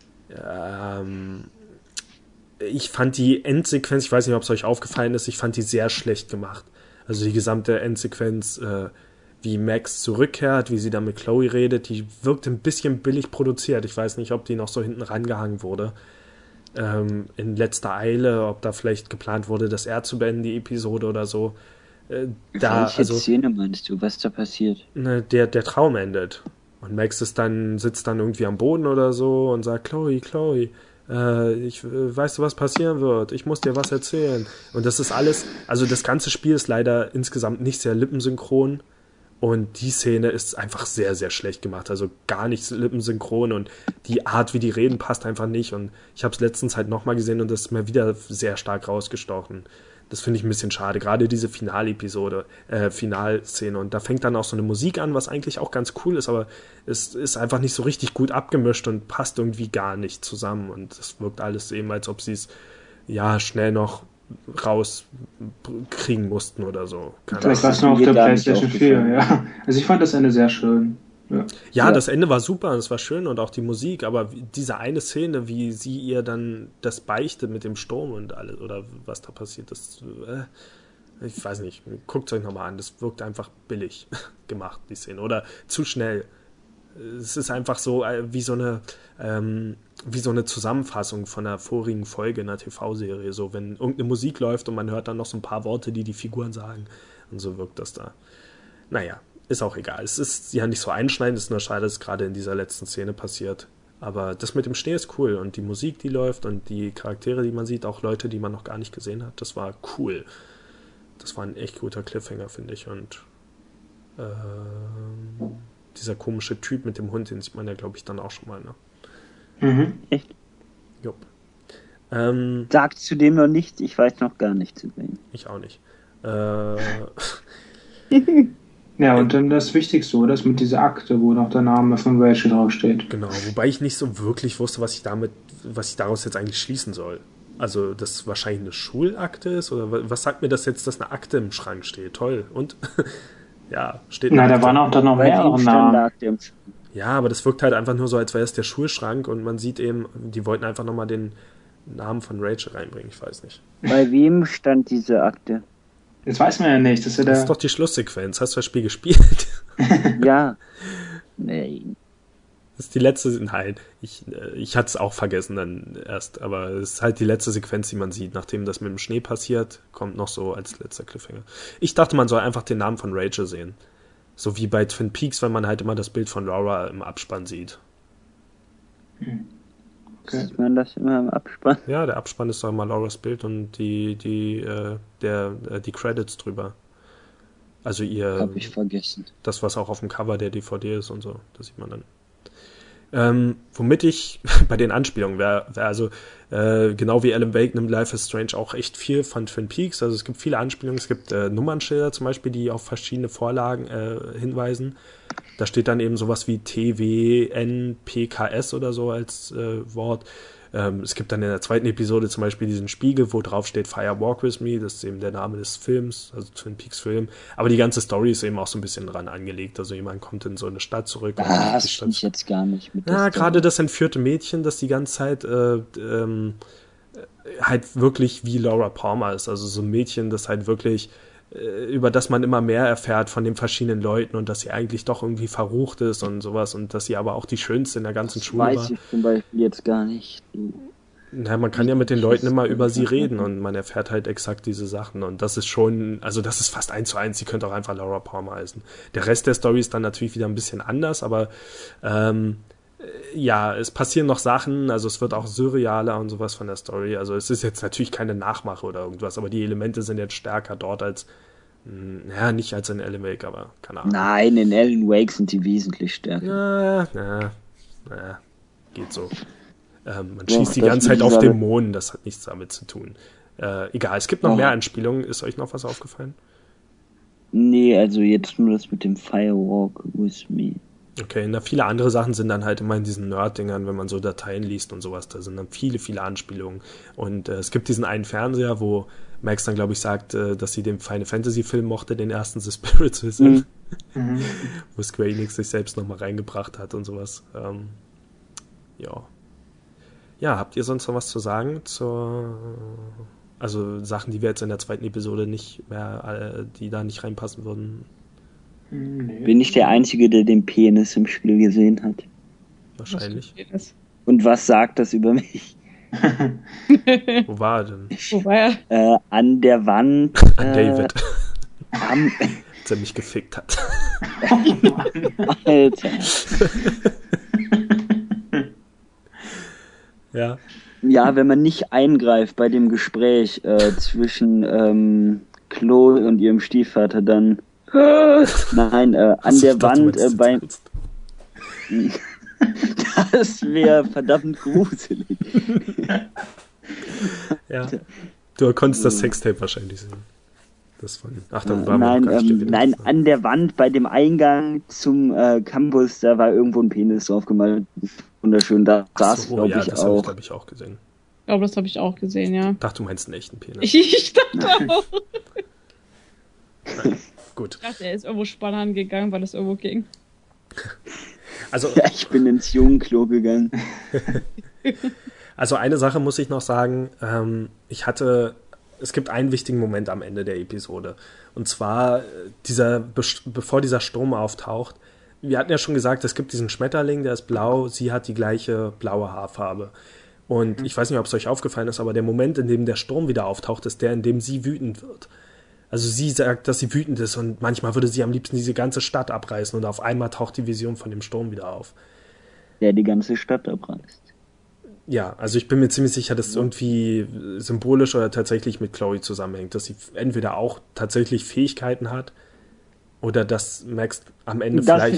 ich fand die Endsequenz, ich weiß nicht, ob es euch aufgefallen ist, ich fand die sehr schlecht gemacht. Also die gesamte Endsequenz, wie Max zurückkehrt, wie sie dann mit Chloe redet, die wirkt ein bisschen billig produziert. Ich weiß nicht, ob die noch so hinten rangehangen wurde. In letzter Eile, ob da vielleicht geplant wurde, das zu beenden, die Episode oder so.
Welche Szene meinst du, was da passiert?
Der Traum endet. Und Max sitzt dann irgendwie am Boden oder so und sagt, Chloe, weißt du, was passieren wird? Ich muss dir was erzählen. Und das ist alles, also das ganze Spiel ist leider insgesamt nicht sehr lippensynchron. Und die Szene ist einfach sehr, sehr schlecht gemacht. Also gar nicht lippensynchron und die Art, wie die reden, passt einfach nicht. Und ich habe es letztens halt nochmal gesehen und das ist mir wieder sehr stark rausgestochen. Das finde ich ein bisschen schade. Gerade diese Finalszene. Und da fängt dann auch so eine Musik an, was eigentlich auch ganz cool ist, aber es ist einfach nicht so richtig gut abgemischt und passt irgendwie gar nicht zusammen. Und es wirkt alles eben, als ob sie es schnell noch rauskriegen mussten oder so.
Das war noch auf der PlayStation 4, ja. Also ich fand das Ende sehr schön.
Ja, das Ende war super, das war schön und auch die Musik, aber diese eine Szene, wie sie ihr dann das beichtet mit dem Sturm und alles, oder was da passiert, das, ich weiß nicht, guckt es euch nochmal an, das wirkt einfach billig gemacht, die Szene, oder zu schnell. Es ist einfach so wie so eine Zusammenfassung von einer vorigen Folge in einer TV-Serie, so wenn irgendeine Musik läuft und man hört dann noch so ein paar Worte, die Figuren sagen und so wirkt das da. Naja, ist auch egal. Es ist ja nicht so einschneidend, es ist nur schade, dass es gerade in dieser letzten Szene passiert. Aber das mit dem Schnee ist cool und die Musik, die läuft und die Charaktere, die man sieht, auch Leute, die man noch gar nicht gesehen hat, das war cool. Das war ein echt guter Cliffhanger, finde ich. Und dieser komische Typ mit dem Hund, den sieht man ja, glaube ich, dann auch schon mal, ne?
Echt?
Jupp.
Sagt zu dem noch nichts, ich weiß noch gar nichts zu dem.
Ich auch nicht.
Ja, und dann das Wichtigste, oder? Das mit dieser Akte, wo noch der Name von Rachel draufsteht.
Genau, wobei ich nicht so wirklich wusste, was ich daraus jetzt eigentlich schließen soll. Also, dass wahrscheinlich eine Schulakte ist? Oder was sagt mir das jetzt, dass eine Akte im Schrank steht? Toll. Und? Ja, steht.
Na, da waren auch dann noch mehrere Namen.
Ja, aber das wirkt halt einfach nur so, als wäre es der Schulschrank und man sieht eben, die wollten einfach nochmal den Namen von Rachel reinbringen, ich weiß nicht.
Bei wem stand diese Akte?
Das weiß man ja nicht. Das
ist doch die Schlusssequenz. Hast du das Spiel gespielt?
Ja. Nein.
Das ist die letzte. Nein, ich hatte es auch vergessen dann erst, aber es ist halt die letzte Sequenz, die man sieht. Nachdem das mit dem Schnee passiert, kommt noch so als letzter Cliffhanger. Ich dachte, man soll einfach den Namen von Rachel sehen. So wie bei Twin Peaks, wenn man halt immer das Bild von Laura im Abspann sieht.
Okay. Sieht man das immer im Abspann?
Ja, der Abspann ist doch immer Lauras Bild und die Credits drüber. Also
Hab ich vergessen.
Das, was auch auf dem Cover der DVD ist und so, das sieht man dann. Womit ich bei den Anspielungen wäre also genau wie Alan Wake nimmt Life is Strange auch echt viel von Twin Peaks. Also es gibt viele Anspielungen, es gibt Nummernschilder zum Beispiel, die auf verschiedene Vorlagen hinweisen. Da steht dann eben sowas wie TWNPKS oder so als Wort. Es gibt dann in der zweiten Episode zum Beispiel diesen Spiegel, wo drauf steht Fire Walk With Me, das ist eben der Name des Films, also Twin Peaks Film. Aber die ganze Story ist eben auch so ein bisschen dran angelegt. Also jemand kommt in so eine Stadt zurück.
Das finde ich jetzt gar nicht mit.
Ja, gerade das entführte Mädchen, das die ganze Zeit halt wirklich wie Laura Palmer ist. Also so ein Mädchen, das halt wirklich über das man immer mehr erfährt von den verschiedenen Leuten und dass sie eigentlich doch irgendwie verrucht ist und sowas und dass sie aber auch die Schönste in der ganzen Schule war.
Das weiß ich zum Beispiel jetzt gar nicht.
Na, man kann ja mit den Leuten immer über sie reden und man erfährt halt exakt diese Sachen und das ist schon, also das ist fast 1:1, sie könnte auch einfach Laura Palmer heißen. Der Rest der Story ist dann natürlich wieder ein bisschen anders, aber ja, es passieren noch Sachen, also es wird auch surrealer und sowas von der Story, also es ist jetzt natürlich keine Nachmache oder irgendwas, aber die Elemente sind jetzt stärker dort als, ja, nicht als in Alan Wake, aber keine Ahnung.
Nein, in Alan Wake sind die wesentlich stärker.
Na, geht so. Man schießt die ganze Zeit auf den Mond, das hat nichts damit zu tun. Egal, es gibt noch mehr Anspielungen. Ist euch noch was aufgefallen?
Nee, also jetzt nur das mit dem Firewalk with me.
Okay, na, viele andere Sachen sind dann halt immer in diesen Nerd-Dingern, wenn man so Dateien liest und sowas. Da sind dann viele, viele Anspielungen. Und es gibt diesen einen Fernseher, wo Max dann, glaube ich, sagt, dass sie den Final Fantasy-Film mochte, den ersten The Spirits Within. Wo Square Enix sich selbst nochmal reingebracht hat und sowas. Ja, habt ihr sonst noch was zu sagen also Sachen, die wir jetzt in der zweiten Episode nicht mehr, die da nicht reinpassen würden?
Nee. Bin ich der Einzige, der den Penis im Spiel gesehen hat?
Wahrscheinlich.
Und was sagt das über mich?
Wo war er denn?
Wo war er?
An der Wand.
An David. Als er mich gefickt hat.
Alter.
Ja.
Ja, wenn man nicht eingreift bei dem Gespräch zwischen Chloe und ihrem Stiefvater, dann nein, an der Wand bei das wäre verdammt gruselig.
Ja. Du konntest das Sextape wahrscheinlich sehen. Das von
nein, an der Wand bei dem Eingang zum Campus, da war irgendwo ein Penis drauf gemalt. Wunderschön, da saß, glaube ich,
das
auch.
Das habe ich auch gesehen.
Ich glaube, das habe ich auch gesehen, ja.
Ich dachte, du meinst einen echten Penis.
Ich dachte auch.
Nein, gut.
Ich dachte, er ist irgendwo spannend gegangen, weil es irgendwo ging.
Also,
ja, ich bin ins Jungenklo gegangen.
Also eine Sache muss ich noch sagen, es gibt einen wichtigen Moment am Ende der Episode. Und zwar, bevor dieser Sturm auftaucht, wir hatten ja schon gesagt, es gibt diesen Schmetterling, der ist blau, sie hat die gleiche blaue Haarfarbe. Und ich weiß nicht, ob es euch aufgefallen ist, aber der Moment, in dem der Sturm wieder auftaucht, ist der, in dem sie wütend wird. Also sie sagt, dass sie wütend ist und manchmal würde sie am liebsten diese ganze Stadt abreißen und auf einmal taucht die Vision von dem Sturm wieder auf.
Der die ganze Stadt abreißt.
Ja, also ich bin mir ziemlich sicher, dass es irgendwie symbolisch oder tatsächlich mit Chloe zusammenhängt, dass sie entweder auch tatsächlich Fähigkeiten hat oder dass Max am Ende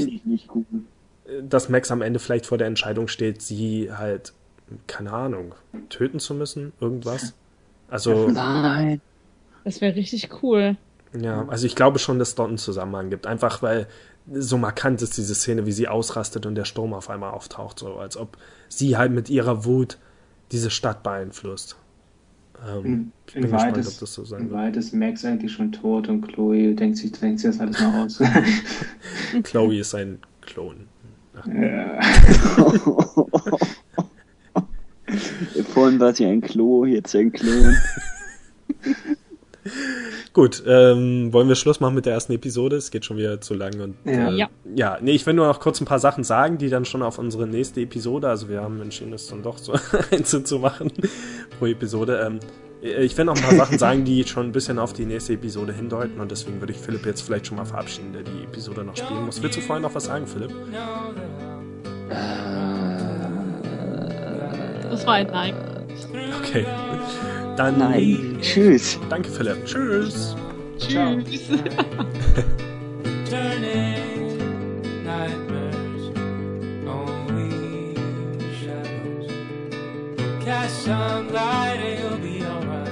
dass Max am Ende vielleicht vor der Entscheidung steht, sie halt, keine Ahnung, töten zu müssen, irgendwas. Also
nein.
Das wäre richtig cool.
Ja, also ich glaube schon, dass es dort einen Zusammenhang gibt. Einfach weil so markant ist diese Szene, wie sie ausrastet und der Sturm auf einmal auftaucht, so als ob sie halt mit ihrer Wut diese Stadt beeinflusst. Ich bin gespannt, ob das so sein wird.
Inwieweit ist Max eigentlich schon tot und Chloe denkt sich das alles mal aus.
Chloe ist ein Klon.
Ja.
Vorhin war sie ein Klo, jetzt ein Klon.
Gut, wollen wir Schluss machen mit der ersten Episode? Es geht schon wieder zu lang. Und, ich will nur noch kurz ein paar Sachen sagen, die dann schon auf unsere nächste Episode, also wir haben entschieden, es dann doch so einzeln zu machen pro Episode. Ich will noch ein paar Sachen sagen, die schon ein bisschen auf die nächste Episode hindeuten und deswegen würde ich Philipp jetzt vielleicht schon mal verabschieden, der die Episode noch spielen muss. Willst du vorher noch was sagen, Philipp?
Das war ein Nein.
Okay. Dann
nein. Tschüss.
Danke, Philipp. Tschüss.
Tschüss.
Cast some light and you'll be alright.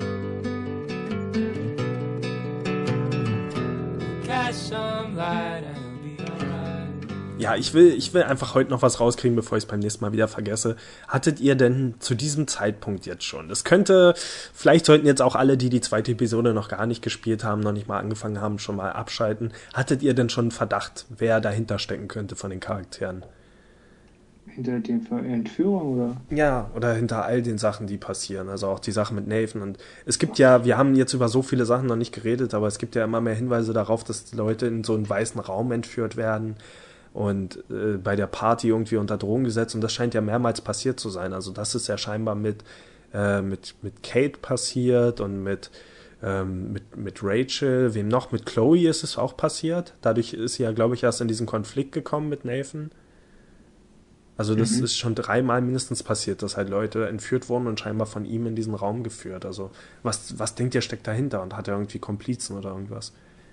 Cast some light and you'll be alright.
Ja, ich will einfach heute noch was rauskriegen, bevor ich es beim nächsten Mal wieder vergesse. Hattet ihr denn zu diesem Zeitpunkt jetzt schon? Das könnte, vielleicht sollten jetzt auch alle, die die zweite Episode noch gar nicht gespielt haben, noch nicht mal angefangen haben, schon mal abschalten. Hattet ihr denn schon einen Verdacht, wer dahinter stecken könnte von den Charakteren?
Hinter der Entführung, oder?
Ja, oder hinter all den Sachen, die passieren. Also auch die Sache mit Nathan. Und es gibt ja, wir haben jetzt über so viele Sachen noch nicht geredet, aber es gibt ja immer mehr Hinweise darauf, dass die Leute in so einen weißen Raum entführt werden. und bei der Party irgendwie unter Drogen gesetzt und das scheint ja mehrmals passiert zu sein. Also das ist ja scheinbar mit Kate passiert und mit Rachel, wem noch? Mit Chloe ist es auch passiert. Dadurch ist sie ja, glaube ich, erst in diesen Konflikt gekommen mit Nathan. Also das ist schon 3-mal mindestens passiert, dass halt Leute entführt wurden und scheinbar von ihm in diesen Raum geführt. Also was denkt ihr, steckt dahinter? Und hat er irgendwie Komplizen oder irgendwas?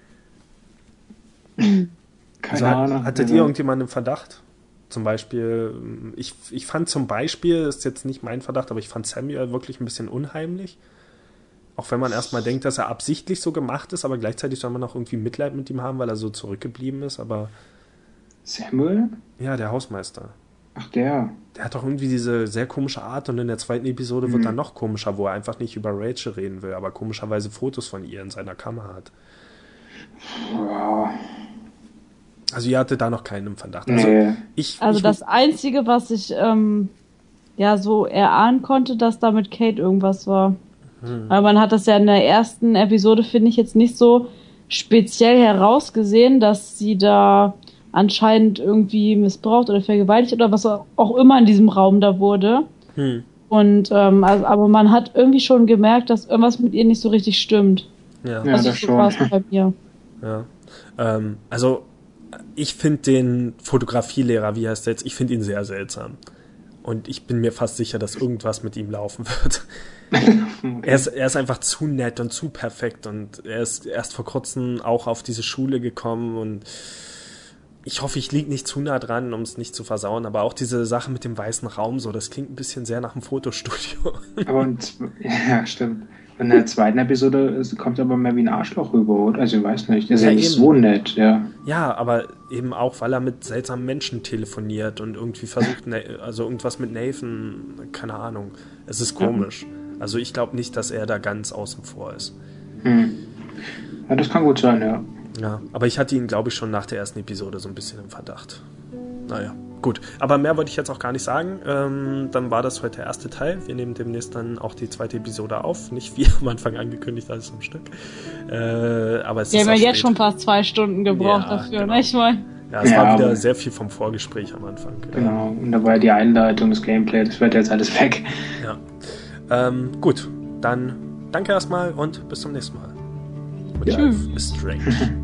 Keine Ahnung.
Hattet ihr irgendjemanden im Verdacht? Zum Beispiel, ich fand zum Beispiel, ist jetzt nicht mein Verdacht, aber ich fand Samuel wirklich ein bisschen unheimlich. Auch wenn man erstmal denkt, dass er absichtlich so gemacht ist, aber gleichzeitig soll man auch irgendwie Mitleid mit ihm haben, weil er so zurückgeblieben ist, aber...
Samuel?
Ja, der Hausmeister.
Ach, der.
Der hat doch irgendwie diese sehr komische Art und in der zweiten Episode wird er noch komischer, wo er einfach nicht über Rachel reden will, aber komischerweise Fotos von ihr in seiner Kammer hat.
Wow.
Also ihr hattet da noch keinen im Verdacht.
Nee.
Also das Einzige, was ich so erahnen konnte, dass da mit Kate irgendwas war. Aber man hat das ja in der ersten Episode, finde ich, jetzt nicht so speziell herausgesehen, dass sie da anscheinend irgendwie missbraucht oder vergewaltigt oder was auch immer in diesem Raum da wurde. Und aber man hat irgendwie schon gemerkt, dass irgendwas mit ihr nicht so richtig stimmt.
Ja,
das
so
schon.
war es bei mir.
Ja. Also ich finde den Fotografielehrer, wie heißt der jetzt, ich finde ihn sehr seltsam. Und ich bin mir fast sicher, dass irgendwas mit ihm laufen wird. Er ist einfach zu nett und zu perfekt und er ist erst vor kurzem auch auf diese Schule gekommen und ich hoffe, ich liege nicht zu nah dran, um es nicht zu versauen, aber auch diese Sache mit dem weißen Raum, so, das klingt ein bisschen sehr nach einem Fotostudio.
Ja, stimmt. In der zweiten Episode kommt er aber mehr wie ein Arschloch rüber, oder? Also ich weiß nicht. Er ist ja nicht so nett, ja.
Ja, aber eben auch, weil er mit seltsamen Menschen telefoniert und irgendwie versucht, also irgendwas mit Nathan, keine Ahnung. Es ist komisch. Also ich glaube nicht, dass er da ganz außen vor ist.
Ja, das kann gut sein, ja.
Ja, aber ich hatte ihn, glaube ich, schon nach der ersten Episode so ein bisschen im Verdacht. Naja, gut. Aber mehr wollte ich jetzt auch gar nicht sagen. Dann war das heute der erste Teil. Wir nehmen demnächst dann auch die zweite Episode auf. Nicht wie am Anfang angekündigt, alles am Stück. Aber es ist
Wir haben ja jetzt schon fast 2 Stunden gebraucht dafür,
genau.
ne? Ich meine.
Ja, es war wieder sehr viel vom Vorgespräch am Anfang.
Genau, und da war ja die Einleitung, das Gameplay, das wird jetzt alles weg.
Ja. Gut, dann danke erstmal und bis zum nächsten Mal. Mit Life is Strange.